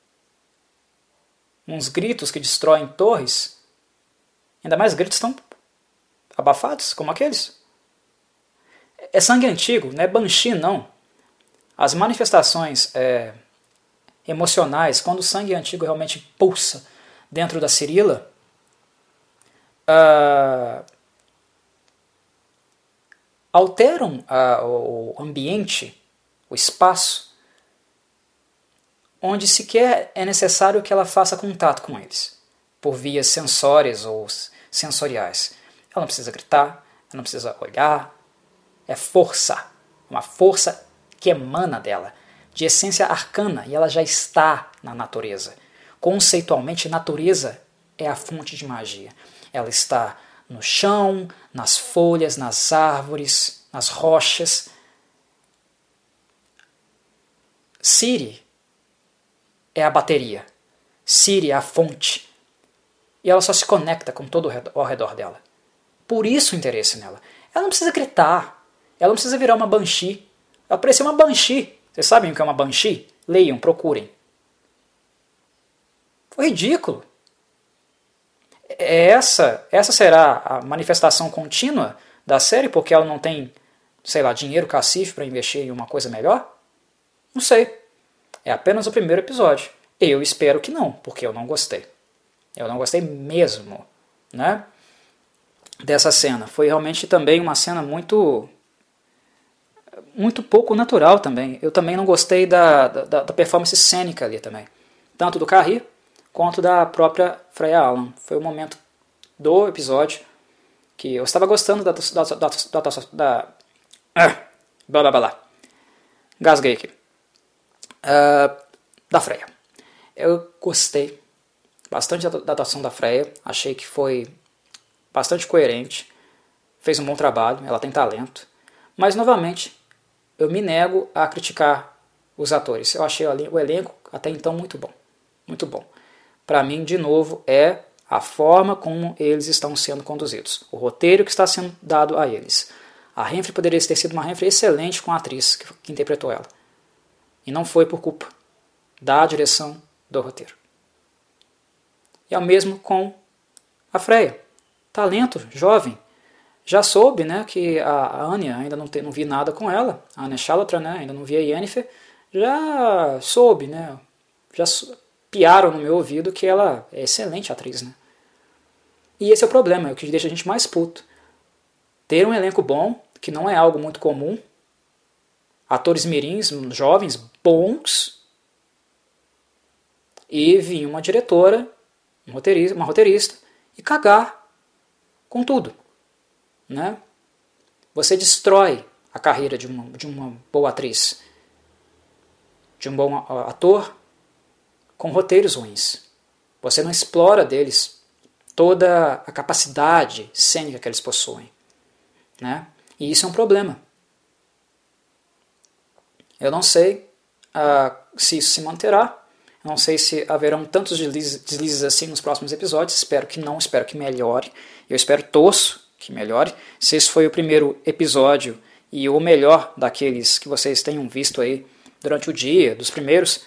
Uns gritos que destroem torres? Ainda mais gritos tão abafados como aqueles? É sangue antigo, não é Banshee, não. As manifestações é, emocionais, quando o sangue antigo realmente pulsa dentro da Cirila, uh, alteram uh, o ambiente, o espaço, onde sequer é necessário que ela faça contato com eles, por vias sensórias ou sensoriais. Ela não precisa gritar, ela não precisa olhar, é força, uma força que emana dela, de essência arcana, e ela já está na natureza. Conceitualmente, natureza é a fonte de magia. Ela está no chão, nas folhas, nas árvores, nas rochas. Ciri é a bateria. Ciri é a fonte. E ela só se conecta com todo ao redor dela. Por isso o interesse nela. Ela não precisa gritar. Ela não precisa virar uma Banshee. Ela parecia uma Banshee. Vocês sabem o que é uma Banshee? Leiam, procurem. Foi ridículo. Essa, essa será a manifestação contínua da série, porque ela não tem, sei lá, dinheiro, cacife para investir em uma coisa melhor? Não sei. É apenas o primeiro episódio. Eu espero que não, porque eu não gostei. Eu não gostei mesmo, né, dessa cena. Foi realmente também uma cena muito muito pouco natural também. Eu também não gostei da, da, da performance cênica ali também. Tanto do Cahir quanto da própria Freya Allan. Foi o momento do episódio que eu estava gostando da... da, da, da, da, da ah, blá blá blá. Gasguei aqui. Uh, da Freya. Eu gostei bastante da, da atuação da Freya. Achei que foi bastante coerente. Fez um bom trabalho. Ela tem talento. Mas, novamente, eu me nego a criticar os atores. Eu achei o elenco até então muito bom. Muito bom. Para mim, de novo, é a forma como eles estão sendo conduzidos. O roteiro que está sendo dado a eles. A Renfrey poderia ter sido uma Renfrey excelente com a atriz que, que interpretou ela. E não foi por culpa da direção do roteiro. E é o mesmo com a Freya. Talento, jovem. Já soube, né, que a, a Anya, ainda não, te, não vi nada com ela. A Anya Chalotra, né, ainda não vi a Yennefer. Já soube, né, já piaram no meu ouvido que ela é excelente atriz, né? E esse é o problema, é o que deixa a gente mais puto. Ter um elenco bom, que não é algo muito comum, atores mirins, jovens, bons, e vir uma diretora, um roteirista, uma roteirista, e cagar com tudo, né? Você destrói a carreira de uma, de uma boa atriz, de um bom ator, com roteiros ruins. Você não explora deles toda a capacidade cênica que eles possuem, né? E isso é um problema. Eu não sei uh, se isso se manterá, eu não sei se haverão tantos deslizes, deslizes assim nos próximos episódios, espero que não, espero que melhore, eu espero, torço que melhore. Se esse foi o primeiro episódio e o melhor daqueles que vocês tenham visto aí durante o dia, dos primeiros,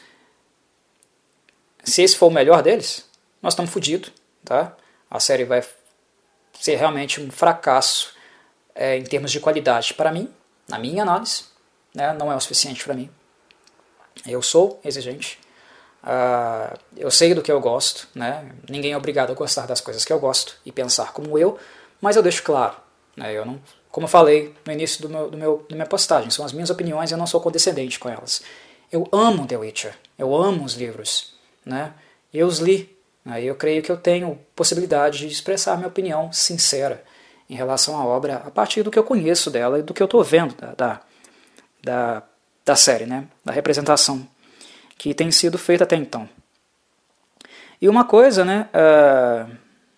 se esse for o melhor deles, nós estamos fodidos, tá? A série vai ser realmente um fracasso é, em termos de qualidade para mim, na minha análise, né? Não é o suficiente para mim. Eu sou exigente, uh, eu sei do que eu gosto, né? Ninguém é obrigado a gostar das coisas que eu gosto e pensar como eu, mas eu deixo claro, né? Eu não, como eu falei no início do meu, do meu, da minha postagem, são as minhas opiniões e eu não sou condescendente com elas. Eu amo The Witcher, eu amo os livros, né? Eu os li. Aí eu creio que eu tenho possibilidade de expressar minha opinião sincera em relação à obra a partir do que eu conheço dela e do que eu estou vendo da, da, da, da série, né? Da representação que tem sido feita até então. E uma coisa, né? Uh,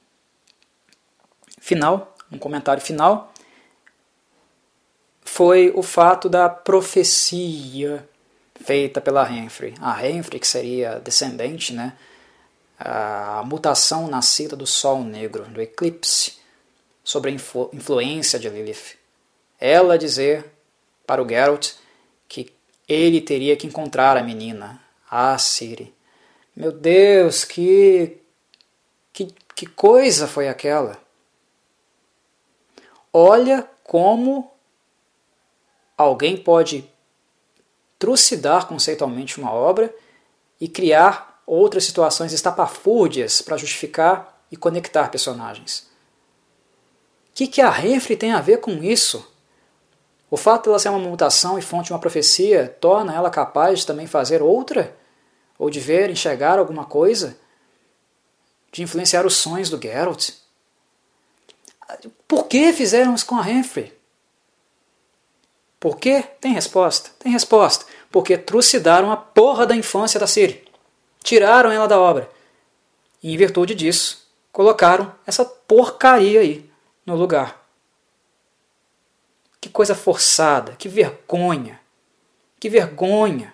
final, um comentário final, foi o fato da profecia feita pela Renfrey. A Renfrey, que seria descendente, né? A mutação nascida do Sol Negro, do eclipse, sobre a influ influência de Lilith. Ela dizer para o Geralt que ele teria que encontrar a menina, a Ciri. Meu Deus, que, que, que coisa foi aquela? Olha como alguém pode trucidar conceitualmente uma obra e criar outras situações estapafúrdias para justificar e conectar personagens. O que, que a Renfrey tem a ver com isso? O fato de ela ser uma mutação e fonte de uma profecia torna ela capaz de também fazer outra? Ou de ver, enxergar alguma coisa? De influenciar os sonhos do Geralt? Por que fizeram isso com a Renfrey? Por quê? Tem resposta. Tem resposta. Porque trucidaram a porra da infância da Ciri. Tiraram ela da obra. E em virtude disso, colocaram essa porcaria aí no lugar. Que coisa forçada, que vergonha. Que vergonha.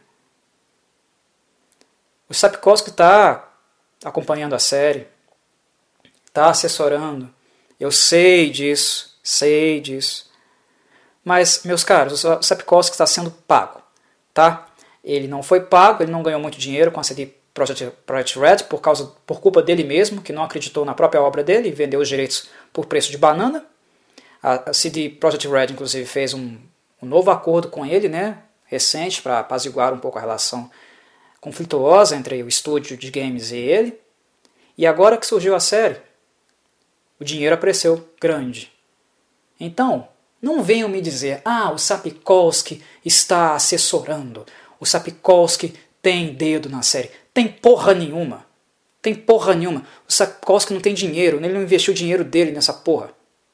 O Sapkowski está acompanhando a série, está assessorando. Eu sei disso, sei disso. Mas, meus caros, o Sapkowski está sendo pago, tá? Ele não foi pago, ele não ganhou muito dinheiro com a C D Projekt, Projekt Red por, causa, por culpa dele mesmo, que não acreditou na própria obra dele e vendeu os direitos por preço de banana. A, a C D Projekt Red, inclusive, fez um, um novo acordo com ele, né, recente, para apaziguar um pouco a relação conflituosa entre o estúdio de games e ele. E agora que surgiu a série, o dinheiro apareceu grande. Então, não venham me dizer, ah, o Sapkowski está assessorando, o Sapkowski tem dedo na série. Tem porra nenhuma. Tem porra nenhuma. O Sapkowski não tem dinheiro, ele não investiu o dinheiro dele nessa porra.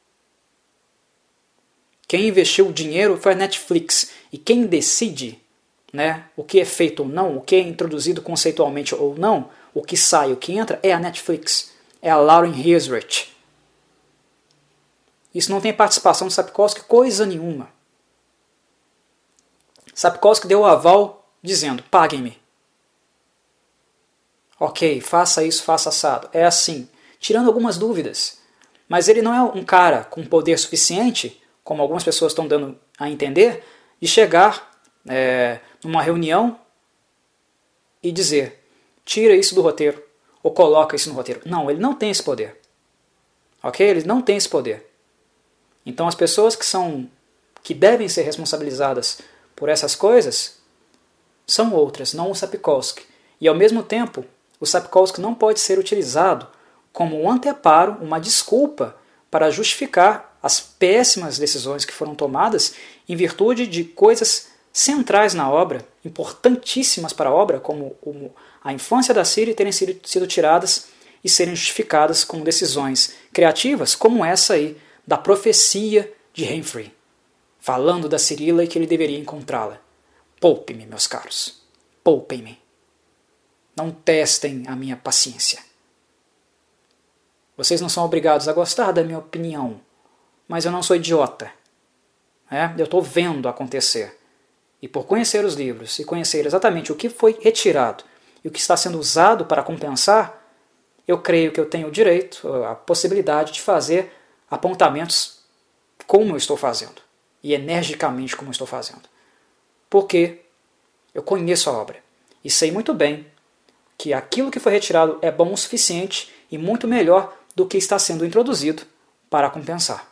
Quem investiu o dinheiro foi a Netflix. E quem decide, né, o que é feito ou não, o que é introduzido conceitualmente ou não, o que sai, o que entra, é a Netflix. É a Lauren Hissrich. Isso não tem participação do Sapkowski, coisa nenhuma. Sapkowski deu o aval dizendo, paguem-me. Ok, faça isso, faça assado. É assim, tirando algumas dúvidas. Mas ele não é um cara com poder suficiente, como algumas pessoas estão dando a entender, de chegar é, numa reunião e dizer, tira isso do roteiro, ou coloca isso no roteiro. Não, ele não tem esse poder. Ok? Ele não tem esse poder. Então as pessoas que são, que devem ser responsabilizadas por essas coisas, são outras, não o Sapkowski. E ao mesmo tempo, o Sapkowski não pode ser utilizado como um anteparo, uma desculpa para justificar as péssimas decisões que foram tomadas em virtude de coisas centrais na obra, importantíssimas para a obra, como a infância da Ciri terem sido, sido tiradas e serem justificadas como decisões criativas, como essa aí da profecia de Humphrey, falando da Cirila e que ele deveria encontrá-la. Poupem-me, meus caros, poupem-me. Não testem a minha paciência. Vocês não são obrigados a gostar da minha opinião, mas eu não sou idiota. É? Eu estou vendo acontecer. E por conhecer os livros e conhecer exatamente o que foi retirado e o que está sendo usado para compensar, eu creio que eu tenho o direito, a possibilidade de fazer apontamentos como eu estou fazendo. E energicamente como eu estou fazendo. Porque eu conheço a obra. E sei muito bem que aquilo que foi retirado é bom o suficiente e muito melhor do que está sendo introduzido para compensar.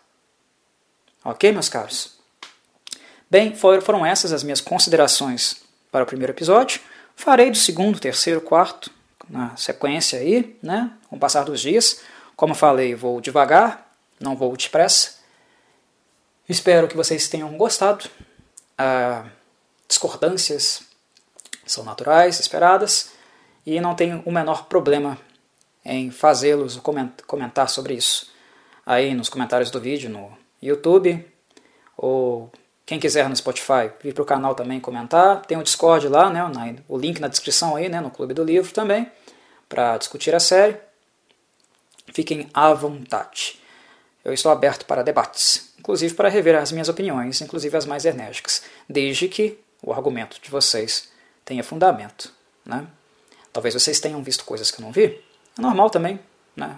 Ok, meus caros? Bem, foram essas as minhas considerações para o primeiro episódio. Farei do segundo, terceiro, quarto, na sequência aí, né, com o passar dos dias. Como falei, vou devagar, não vou depressa. Espero que vocês tenham gostado. Ah, discordâncias são naturais, esperadas, e não tenho o menor problema em fazê-los comentar sobre isso aí nos comentários do vídeo no YouTube, ou quem quiser no Spotify vir para o canal também comentar. Tem o Discord lá, né, o link na descrição aí, né, no Clube do Livro também, para discutir a série. Fiquem à vontade. Eu estou aberto para debates, inclusive para rever as minhas opiniões, inclusive as mais enérgicas, desde que o argumento de vocês tenha fundamento, né? Talvez vocês tenham visto coisas que eu não vi. É normal também, né?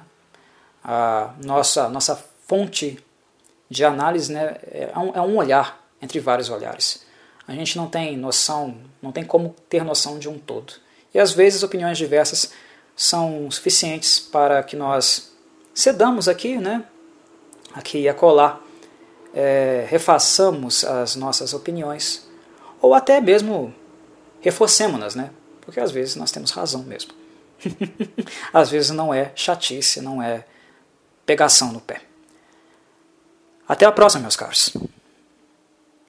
A nossa, nossa fonte de análise, né, é, um, é um olhar entre vários olhares. A gente não tem noção, não tem como ter noção de um todo. E às vezes opiniões diversas são suficientes para que nós cedamos aqui, né, aqui e acolá, é, refaçamos as nossas opiniões, ou até mesmo reforcemos-nas, né, porque às vezes nós temos razão mesmo. Às vezes não é chatice, não é pegação no pé. Até a próxima, meus caros.